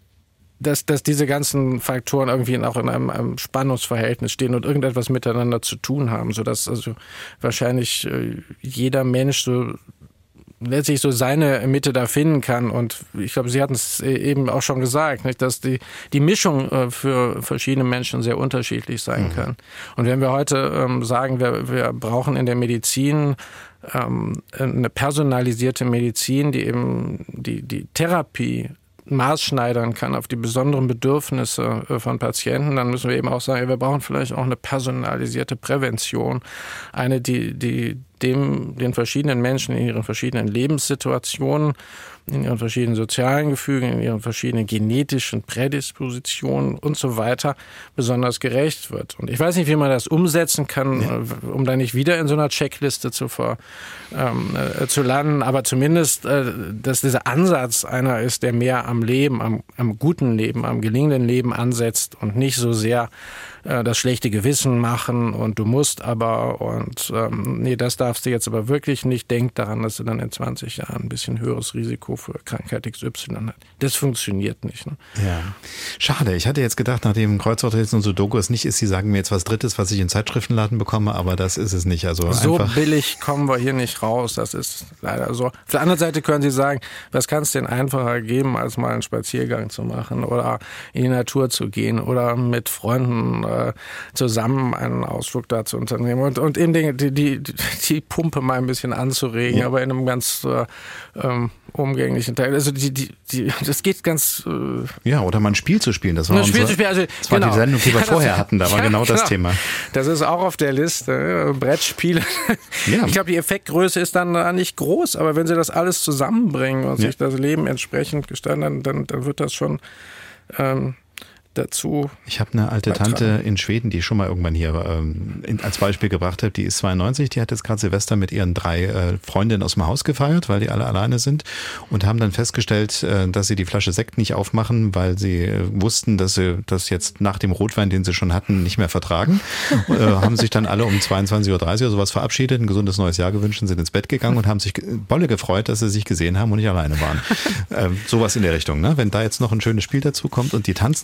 Dass, dass diese ganzen Faktoren irgendwie auch in einem, einem Spannungsverhältnis stehen und irgendetwas miteinander zu tun haben, sodass also wahrscheinlich äh, jeder Mensch so letztlich so seine Mitte da finden kann. Und ich glaube, Sie hatten es eben auch schon gesagt, nicht, dass die, die Mischung äh, für verschiedene Menschen sehr unterschiedlich sein mhm. kann. Und wenn wir heute ähm, sagen, wir, wir brauchen in der Medizin ähm, eine personalisierte Medizin, die eben die, die Therapie maßschneidern kann auf die besonderen Bedürfnisse von Patienten, dann müssen wir eben auch sagen, wir brauchen vielleicht auch eine personalisierte Prävention, eine, die, die dem, den verschiedenen Menschen in ihren verschiedenen Lebenssituationen, in ihren verschiedenen sozialen Gefügen, in ihren verschiedenen genetischen Prädispositionen und so weiter besonders gerecht wird. Und ich weiß nicht, wie man das umsetzen kann, ja. um da nicht wieder in so einer Checkliste zu, ver, ähm, äh, zu landen, aber zumindest, äh, dass dieser Ansatz einer ist, der mehr am Leben, am, am guten Leben, am gelingenden Leben ansetzt und nicht so sehr äh, das schlechte Gewissen machen und du musst aber und ähm, nee, das darfst du jetzt aber wirklich nicht. Denk daran, dass du dann in zwanzig Jahren ein bisschen höheres Risiko für Krankheit X Y hat. Das funktioniert nicht. Ne? Ja, schade. Ich hatte jetzt gedacht, nachdem Kreuzworträtsel und Sudoku es nicht ist, Sie sagen mir jetzt was Drittes, was ich in Zeitschriftenladen bekomme, aber das ist es nicht. Also so einfach billig kommen wir hier nicht raus. Das ist leider so. Auf der anderen Seite können Sie sagen, was kann es denn einfacher geben, als mal einen Spaziergang zu machen oder in die Natur zu gehen oder mit Freunden äh, zusammen einen Ausflug da zu unternehmen und, und eben die, die, die Pumpe mal ein bisschen anzuregen, ja. aber in einem ganz äh, ähm, umgänglichen Teil. Also die, die, die, das geht ganz... Äh ja, oder mal ein Spiel zu spielen. Das war, ein Spiel unsere, zu spielen. Also, das war genau. die Sendung, die wir ja, vorher das, hatten. Da war ja, genau das genau. Thema. Das ist auch auf der Liste. Brettspiele. Ja. Ich glaube, die Effektgröße ist dann nicht groß, aber wenn Sie das alles zusammenbringen und ja. sich das Leben entsprechend gestalten, dann, dann, dann wird das schon... Ähm, dazu. Ich habe eine alte Tante in Schweden, die ich schon mal irgendwann hier ähm, in, als Beispiel gebracht habe, die ist zweiundneunzig, die hat jetzt gerade Silvester mit ihren drei äh, Freundinnen aus dem Haus gefeiert, weil die alle alleine sind und haben dann festgestellt, äh, dass sie die Flasche Sekt nicht aufmachen, weil sie äh, wussten, dass sie das jetzt nach dem Rotwein, den sie schon hatten, nicht mehr vertragen. äh, haben sich dann alle um zweiundzwanzig Uhr dreißig oder sowas verabschiedet, ein gesundes neues Jahr gewünscht und sind ins Bett gegangen und haben sich bolle gefreut, dass sie sich gesehen haben und nicht alleine waren. äh, sowas in der Richtung, ne? Wenn da jetzt noch ein schönes Spiel dazu kommt und die tanzen auch,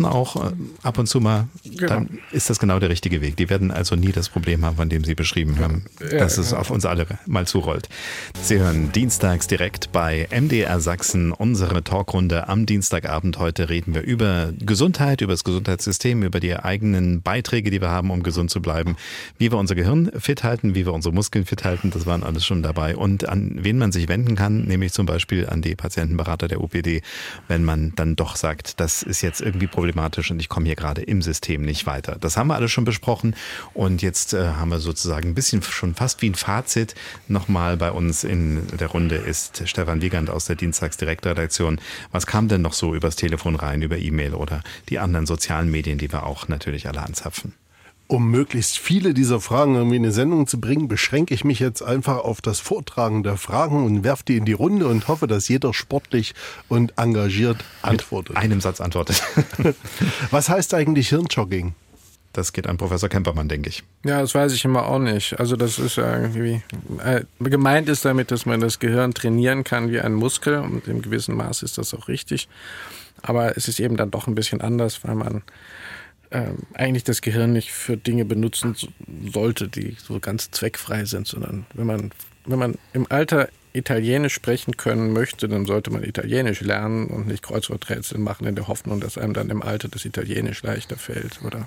ab und zu mal, genau. dann ist das genau der richtige Weg. Die werden also nie das Problem haben, von dem Sie beschrieben haben, ja, dass es ja. auf uns alle mal zurollt. Sie hören dienstags direkt bei M D R Sachsen unsere Talkrunde am Dienstagabend. Heute reden wir über Gesundheit, über das Gesundheitssystem, über die eigenen Beiträge, die wir haben, um gesund zu bleiben, wie wir unser Gehirn fit halten, wie wir unsere Muskeln fit halten, das waren alles schon dabei. Und an wen man sich wenden kann, nämlich zum Beispiel an die Patientenberater der U P D, wenn man dann doch sagt, das ist jetzt irgendwie problematisch und ich komme hier gerade im System nicht weiter. Das haben wir alles schon besprochen und jetzt äh, haben wir sozusagen ein bisschen schon fast wie ein Fazit. Nochmal bei uns in der Runde ist Stefan Wiegand aus der Dienstagsdirektredaktion. Was kam denn noch so übers Telefon rein, über E-Mail oder die anderen sozialen Medien, die wir auch natürlich alle anzapfen? Um möglichst viele dieser Fragen irgendwie in eine Sendung zu bringen, beschränke ich mich jetzt einfach auf das Vortragen der Fragen und werfe die in die Runde und hoffe, dass jeder sportlich und engagiert antwortet. Mit einem Satz antwortet. Was heißt eigentlich Hirnjogging? Das geht an Professor Kempermann, denke ich. Ja, das weiß ich immer auch nicht. Also das ist ja irgendwie, äh, gemeint ist damit, dass man das Gehirn trainieren kann wie ein Muskel und im gewissen Maß ist das auch richtig. Aber es ist eben dann doch ein bisschen anders, weil man ähm, eigentlich das Gehirn nicht für Dinge benutzen sollte, die so ganz zweckfrei sind, sondern wenn man, wenn man im Alter Italienisch sprechen können möchte, dann sollte man Italienisch lernen und nicht Kreuzworträtsel machen in der Hoffnung, dass einem dann im Alter das Italienisch leichter fällt, oder?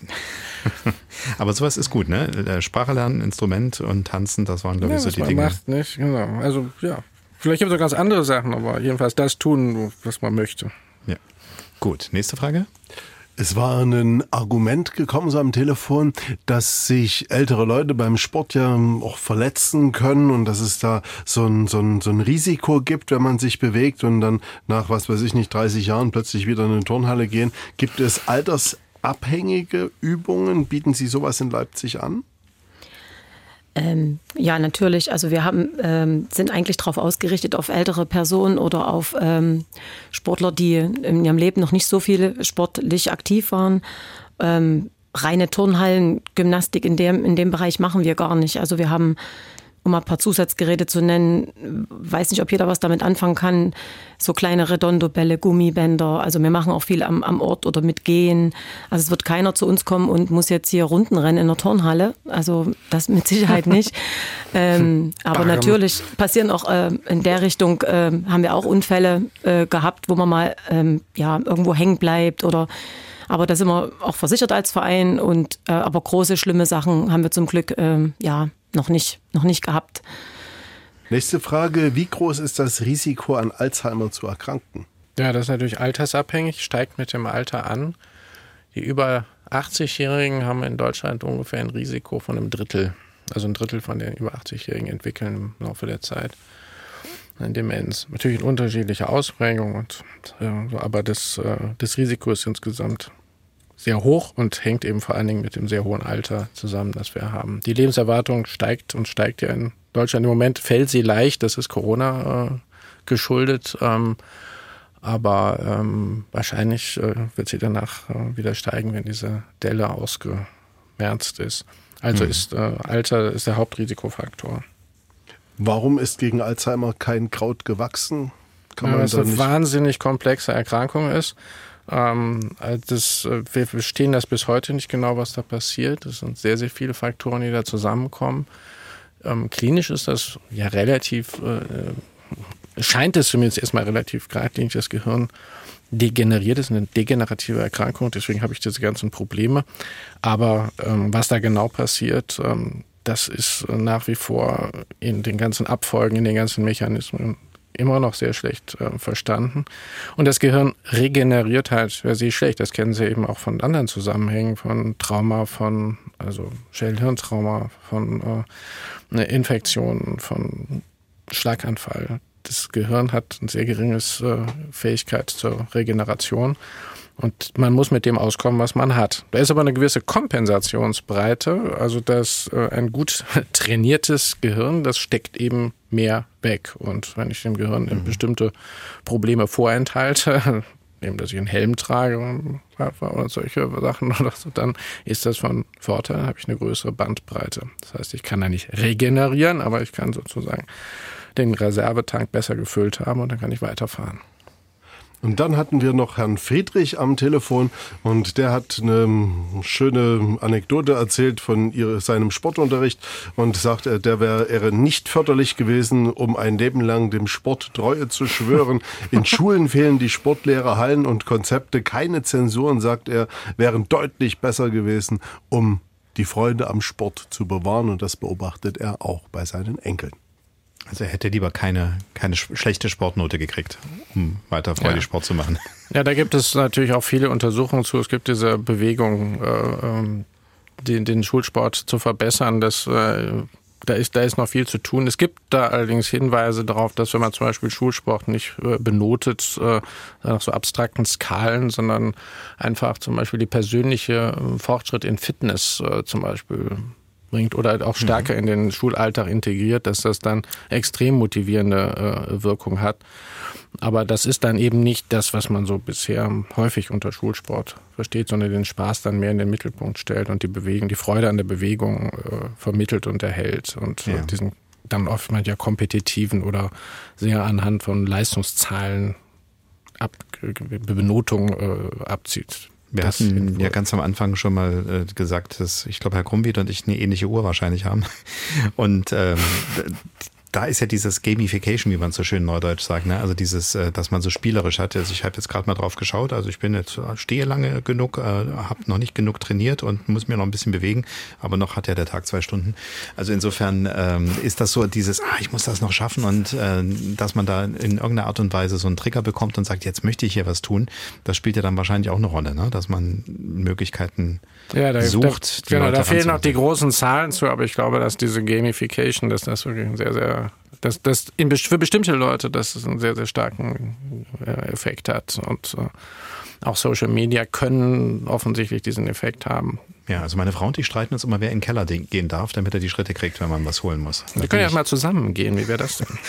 Aber sowas ist gut, ne? Sprache lernen, Instrument und Tanzen, das waren, glaube ich, ja, so die man Dinge. Macht nicht, genau. Also, ja. Vielleicht gibt es auch ganz andere Sachen, aber jedenfalls das tun, was man möchte. Ja. Gut, nächste Frage. Es war ein Argument gekommen so am Telefon, dass sich ältere Leute beim Sport ja auch verletzen können und dass es da so ein, so ein, so ein Risiko gibt, wenn man sich bewegt und dann nach, was weiß ich nicht, dreißig Jahren plötzlich wieder in eine Turnhalle gehen. Gibt es altersabhängige Übungen? Bieten Sie sowas in Leipzig an? Ähm, ja, natürlich. Also wir haben, ähm, sind eigentlich darauf ausgerichtet, auf ältere Personen oder auf ähm, Sportler, die in ihrem Leben noch nicht so viel sportlich aktiv waren. Ähm, reine Turnhallen, Gymnastik in dem, in dem Bereich machen wir gar nicht. Also wir haben, um mal ein paar Zusatzgeräte zu nennen, weiß nicht, ob jeder was damit anfangen kann, so kleine Redondo-Bälle, Gummibänder. Also wir machen auch viel am, am Ort oder mit Gehen. Also es wird keiner zu uns kommen und muss jetzt hier Runden rennen in der Turnhalle. Also das mit Sicherheit nicht. ähm, aber Bam. Natürlich passieren auch äh, in der Richtung, äh, haben wir auch Unfälle äh, gehabt, wo man mal ähm, ja, irgendwo hängen bleibt oder aber da sind wir auch versichert als Verein und äh, aber große, schlimme Sachen haben wir zum Glück äh, ja noch nicht, noch nicht gehabt. Nächste Frage, wie groß ist das Risiko, an Alzheimer zu erkranken? Ja, das ist natürlich altersabhängig, steigt mit dem Alter an. Die über achtzig-Jährigen haben in Deutschland ungefähr ein Risiko von einem Drittel. Also ein Drittel von den über achtzig-Jährigen entwickeln im Laufe der Zeit eine Demenz. Natürlich in unterschiedlicher Ausprägung, und, äh, aber das, äh, das Risiko ist insgesamt sehr hoch und hängt eben vor allen Dingen mit dem sehr hohen Alter zusammen, das wir haben. Die Lebenserwartung steigt und steigt ja in Deutschland. Im Moment fällt sie leicht, das ist Corona äh, geschuldet, ähm, aber ähm, wahrscheinlich äh, wird sie danach äh, wieder steigen, wenn diese Delle ausgemerzt ist. Also mhm. ist äh, Alter ist der Hauptrisikofaktor. Warum ist gegen Alzheimer kein Kraut gewachsen? Kann man ja, weil es eine nicht wahnsinnig komplexe Erkrankung ist. Ähm, das, wir verstehen das bis heute nicht genau, was da passiert. Es sind sehr, sehr viele Faktoren, die da zusammenkommen. Ähm, klinisch ist das ja relativ, äh, scheint es zumindest erstmal relativ geradlinig, das Gehirn degeneriert ist, eine degenerative Erkrankung, deswegen habe ich diese ganzen Probleme. Aber ähm, was da genau passiert, ähm, das ist nach wie vor in den ganzen Abfolgen, in den ganzen Mechanismen immer noch sehr schlecht äh, verstanden. Und das Gehirn regeneriert halt sehr schlecht. Das kennen Sie eben auch von anderen Zusammenhängen, von Trauma, von also Schädelhirntrauma, von äh, einer Infektion, von Schlaganfall. Das Gehirn hat eine sehr geringe äh, Fähigkeit zur Regeneration. Und man muss mit dem auskommen, was man hat. Da ist aber eine gewisse Kompensationsbreite. Also das äh, ein gut trainiertes Gehirn, das steckt eben mehr weg. Und wenn ich dem Gehirn mhm. bestimmte Probleme vorenthalte, eben dass ich einen Helm trage oder solche Sachen oder so, dann ist das von Vorteil, dann habe ich eine größere Bandbreite. Das heißt, ich kann da nicht regenerieren, aber ich kann sozusagen den Reservetank besser gefüllt haben und dann kann ich weiterfahren. Und dann hatten wir noch Herrn Friedrich am Telefon und der hat eine schöne Anekdote erzählt von ihr, seinem Sportunterricht und sagt, der wäre nicht förderlich gewesen, um ein Leben lang dem Sport Treue zu schwören. In Schulen fehlen die Sportlehrer, Hallen und Konzepte. Keine Zensuren, sagt er, wären deutlich besser gewesen, um die Freude am Sport zu bewahren. Und das beobachtet er auch bei seinen Enkeln. Also er hätte lieber keine, keine schlechte Sportnote gekriegt, um weiter freudig ja. Sport zu machen. Ja, da gibt es natürlich auch viele Untersuchungen zu. Es gibt diese Bewegung, äh, den, den Schulsport zu verbessern. Das, äh, da ist, da ist noch viel zu tun. Es gibt da allerdings Hinweise darauf, dass wenn man zum Beispiel Schulsport nicht äh, benotet, äh, nach so abstrakten Skalen, sondern einfach zum Beispiel die persönliche äh, Fortschritt in Fitness äh, zum Beispiel bringt oder auch stärker mhm. in den Schulalltag integriert, dass das dann extrem motivierende äh, Wirkung hat. Aber das ist dann eben nicht das, was man so bisher häufig unter Schulsport versteht, sondern den Spaß dann mehr in den Mittelpunkt stellt und die Bewegung, die Freude an der Bewegung äh, vermittelt und erhält und ja. äh, diesen dann oftmals ja kompetitiven oder sehr anhand von Leistungszahlen ab, Benotung äh, abzieht. Wir das hatten ja ganz am Anfang schon mal äh, gesagt, dass ich glaube, Herr Krumwied und ich eine ähnliche Uhr wahrscheinlich haben. Und ähm, da ist ja dieses Gamification, wie man so schön neudeutsch sagt, ne? Also dieses, äh, dass man so spielerisch hat. Also ich habe jetzt gerade mal drauf geschaut, also ich bin jetzt, stehe lange genug, äh, habe noch nicht genug trainiert und muss mir noch ein bisschen bewegen, aber noch hat ja der Tag zwei Stunden. Also insofern ähm, ist das so dieses, ah, ich muss das noch schaffen und äh, dass man da in irgendeiner Art und Weise so einen Trigger bekommt und sagt, jetzt möchte ich hier was tun, das spielt ja dann wahrscheinlich auch eine Rolle, ne? Dass man Möglichkeiten ja, da, sucht. Da, genau, da fehlen noch die großen Zahlen zu, aber ich glaube, dass diese Gamification, dass das wirklich ein sehr, sehr dass das in, für bestimmte Leute das einen sehr, sehr starken Effekt hat. Und äh, auch Social Media können offensichtlich diesen Effekt haben. Ja, also meine Frau und ich streiten uns immer, wer in den Keller gehen darf, damit er die Schritte kriegt, wenn man was holen muss. Wir können ja mal zusammen gehen, wie wäre das denn?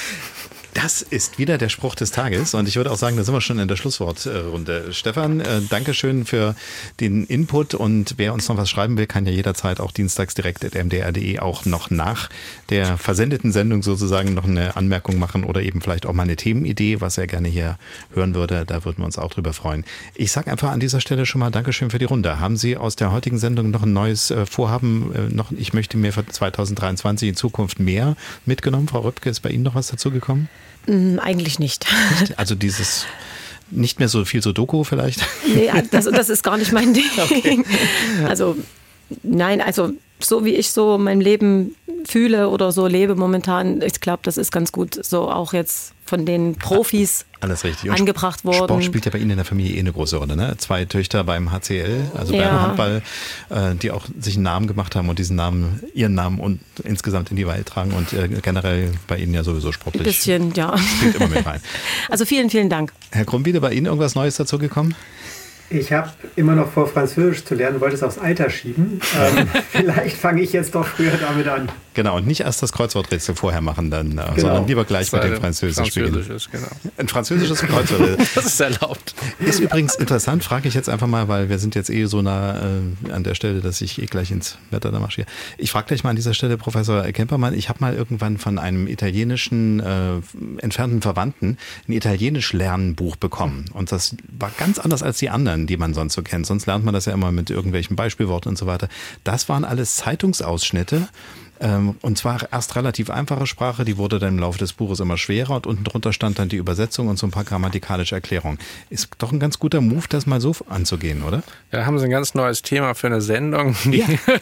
Das ist wieder der Spruch des Tages und ich würde auch sagen, da sind wir schon in der Schlusswortrunde. Stefan, äh, danke schön für den Input und wer uns noch was schreiben will, kann ja jederzeit auch dienstags direkt at m d r punkt d e auch noch nach der versendeten Sendung sozusagen noch eine Anmerkung machen oder eben vielleicht auch mal eine Themenidee, was er gerne hier hören würde. Da würden wir uns auch drüber freuen. Ich sage einfach an dieser Stelle schon mal Dankeschön für die Runde. Haben Sie aus der heutigen Sendung noch ein neues äh, Vorhaben? Äh, noch, ich möchte mir für zwanzig dreiundzwanzig in Zukunft mehr mitgenommen. Frau Röpke, ist bei Ihnen noch was dazu gekommen? Eigentlich nicht. Also dieses nicht mehr so viel Sudoku vielleicht? Nee, das, das ist gar nicht mein Ding. Okay. Also nein, also so wie ich so mein Leben fühle oder so lebe momentan, ich glaube, das ist ganz gut so auch jetzt von den Profis alles richtig. Und angebracht worden. Sport spielt ja bei Ihnen in der Familie eh eine große Rolle, ne? Zwei Töchter beim H C L, also ja. beim Handball, äh, die auch sich einen Namen gemacht haben und diesen Namen, ihren Namen und insgesamt in die Welt tragen und äh, generell bei Ihnen ja sowieso sportlich. Ein bisschen, ja. Spielt immer mit rein. Also vielen, vielen Dank. Herr Krumwiede, bei Ihnen irgendwas Neues dazu gekommen? Ich habe immer noch vor, Französisch zu lernen, wollte es aufs Alter schieben. Ähm, vielleicht fange ich jetzt doch früher damit an. Genau, und nicht erst das Kreuzworträtsel vorher machen, dann, genau. sondern lieber gleich mit dem Französisch beginnen. Genau. Ein französisches Kreuzworträtsel. Das ist erlaubt. Ist übrigens interessant, frage ich jetzt einfach mal, weil wir sind jetzt eh so nah äh, an der Stelle, dass ich eh gleich ins Wetter da marschiere. Ich frage gleich mal an dieser Stelle Professor Kempermann, ich habe mal irgendwann von einem italienischen äh, entfernten Verwandten ein Italienisch-Lernbuch bekommen. Und das war ganz anders als die anderen, die man sonst so kennt. Sonst lernt man das ja immer mit irgendwelchen Beispielworten und so weiter. Das waren alles Zeitungsausschnitte. Und zwar erst relativ einfache Sprache, die wurde dann im Laufe des Buches immer schwerer und unten drunter stand dann die Übersetzung und so ein paar grammatikalische Erklärungen. Ist doch ein ganz guter Move, das mal so anzugehen, oder? Da haben Sie ein ganz neues Thema für eine Sendung. Die, ja.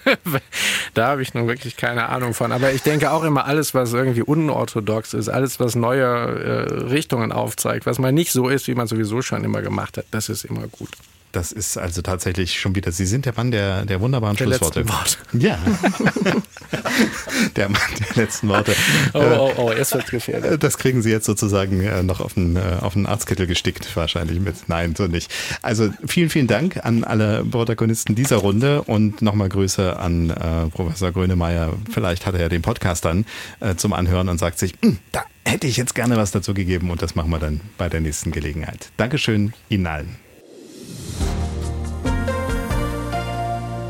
Da habe ich nun wirklich keine Ahnung von. Aber ich denke auch immer, alles, was irgendwie unorthodox ist, alles, was neue äh, Richtungen aufzeigt, was mal nicht so ist, wie man sowieso schon immer gemacht hat, das ist immer gut. Das ist also tatsächlich schon wieder, Sie sind der Mann der, der wunderbaren der Schlussworte. Worte. Ja. Der Mann der letzten Worte. Oh, oh, oh, jetzt wird's gefährlich. Das kriegen Sie jetzt sozusagen noch auf den, auf den Arztkittel gestickt, wahrscheinlich mit. Nein, so nicht. Also vielen, vielen Dank an alle Protagonisten dieser Runde und nochmal Grüße an äh, Professor Grönemeyer. Vielleicht hat er ja den Podcast dann äh, zum Anhören und sagt sich, da hätte ich jetzt gerne was dazu gegeben und das machen wir dann bei der nächsten Gelegenheit. Dankeschön Ihnen allen.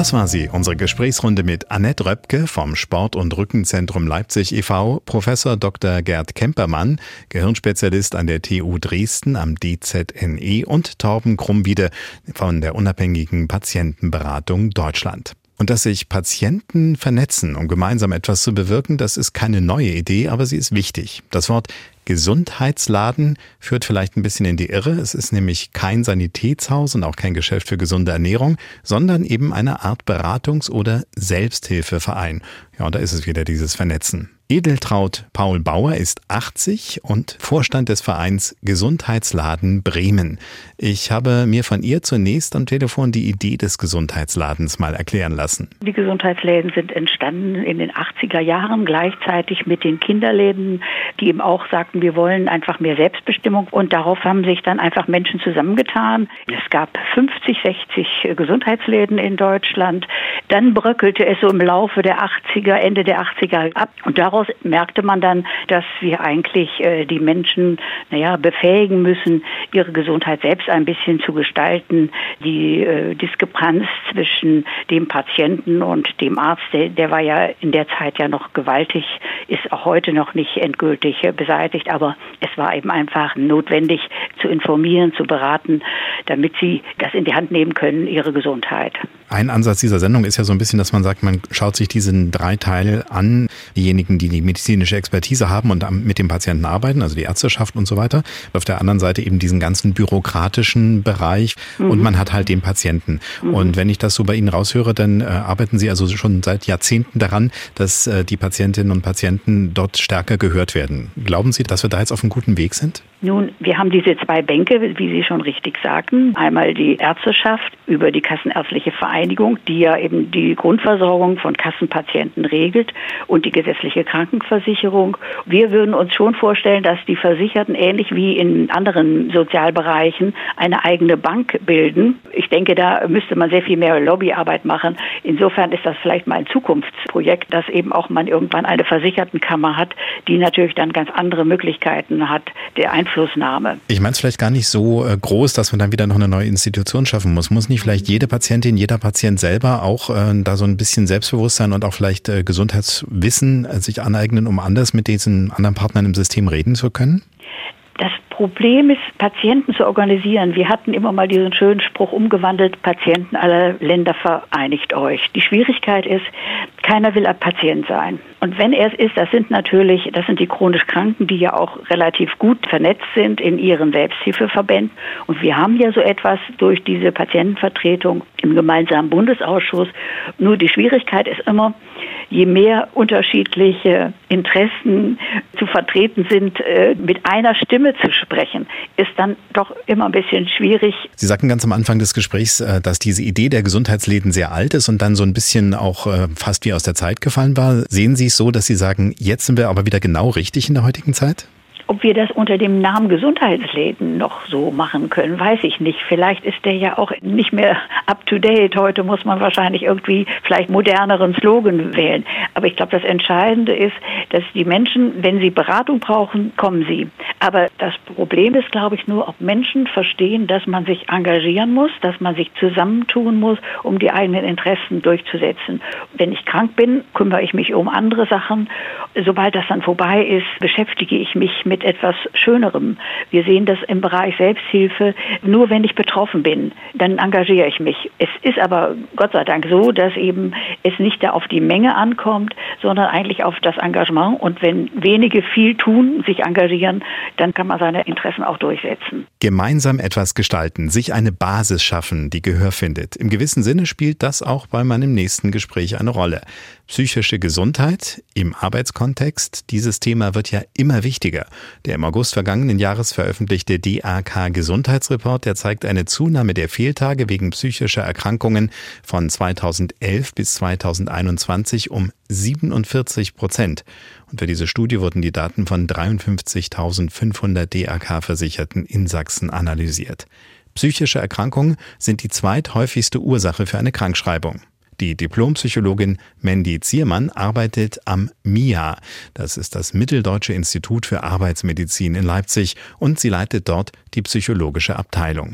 Das war sie, unsere Gesprächsrunde mit Annette Röpke vom Sport- und Rückenzentrum Leipzig e V, Professor Doktor Gerd Kempermann, Gehirnspezialist an der T U Dresden am D Z N E und Torben Krumbiede von der unabhängigen Patientenberatung Deutschland. Und dass sich Patienten vernetzen, um gemeinsam etwas zu bewirken, das ist keine neue Idee, aber sie ist wichtig. Das Wort Gesundheitsladen führt vielleicht ein bisschen in die Irre. Es ist nämlich kein Sanitätshaus und auch kein Geschäft für gesunde Ernährung, sondern eben eine Art Beratungs- oder Selbsthilfeverein. Ja, und da ist es wieder dieses Vernetzen. Edeltraud Paul Bauer ist achtzig und Vorstand des Vereins Gesundheitsladen Bremen. Ich habe mir von ihr zunächst am Telefon die Idee des Gesundheitsladens mal erklären lassen. Die Gesundheitsläden sind entstanden in den achtziger Jahren, gleichzeitig mit den Kinderläden, die eben auch sagten, wir wollen einfach mehr Selbstbestimmung. Und darauf haben sich dann einfach Menschen zusammengetan. Es gab fünfzig, sechzig Gesundheitsläden in Deutschland. Dann bröckelte es so im Laufe der achtziger, Ende der achtziger ab. Und daraus merkte man dann, dass wir eigentlich äh, die Menschen, naja, befähigen müssen, ihre Gesundheit selbst ein bisschen zu gestalten. Die äh, Diskrepanz zwischen dem Patienten und dem Arzt, der, der war ja in der Zeit ja noch gewaltig, ist auch heute noch nicht endgültig äh, beseitigt, aber es war eben einfach notwendig zu informieren, zu beraten, damit sie das in die Hand nehmen können, ihre Gesundheit. Ein Ansatz dieser Sendung ist ja so ein bisschen, dass man sagt, man schaut sich diesen drei Teile an, diejenigen, die die medizinische Expertise haben und mit dem Patienten arbeiten, also die Ärzteschaft und so weiter. Auf der anderen Seite eben diesen ganzen bürokratischen Bereich mhm. und man hat halt den Patienten. Mhm. Und wenn ich das so bei Ihnen raushöre, dann äh, arbeiten Sie also schon seit Jahrzehnten daran, dass äh, die Patientinnen und Patienten dort stärker gehört werden. Glauben Sie, dass wir da jetzt auf einem guten Weg sind? Nun, wir haben diese zwei Bänke, wie Sie schon richtig sagten. Einmal die Ärzteschaft über die Kassenärztliche Vereinigung, die ja eben die Grundversorgung von Kassenpatienten regelt, und die gesetzliche Krankenversicherung. Wir würden uns schon vorstellen, dass die Versicherten ähnlich wie in anderen Sozialbereichen eine eigene Bank bilden. Ich denke, da müsste man sehr viel mehr Lobbyarbeit machen. Insofern ist das vielleicht mal ein Zukunftsprojekt, dass eben auch man irgendwann eine Versichertenkammer hat, die natürlich dann ganz andere Möglichkeiten hat der Einflussnahme. Ich meine es vielleicht gar nicht so äh, groß, dass man dann wieder noch eine neue Institution schaffen muss. Muss nicht vielleicht jede Patientin, jeder Patient selber auch äh, da so ein bisschen Selbstbewusstsein und auch vielleicht äh, Gesundheitswissen äh, sich aneignen, um anders mit diesen anderen Partnern im System reden zu können? Das Problem ist, Patienten zu organisieren. Wir hatten immer mal diesen schönen Spruch umgewandelt, Patienten aller Länder vereinigt euch. Die Schwierigkeit ist, keiner will ein Patient sein. Und wenn er es ist, das sind natürlich, das sind die chronisch Kranken, die ja auch relativ gut vernetzt sind in ihren Selbsthilfeverbänden. Und wir haben ja so etwas durch diese Patientenvertretung im gemeinsamen Bundesausschuss. Nur die Schwierigkeit ist immer, je mehr unterschiedliche Interessen zu vertreten sind, mit einer Stimme zu sprechen, ist dann doch immer ein bisschen schwierig. Sie sagten ganz am Anfang des Gesprächs, dass diese Idee der Gesundheitsläden sehr alt ist und dann so ein bisschen auch fast wie aus der Zeit gefallen war. Sehen Sie es so, dass Sie sagen, jetzt sind wir aber wieder genau richtig in der heutigen Zeit? Ob wir das unter dem Namen Gesundheitsläden noch so machen können, weiß ich nicht. Vielleicht ist der ja auch nicht mehr up to date. Heute muss man wahrscheinlich irgendwie vielleicht moderneren Slogan wählen. Aber ich glaube, das Entscheidende ist, dass die Menschen, wenn sie Beratung brauchen, kommen sie. Aber das Problem ist, glaube ich, nur, ob Menschen verstehen, dass man sich engagieren muss, dass man sich zusammentun muss, um die eigenen Interessen durchzusetzen. Wenn ich krank bin, kümmere ich mich um andere Sachen. Sobald das dann vorbei ist, beschäftige ich mich mit mit etwas Schönerem. Wir sehen das im Bereich Selbsthilfe. Nur wenn ich betroffen bin, dann engagiere ich mich. Es ist aber Gott sei Dank so, dass eben es nicht da auf die Menge ankommt, sondern eigentlich auf das Engagement. Und wenn wenige viel tun, sich engagieren, dann kann man seine Interessen auch durchsetzen. Gemeinsam etwas gestalten, sich eine Basis schaffen, die Gehör findet. Im gewissen Sinne spielt das auch bei meinem nächsten Gespräch eine Rolle. Psychische Gesundheit im Arbeitskontext, dieses Thema wird ja immer wichtiger. Der im August vergangenen Jahres veröffentlichte D A K-Gesundheitsreport, der zeigt eine Zunahme der Fehltage wegen psychischer Erkrankungen von zweitausendelf bis zweitausendeinundzwanzig um siebenundvierzig Prozent. Und für diese Studie wurden die Daten von dreiundfünfzigtausendfünfhundert D A K-Versicherten in Sachsen analysiert. Psychische Erkrankungen sind die zweithäufigste Ursache für eine Krankschreibung. Die Diplompsychologin Mandy Ziermann arbeitet am M I A, das ist das Mitteldeutsche Institut für Arbeitsmedizin in Leipzig, und sie leitet dort die psychologische Abteilung.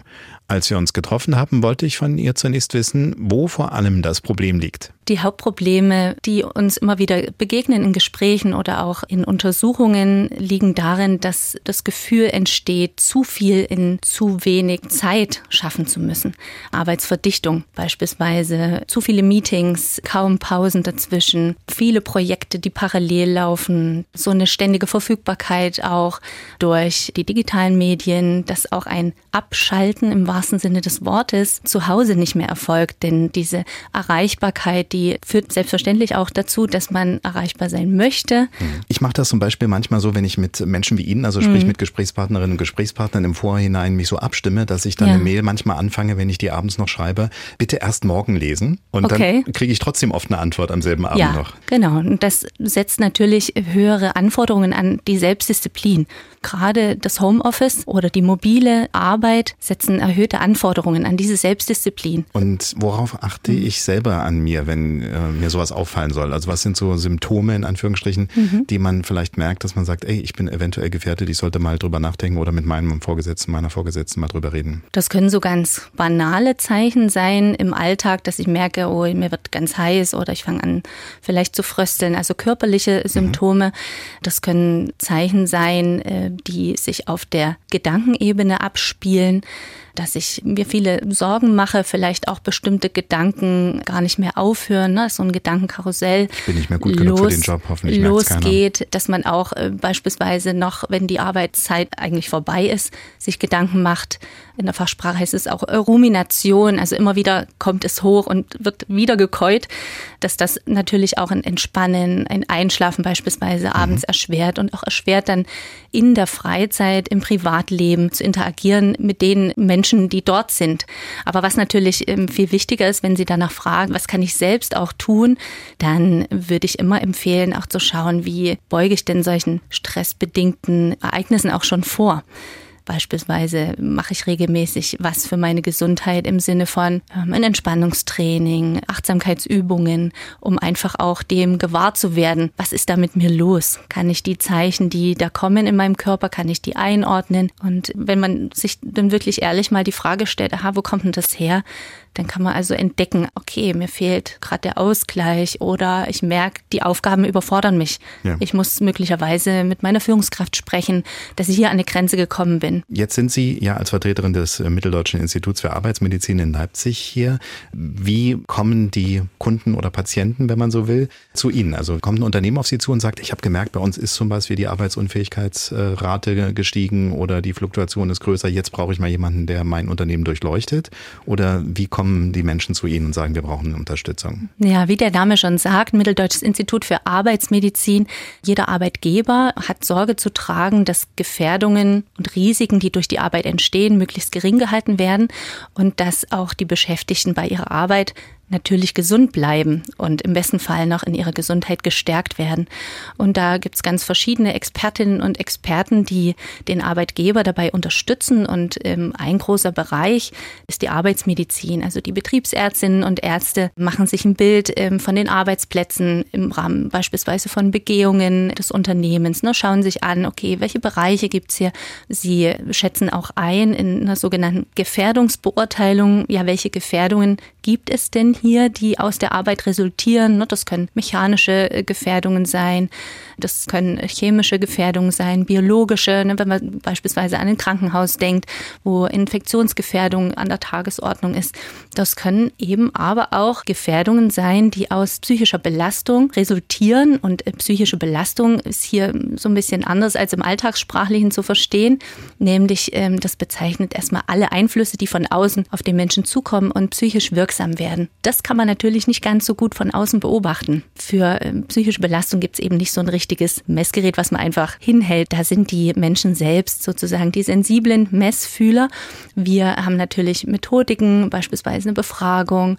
Als wir uns getroffen haben, wollte ich von ihr zunächst wissen, wo vor allem das Problem liegt. Die Hauptprobleme, die uns immer wieder begegnen in Gesprächen oder auch in Untersuchungen, liegen darin, dass das Gefühl entsteht, zu viel in zu wenig Zeit schaffen zu müssen. Arbeitsverdichtung beispielsweise, zu viele Meetings, kaum Pausen dazwischen, viele Projekte, die parallel laufen, so eine ständige Verfügbarkeit auch durch die digitalen Medien, dass auch ein Abschalten im wahrsten Sinne des Wortes zu Hause nicht mehr erfolgt, denn diese Erreichbarkeit, die führt selbstverständlich auch dazu, dass man erreichbar sein möchte. Ich mache das zum Beispiel manchmal so, wenn ich mit Menschen wie Ihnen, also sprich mhm. mit Gesprächspartnerinnen und Gesprächspartnern im Vorhinein mich so abstimme, dass ich dann ja. eine Mail manchmal anfange, wenn ich die abends noch schreibe, bitte erst morgen lesen und okay. dann kriege ich trotzdem oft eine Antwort am selben Abend ja, noch. Genau, und das setzt natürlich höhere Anforderungen an die Selbstdisziplin. Gerade das Homeoffice oder die mobile Arbeit setzen erhöhte Anforderungen an diese Selbstdisziplin. Und worauf achte mhm. ich selber an mir, wenn äh, mir sowas auffallen soll? Also was sind so Symptome in Anführungsstrichen, mhm. die man vielleicht merkt, dass man sagt, ey, ich bin eventuell gefährdet, ich sollte mal drüber nachdenken oder mit meinem Vorgesetzten, meiner Vorgesetzten mal drüber reden? Das können so ganz banale Zeichen sein im Alltag, dass ich merke, oh, mir wird ganz heiß oder ich fange an vielleicht zu frösteln, also körperliche Symptome. Mhm. Das können Zeichen sein, äh, die sich auf der Gedankenebene abspielen, dass ich mir viele Sorgen mache, vielleicht auch bestimmte Gedanken gar nicht mehr aufhören, ne? So ein Gedankenkarussell ich bin nicht mehr gut genug los, für den Job, hoffentlich losgeht, dass man auch äh, beispielsweise noch, wenn die Arbeitszeit eigentlich vorbei ist, sich Gedanken macht. In der Fachsprache heißt es auch Rumination, also immer wieder kommt es hoch und wird wieder gekäut, dass das natürlich auch ein Entspannen, ein Einschlafen beispielsweise abends mhm. erschwert und auch erschwert dann in der Freizeit, im Privatleben zu interagieren mit den Menschen, die dort sind. Aber was natürlich viel wichtiger ist, wenn Sie danach fragen, was kann ich selbst auch tun, dann würde ich immer empfehlen, auch zu schauen, wie beuge ich denn solchen stressbedingten Ereignissen auch schon vor. Beispielsweise mache ich regelmäßig was für meine Gesundheit im Sinne von ähm, ein Entspannungstraining, Achtsamkeitsübungen, um einfach auch dem gewahr zu werden, was ist da mit mir los? Kann ich die Zeichen, die da kommen in meinem Körper, kann ich die einordnen? Und wenn man sich dann wirklich ehrlich mal die Frage stellt, aha, wo kommt denn das her? Dann kann man also entdecken, okay, mir fehlt gerade der Ausgleich oder ich merke, die Aufgaben überfordern mich. Ja. Ich muss möglicherweise mit meiner Führungskraft sprechen, dass ich hier an eine Grenze gekommen bin. Jetzt sind Sie ja als Vertreterin des Mitteldeutschen Instituts für Arbeitsmedizin in Leipzig hier. Wie kommen die Kunden oder Patienten, wenn man so will, zu Ihnen? Also kommt ein Unternehmen auf Sie zu und sagt, ich habe gemerkt, bei uns ist zum Beispiel die Arbeitsunfähigkeitsrate gestiegen oder die Fluktuation ist größer, jetzt brauche ich mal jemanden, der mein Unternehmen durchleuchtet? Oder wie kommt kommen die Menschen zu Ihnen und sagen, wir brauchen Unterstützung? Ja, wie der Name schon sagt, Mitteldeutsches Institut für Arbeitsmedizin. Jeder Arbeitgeber hat Sorge zu tragen, dass Gefährdungen und Risiken, die durch die Arbeit entstehen, möglichst gering gehalten werden und dass auch die Beschäftigten bei ihrer Arbeit natürlich gesund bleiben und im besten Fall noch in ihrer Gesundheit gestärkt werden. Und da gibt es ganz verschiedene Expertinnen und Experten, die den Arbeitgeber dabei unterstützen. Und ähm, ein großer Bereich ist die Arbeitsmedizin. Also die Betriebsärztinnen und Ärzte machen sich ein Bild ähm, von den Arbeitsplätzen im Rahmen beispielsweise von Begehungen des Unternehmens. Ne, schauen sich an, okay, welche Bereiche gibt es hier? Sie schätzen auch ein in einer sogenannten Gefährdungsbeurteilung. Ja, welche Gefährdungen gibt es denn hier, die aus der Arbeit resultieren? Das können mechanische Gefährdungen sein, das können chemische Gefährdungen sein, biologische, wenn man beispielsweise an ein Krankenhaus denkt, wo Infektionsgefährdung an der Tagesordnung ist. Das können eben aber auch Gefährdungen sein, die aus psychischer Belastung resultieren. Und psychische Belastung ist hier so ein bisschen anders als im Alltagssprachlichen zu verstehen. Nämlich, das bezeichnet erstmal alle Einflüsse, die von außen auf den Menschen zukommen und psychisch wirksam werden. Das kann man natürlich nicht ganz so gut von außen beobachten. Für psychische Belastung gibt es eben nicht so ein richtiges Messgerät, was man einfach hinhält. Da sind die Menschen selbst sozusagen die sensiblen Messfühler. Wir haben natürlich Methodiken, beispielsweise eine Befragung,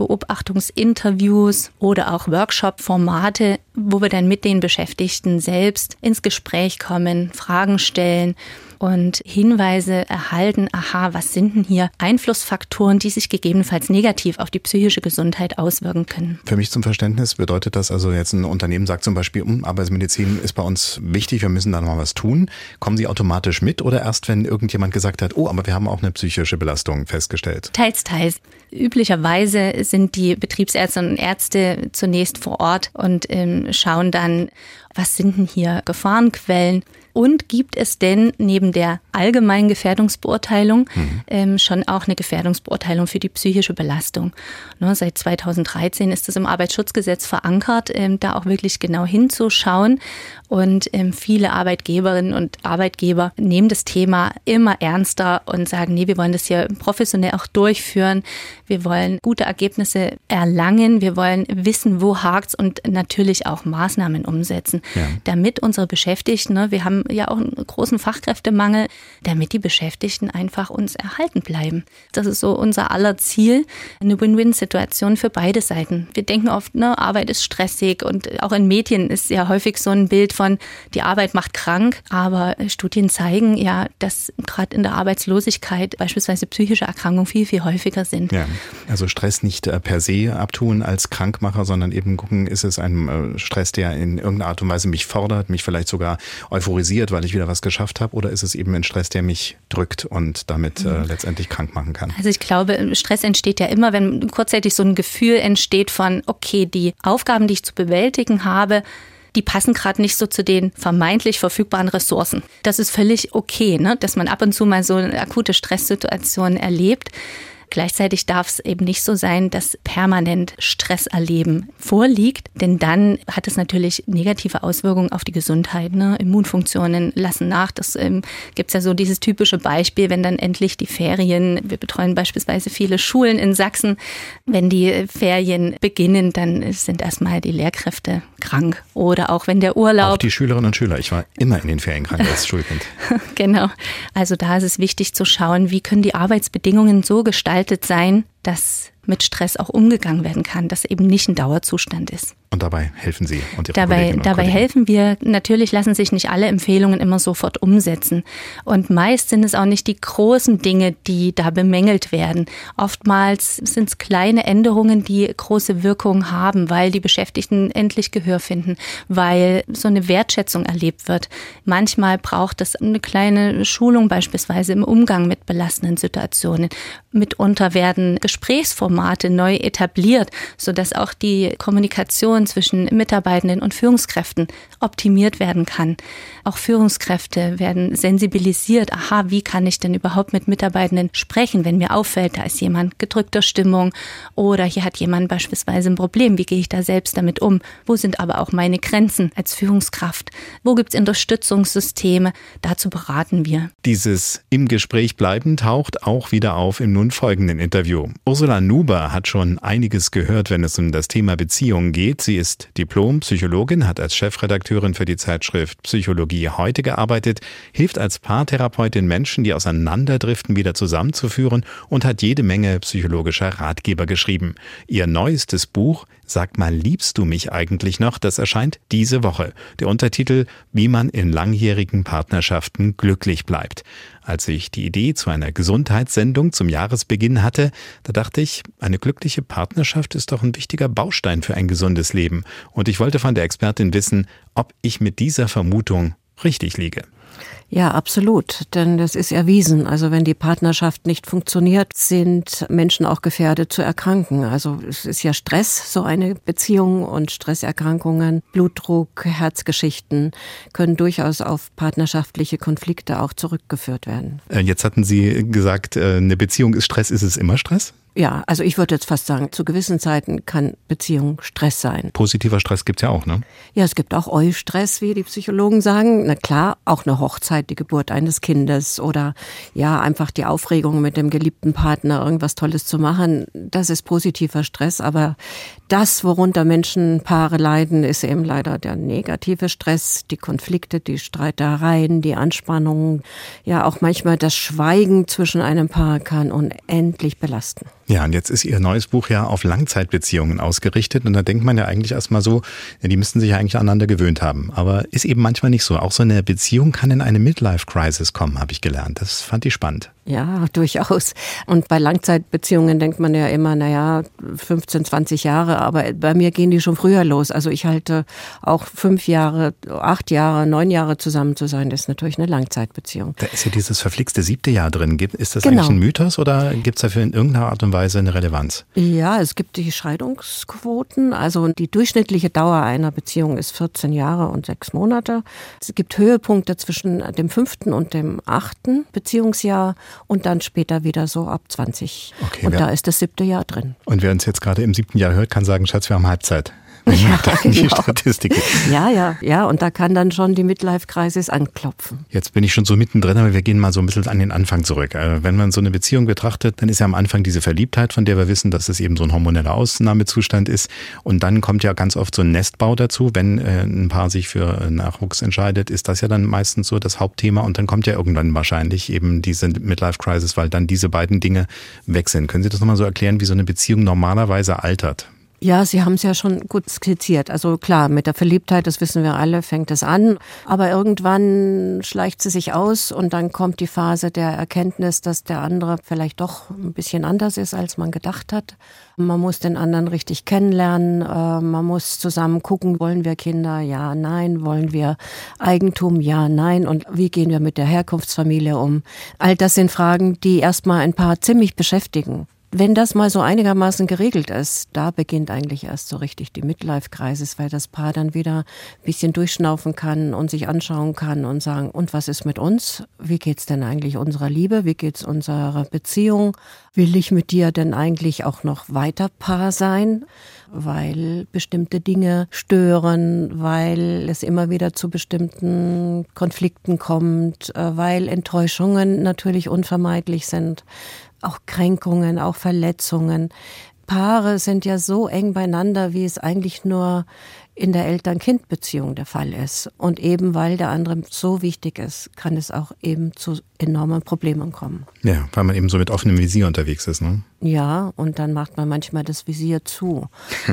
Beobachtungsinterviews oder auch Workshop-Formate, wo wir dann mit den Beschäftigten selbst ins Gespräch kommen, Fragen stellen und Hinweise erhalten, aha, was sind denn hier Einflussfaktoren, die sich gegebenenfalls negativ auf die psychische Gesundheit auswirken können. Für mich zum Verständnis bedeutet das also, jetzt ein Unternehmen sagt zum Beispiel, Arbeitsmedizin ist bei uns wichtig, wir müssen da noch mal was tun. Kommen Sie automatisch mit oder erst, wenn irgendjemand gesagt hat, oh, aber wir haben auch eine psychische Belastung festgestellt? Teils, teils. Üblicherweise sind die Betriebsärztinnen und Ärzte zunächst vor Ort und ähm, schauen dann, was sind denn hier Gefahrenquellen? Und gibt es denn neben der allgemeinen Gefährdungsbeurteilung mhm. ähm, schon auch eine Gefährdungsbeurteilung für die psychische Belastung? Ne, seit zweitausenddreizehn ist es im Arbeitsschutzgesetz verankert, ähm, da auch wirklich genau hinzuschauen. Und ähm, viele Arbeitgeberinnen und Arbeitgeber nehmen das Thema immer ernster und sagen, nee, wir wollen das hier professionell auch durchführen. Wir wollen gute Ergebnisse erlangen. Wir wollen wissen, wo hakt's und natürlich auch Maßnahmen umsetzen, ja. damit unsere Beschäftigten, ne, wir haben ja auch einen großen Fachkräftemangel, damit die Beschäftigten einfach uns erhalten bleiben. Das ist so unser aller Ziel, eine Win-Win-Situation für beide Seiten. Wir denken oft, ne, Arbeit ist stressig und auch in Medien ist ja häufig so ein Bild von, die Arbeit macht krank, aber Studien zeigen ja, dass gerade in der Arbeitslosigkeit beispielsweise psychische Erkrankungen viel, viel häufiger sind. Ja, also Stress nicht per se abtun als Krankmacher, sondern eben gucken, ist es ein Stress, der in irgendeiner Art und Weise mich fordert, mich vielleicht sogar euphorisiert, weil ich wieder was geschafft habe, oder ist es eben ein Stress, der mich drückt und damit äh, letztendlich krank machen kann? Also ich glaube, Stress entsteht ja immer, wenn kurzzeitig so ein Gefühl entsteht von, okay, die Aufgaben, die ich zu bewältigen habe, die passen gerade nicht so zu den vermeintlich verfügbaren Ressourcen. Das ist völlig okay, ne? Dass man ab und zu mal so eine akute Stresssituation erlebt. Gleichzeitig darf es eben nicht so sein, dass permanent Stresserleben vorliegt, denn dann hat es natürlich negative Auswirkungen auf die Gesundheit. Ne? Immunfunktionen lassen nach. Das ähm, gibt es ja so dieses typische Beispiel, wenn dann endlich die Ferien, wir betreuen beispielsweise viele Schulen in Sachsen, wenn die Ferien beginnen, dann sind erstmal die Lehrkräfte krank. Oder auch wenn der Urlaub... Auch die Schülerinnen und Schüler. Ich war immer in den Ferien krank als Schulkind. Genau. Also da ist es wichtig zu schauen, wie können die Arbeitsbedingungen so gestaltet sein, dass mit Stress auch umgegangen werden kann, dass eben nicht ein Dauerzustand ist. Und dabei helfen Sie und Ihre dabei, Kolleginnen und dabei Kollegen. helfen wir. Natürlich lassen sich nicht alle Empfehlungen immer sofort umsetzen. Und meist sind es auch nicht die großen Dinge, die da bemängelt werden. Oftmals sind es kleine Änderungen, die große Wirkung haben, weil die Beschäftigten endlich Gehör finden, weil so eine Wertschätzung erlebt wird. Manchmal braucht es eine kleine Schulung beispielsweise im Umgang mit belastenden Situationen. Mitunter werden Gesprächsformate neu etabliert, sodass auch die Kommunikation zwischen Mitarbeitenden und Führungskräften optimiert werden kann. Auch Führungskräfte werden sensibilisiert. Aha, wie kann ich denn überhaupt mit Mitarbeitenden sprechen, wenn mir auffällt, da ist jemand gedrückter Stimmung oder hier hat jemand beispielsweise ein Problem. Wie gehe ich da selbst damit um? Wo sind aber auch meine Grenzen als Führungskraft? Wo gibt es Unterstützungssysteme? Dazu beraten wir. Dieses im Gespräch bleiben taucht auch wieder auf im nun folgenden Interview. Ursula Nuber hat schon einiges gehört, wenn es um das Thema Beziehungen geht. Sie ist Diplom-Psychologin, hat als Chefredakteurin für die Zeitschrift Psychologie heute gearbeitet, hilft als Paartherapeutin Menschen, die auseinanderdriften, wieder zusammenzuführen und hat jede Menge psychologischer Ratgeber geschrieben. Ihr neuestes Buch Sag mal, liebst du mich eigentlich noch? Das erscheint diese Woche. Der Untertitel Wie man in langjährigen Partnerschaften glücklich bleibt. Als ich die Idee zu einer Gesundheitssendung zum Jahresbeginn hatte, da dachte ich, eine glückliche Partnerschaft ist doch ein wichtiger Baustein für ein gesundes Leben. Und ich wollte von der Expertin wissen, ob ich mit dieser Vermutung richtig liege. Ja, absolut, denn das ist erwiesen. Also wenn die Partnerschaft nicht funktioniert, sind Menschen auch gefährdet zu erkranken. Also es ist ja Stress, so eine Beziehung, und Stresserkrankungen, Blutdruck, Herzgeschichten können durchaus auf partnerschaftliche Konflikte auch zurückgeführt werden. Jetzt hatten Sie gesagt, eine Beziehung ist Stress. Ist es immer Stress? Ja, also ich würde jetzt fast sagen, zu gewissen Zeiten kann Beziehung Stress sein. Positiver Stress gibt's ja auch, ne? Ja, es gibt auch Eustress, wie die Psychologen sagen. Na klar, auch eine Hochzeit, die Geburt eines Kindes oder ja, einfach die Aufregung mit dem geliebten Partner, irgendwas Tolles zu machen. Das ist positiver Stress, aber das, worunter Menschen, Paare leiden, ist eben leider der negative Stress, die Konflikte, die Streitereien, die Anspannungen. Ja, auch manchmal das Schweigen zwischen einem Paar kann unendlich belasten. Ja, und jetzt ist Ihr neues Buch ja auf Langzeitbeziehungen ausgerichtet und da denkt man ja eigentlich erstmal so, ja, die müssten sich ja eigentlich aneinander gewöhnt haben. Aber ist eben manchmal nicht so. Auch so eine Beziehung kann in eine Midlife-Crisis kommen, habe ich gelernt. Das fand ich spannend. Ja, durchaus. Und bei Langzeitbeziehungen denkt man ja immer, naja, fünfzehn, zwanzig Jahre, aber bei mir gehen die schon früher los. Also ich halte auch fünf Jahre, acht Jahre, neun Jahre zusammen zu sein, das ist natürlich eine Langzeitbeziehung. Da ist ja dieses verflixte siebte Jahr drin. Ist das genau. eigentlich ein Mythos oder gibt es dafür in irgendeiner Art und Weise eine Relevanz? Ja, es gibt die Scheidungsquoten. Also die durchschnittliche Dauer einer Beziehung ist vierzehn Jahre und sechs Monate. Es gibt Höhepunkte zwischen dem fünften und dem achten Beziehungsjahr. Und dann später wieder so ab zwanzig. Okay, und da ist das siebte Jahr drin. Und wer uns jetzt gerade im siebten Jahr hört, kann sagen, Schatz, wir haben Halbzeit. Ja, die genau. Statistik. Ja, ja, ja. Und da kann dann schon die Midlife-Crisis anklopfen. Jetzt bin ich schon so mittendrin, aber wir gehen mal so ein bisschen an den Anfang zurück. Wenn man so eine Beziehung betrachtet, dann ist ja am Anfang diese Verliebtheit, von der wir wissen, dass es eben so ein hormoneller Ausnahmezustand ist. Und dann kommt ja ganz oft so ein Nestbau dazu. Wenn ein Paar sich für Nachwuchs entscheidet, ist das ja dann meistens so das Hauptthema. Und dann kommt ja irgendwann wahrscheinlich eben diese Midlife-Crisis, weil dann diese beiden Dinge weg sind. Können Sie das nochmal so erklären, wie so eine Beziehung normalerweise altert? Ja, Sie haben es ja schon gut skizziert. Also klar, mit der Verliebtheit, das wissen wir alle, fängt es an. Aber irgendwann schleicht sie sich aus und dann kommt die Phase der Erkenntnis, dass der andere vielleicht doch ein bisschen anders ist, als man gedacht hat. Man muss den anderen richtig kennenlernen. Man muss zusammen gucken, wollen wir Kinder? Ja, nein. Wollen wir Eigentum? Ja, nein. Und wie gehen wir mit der Herkunftsfamilie um? All das sind Fragen, die erstmal ein Paar ziemlich beschäftigen. Wenn das mal so einigermaßen geregelt ist, da beginnt eigentlich erst so richtig die Midlife-Crisis, weil das Paar dann wieder ein bisschen durchschnaufen kann und sich anschauen kann und sagen, und was ist mit uns? Wie geht's denn eigentlich unserer Liebe? Wie geht's unserer Beziehung? Will ich mit dir denn eigentlich auch noch weiter Paar sein? Weil bestimmte Dinge stören, weil es immer wieder zu bestimmten Konflikten kommt, weil Enttäuschungen natürlich unvermeidlich sind. Auch Kränkungen, auch Verletzungen. Paare sind ja so eng beieinander, wie es eigentlich nur in der Eltern-Kind-Beziehung der Fall ist. Und eben weil der andere so wichtig ist, kann es auch eben zu enormen Problemen kommen. Ja, weil man eben so mit offenem Visier unterwegs ist, ne? Ja, und dann macht man manchmal das Visier zu.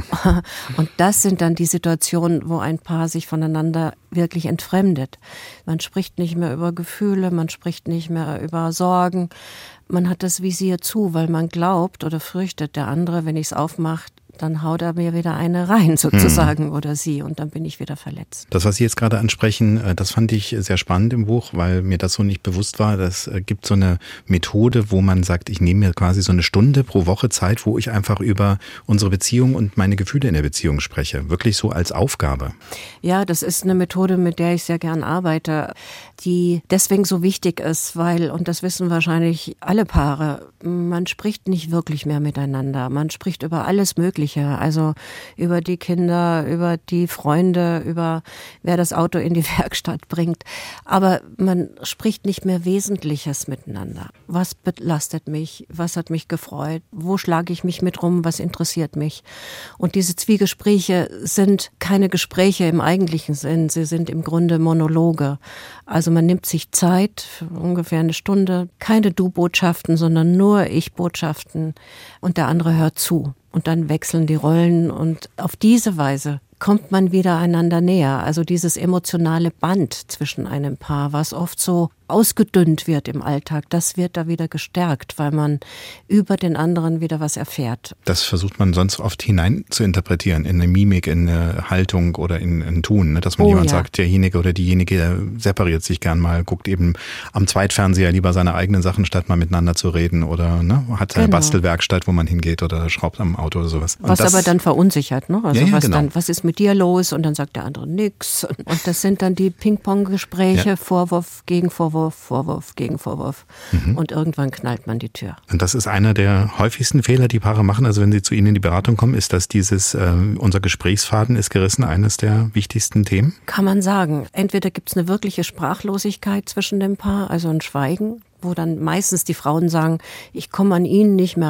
Und das sind dann die Situationen, wo ein Paar sich voneinander wirklich entfremdet. Man spricht nicht mehr über Gefühle, man spricht nicht mehr über Sorgen. Man hat das Visier zu, weil man glaubt oder fürchtet, der andere, wenn ich es aufmache, dann haut er mir wieder eine rein sozusagen hm. oder sie und dann bin ich wieder verletzt. Das, was Sie jetzt gerade ansprechen, das fand ich sehr spannend im Buch, weil mir das so nicht bewusst war. Das gibt so eine Methode, wo man sagt, ich nehme mir quasi so eine Stunde pro Woche Zeit, wo ich einfach über unsere Beziehung und meine Gefühle in der Beziehung spreche. Wirklich so als Aufgabe. Ja, das ist eine Methode, mit der ich sehr gern arbeite, die deswegen so wichtig ist, weil, und das wissen wahrscheinlich alle Paare, man spricht nicht wirklich mehr miteinander. Man spricht über alles Mögliche. Also über die Kinder, über die Freunde, über wer das Auto in die Werkstatt bringt. Aber man spricht nicht mehr Wesentliches miteinander. Was belastet mich? Was hat mich gefreut? Wo schlage ich mich mit rum? Was interessiert mich? Und diese Zwiegespräche sind keine Gespräche im eigentlichen Sinn. Sie sind im Grunde Monologe. Also man nimmt sich Zeit, für ungefähr eine Stunde, keine Du-Botschaften, sondern nur Ich-Botschaften und der andere hört zu. Und dann wechseln die Rollen und auf diese Weise kommt man wieder einander näher. Also dieses emotionale Band zwischen einem Paar, was oft so ausgedünnt wird im Alltag, das wird da wieder gestärkt, weil man über den anderen wieder was erfährt. Das versucht man sonst oft hinein zu interpretieren, in eine Mimik, in eine Haltung oder in ein Tun, ne? Dass man oh, jemand ja. sagt, derjenige oder diejenige separiert sich gern mal, guckt eben am Zweitfernseher lieber seine eigenen Sachen, statt mal miteinander zu reden oder ne, hat seine genau. Bastelwerkstatt, wo man hingeht oder schraubt am Auto oder sowas. Und was das, aber dann verunsichert, ne? Also ja, ja, was genau. dann, was ist mit dir los? Und dann sagt der andere nix. Und das sind dann die Ping-Pong-Gespräche, ja. Vorwurf gegen Vorwurf. Vorwurf gegen Vorwurf mhm. und irgendwann knallt man die Tür. Und das ist einer der häufigsten Fehler, die Paare machen, also wenn sie zu Ihnen in die Beratung kommen, ist, dass dieses, äh, unser Gesprächsfaden ist gerissen, eines der wichtigsten Themen? Kann man sagen. Entweder gibt es eine wirkliche Sprachlosigkeit zwischen dem Paar, also ein Schweigen, wo dann meistens die Frauen sagen, ich komme an ihn nicht mehr ran.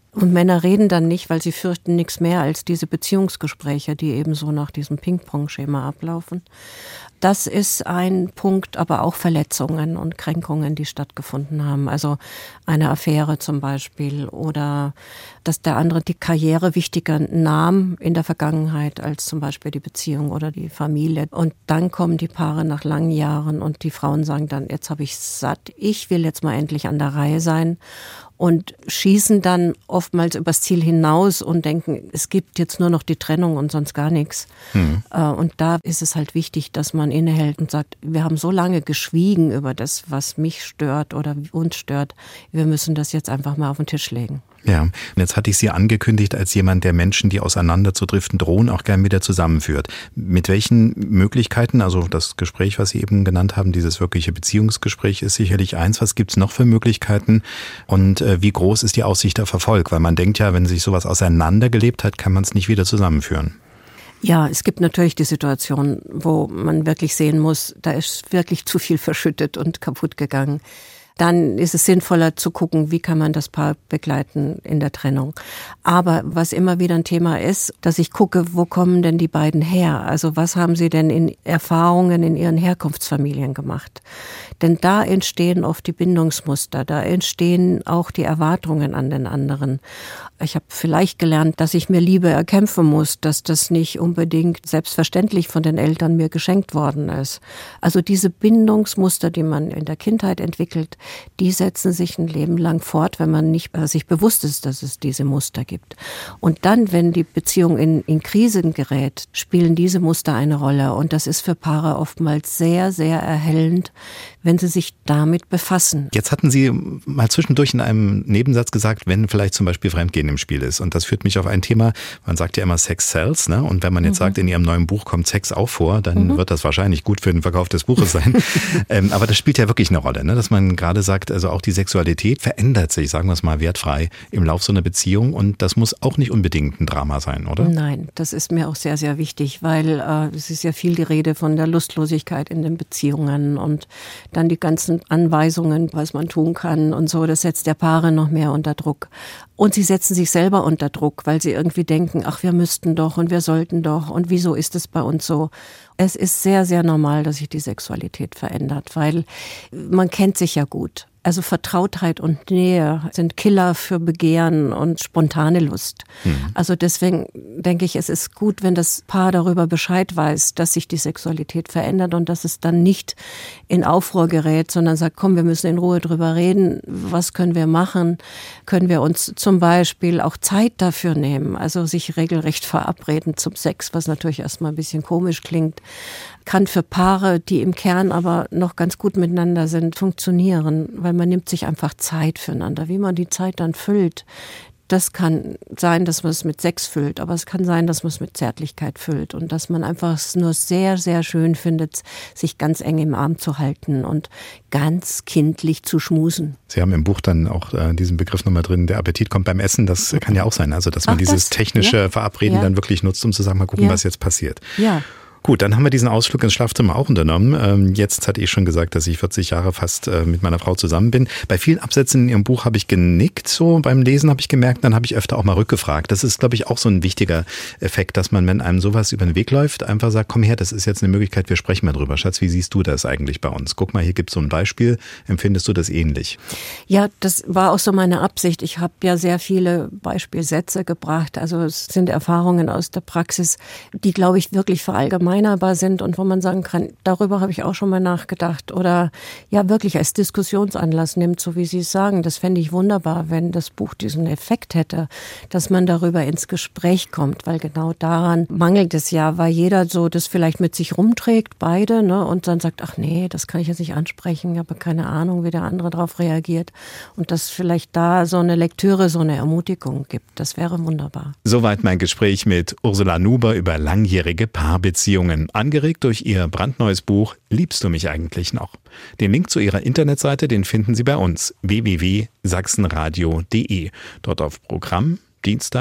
Und Männer reden dann nicht, weil sie fürchten nichts mehr als diese Beziehungsgespräche, die eben so nach diesem Ping-Pong-Schema ablaufen. Das ist ein Punkt, aber auch Verletzungen und Kränkungen, die stattgefunden haben. Also eine Affäre zum Beispiel oder dass der andere die Karriere wichtiger nahm in der Vergangenheit als zum Beispiel die Beziehung oder die Familie. Und dann kommen die Paare nach langen Jahren und die Frauen sagen dann, jetzt habe ich satt, ich will jetzt mal endlich an der Reihe sein. Und schießen dann oftmals übers Ziel hinaus und denken, es gibt jetzt nur noch die Trennung und sonst gar nichts. Mhm. Und da ist es halt wichtig, dass man innehält und sagt, wir haben so lange geschwiegen über das, was mich stört oder uns stört. Wir müssen das jetzt einfach mal auf den Tisch legen. Ja, und jetzt hatte ich Sie angekündigt als jemand, der Menschen, die auseinanderzudriften drohen, auch gern wieder zusammenführt. Mit welchen Möglichkeiten, also das Gespräch, was Sie eben genannt haben, dieses wirkliche Beziehungsgespräch ist sicherlich eins. Was gibt's noch für Möglichkeiten und äh, wie groß ist die Aussicht auf Erfolg? Weil man denkt ja, wenn sich sowas auseinandergelebt hat, kann man es nicht wieder zusammenführen. Ja, es gibt natürlich die Situation, wo man wirklich sehen muss, da ist wirklich zu viel verschüttet und kaputt gegangen. Dann ist es sinnvoller zu gucken, wie kann man das Paar begleiten in der Trennung. Aber was immer wieder ein Thema ist, dass ich gucke, wo kommen denn die beiden her? Also was haben sie denn in Erfahrungen in ihren Herkunftsfamilien gemacht? Denn da entstehen oft die Bindungsmuster, da entstehen auch die Erwartungen an den anderen. Ich habe vielleicht gelernt, dass ich mir Liebe erkämpfen muss, dass das nicht unbedingt selbstverständlich von den Eltern mir geschenkt worden ist. Also diese Bindungsmuster, die man in der Kindheit entwickelt, die setzen sich ein Leben lang fort, wenn man nicht sich bewusst ist, dass es diese Muster gibt. Und dann, wenn die Beziehung in, in Krisen gerät, spielen diese Muster eine Rolle. Und das ist für Paare oftmals sehr, sehr erhellend, wenn sie sich damit befassen. Jetzt hatten Sie mal zwischendurch in einem Nebensatz gesagt, wenn vielleicht zum Beispiel Fremdgehen im Spiel ist. Und das führt mich auf ein Thema, man sagt ja immer Sex sells, ne? Und wenn man jetzt mhm. sagt, in Ihrem neuen Buch kommt Sex auch vor, dann mhm. wird das wahrscheinlich gut für den Verkauf des Buches sein. ähm, aber das spielt ja wirklich eine Rolle, ne? Dass man gerade sagt, also auch die Sexualität verändert sich, sagen wir es mal wertfrei, im Lauf so einer Beziehung. Und das muss auch nicht unbedingt ein Drama sein, oder? Nein, das ist mir auch sehr, sehr wichtig, weil äh, es ist ja viel die Rede von der Lustlosigkeit in den Beziehungen und dann die ganzen Anweisungen, was man tun kann und so, das setzt der Paare noch mehr unter Druck. Und sie setzen sich selber unter Druck, weil sie irgendwie denken, ach, wir müssten doch und wir sollten doch und wieso ist es bei uns so? Es ist sehr, sehr normal, dass sich die Sexualität verändert, weil man kennt sich ja gut. Also Vertrautheit und Nähe sind Killer für Begehren und spontane Lust. Mhm. Also deswegen denke ich, es ist gut, wenn das Paar darüber Bescheid weiß, dass sich die Sexualität verändert und dass es dann nicht in Aufruhr gerät, sondern sagt, komm, wir müssen in Ruhe drüber reden. Was können wir machen? Können wir uns zum Beispiel auch Zeit dafür nehmen? Also sich regelrecht verabreden zum Sex, was natürlich erstmal ein bisschen komisch klingt, kann für Paare, die im Kern aber noch ganz gut miteinander sind, funktionieren, weil man nimmt sich einfach Zeit füreinander. Wie man die Zeit dann füllt, das kann sein, dass man es mit Sex füllt, aber es kann sein, dass man es mit Zärtlichkeit füllt und dass man einfach es nur sehr, sehr schön findet, sich ganz eng im Arm zu halten und ganz kindlich zu schmusen. Sie haben im Buch dann auch äh, diesen Begriff nochmal drin, der Appetit kommt beim Essen, das kann ja auch sein, also dass man Ach, dieses das? technische ja? Verabreden ja. dann wirklich nutzt, um zu sagen, mal gucken, ja. was jetzt passiert. Ja. Gut, dann haben wir diesen Ausflug ins Schlafzimmer auch unternommen. Jetzt hatte ich schon gesagt, dass ich vierzig Jahre fast mit meiner Frau zusammen bin. Bei vielen Absätzen in Ihrem Buch habe ich genickt, so beim Lesen habe ich gemerkt, dann habe ich öfter auch mal rückgefragt. Das ist, glaube ich, auch so ein wichtiger Effekt, dass man, wenn einem sowas über den Weg läuft, einfach sagt, komm her, das ist jetzt eine Möglichkeit, wir sprechen mal drüber. Schatz, wie siehst du das eigentlich bei uns? Guck mal, hier gibt es so ein Beispiel. Empfindest du das ähnlich? Ja, das war auch so meine Absicht. Ich habe ja sehr viele Beispielsätze gebracht. Also es sind Erfahrungen aus der Praxis, die, glaube ich, wirklich verallgemeinerbar sind und wo man sagen kann, darüber habe ich auch schon mal nachgedacht oder ja wirklich als Diskussionsanlass nimmt, so wie Sie es sagen. Das fände ich wunderbar, wenn das Buch diesen Effekt hätte, dass man darüber ins Gespräch kommt, weil genau daran mangelt es ja, weil jeder so das vielleicht mit sich rumträgt, beide, ne, und dann sagt, ach nee, das kann ich jetzt nicht ansprechen, ich habe keine Ahnung, wie der andere darauf reagiert und dass vielleicht da so eine Lektüre, so eine Ermutigung gibt. Das wäre wunderbar. Soweit mein Gespräch mit Ursula Nuber über langjährige Paarbeziehungen. Angeregt durch ihr brandneues Buch Liebst du mich eigentlich noch? Den Link zu ihrer Internetseite, den finden Sie bei uns w w w punkt sachsenradio punkt de. Dort auf Programm, Dienstag,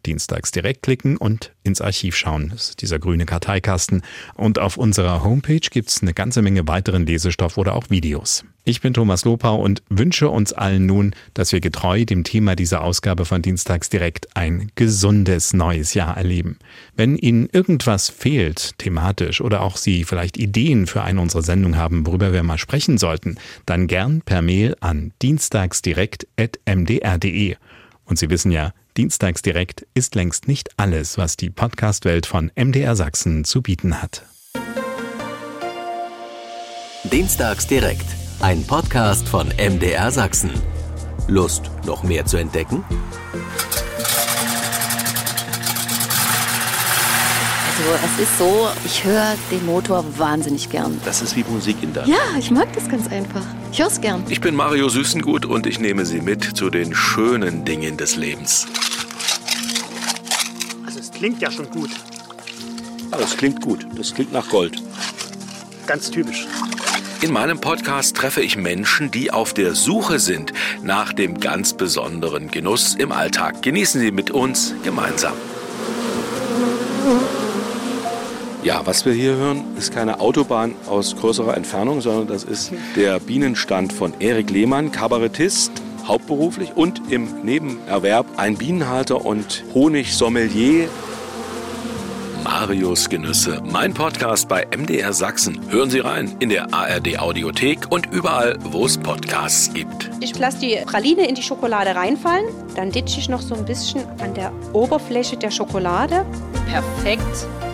Dienstags direkt klicken und ins Archiv schauen. Das ist dieser grüne Karteikasten. Und auf unserer Homepage gibt es eine ganze Menge weiteren Lesestoff oder auch Videos. Ich bin Thomas Lopau und wünsche uns allen nun, dass wir getreu dem Thema dieser Ausgabe von Dienstags direkt ein gesundes neues Jahr erleben. Wenn Ihnen irgendwas fehlt, thematisch, oder auch Sie vielleicht Ideen für eine unserer Sendungen haben, worüber wir mal sprechen sollten, dann gern per Mail an dienstagsdirekt at m d r punkt d e. Und Sie wissen ja, Dienstagsdirekt ist längst nicht alles, was die Podcast-Welt von M D R Sachsen zu bieten hat. Dienstagsdirekt, ein Podcast von M D R Sachsen. Lust, noch mehr zu entdecken? Also es ist so, ich höre den Motor wahnsinnig gern. Das ist wie Musik in der. Ja, ich mag das ganz einfach. Ich höre es gern. Ich bin Mario Süßengut und ich nehme Sie mit zu den schönen Dingen des Lebens. Also es klingt ja schon gut. Ja, das klingt gut. Das klingt nach Gold. Ganz typisch. In meinem Podcast treffe ich Menschen, die auf der Suche sind nach dem ganz besonderen Genuss im Alltag. Genießen Sie mit uns gemeinsam. Ja, was wir hier hören, ist keine Autobahn aus größerer Entfernung, sondern das ist der Bienenstand von Erik Lehmann, Kabarettist, hauptberuflich und im Nebenerwerb ein Bienenhalter und Honigsommelier. Marius Genüsse, mein Podcast bei M D R Sachsen. Hören Sie rein in der A R D Audiothek und überall, wo es Podcasts gibt. Ich lasse die Praline in die Schokolade reinfallen, dann ditche ich noch so ein bisschen an der Oberfläche der Schokolade. Perfekt.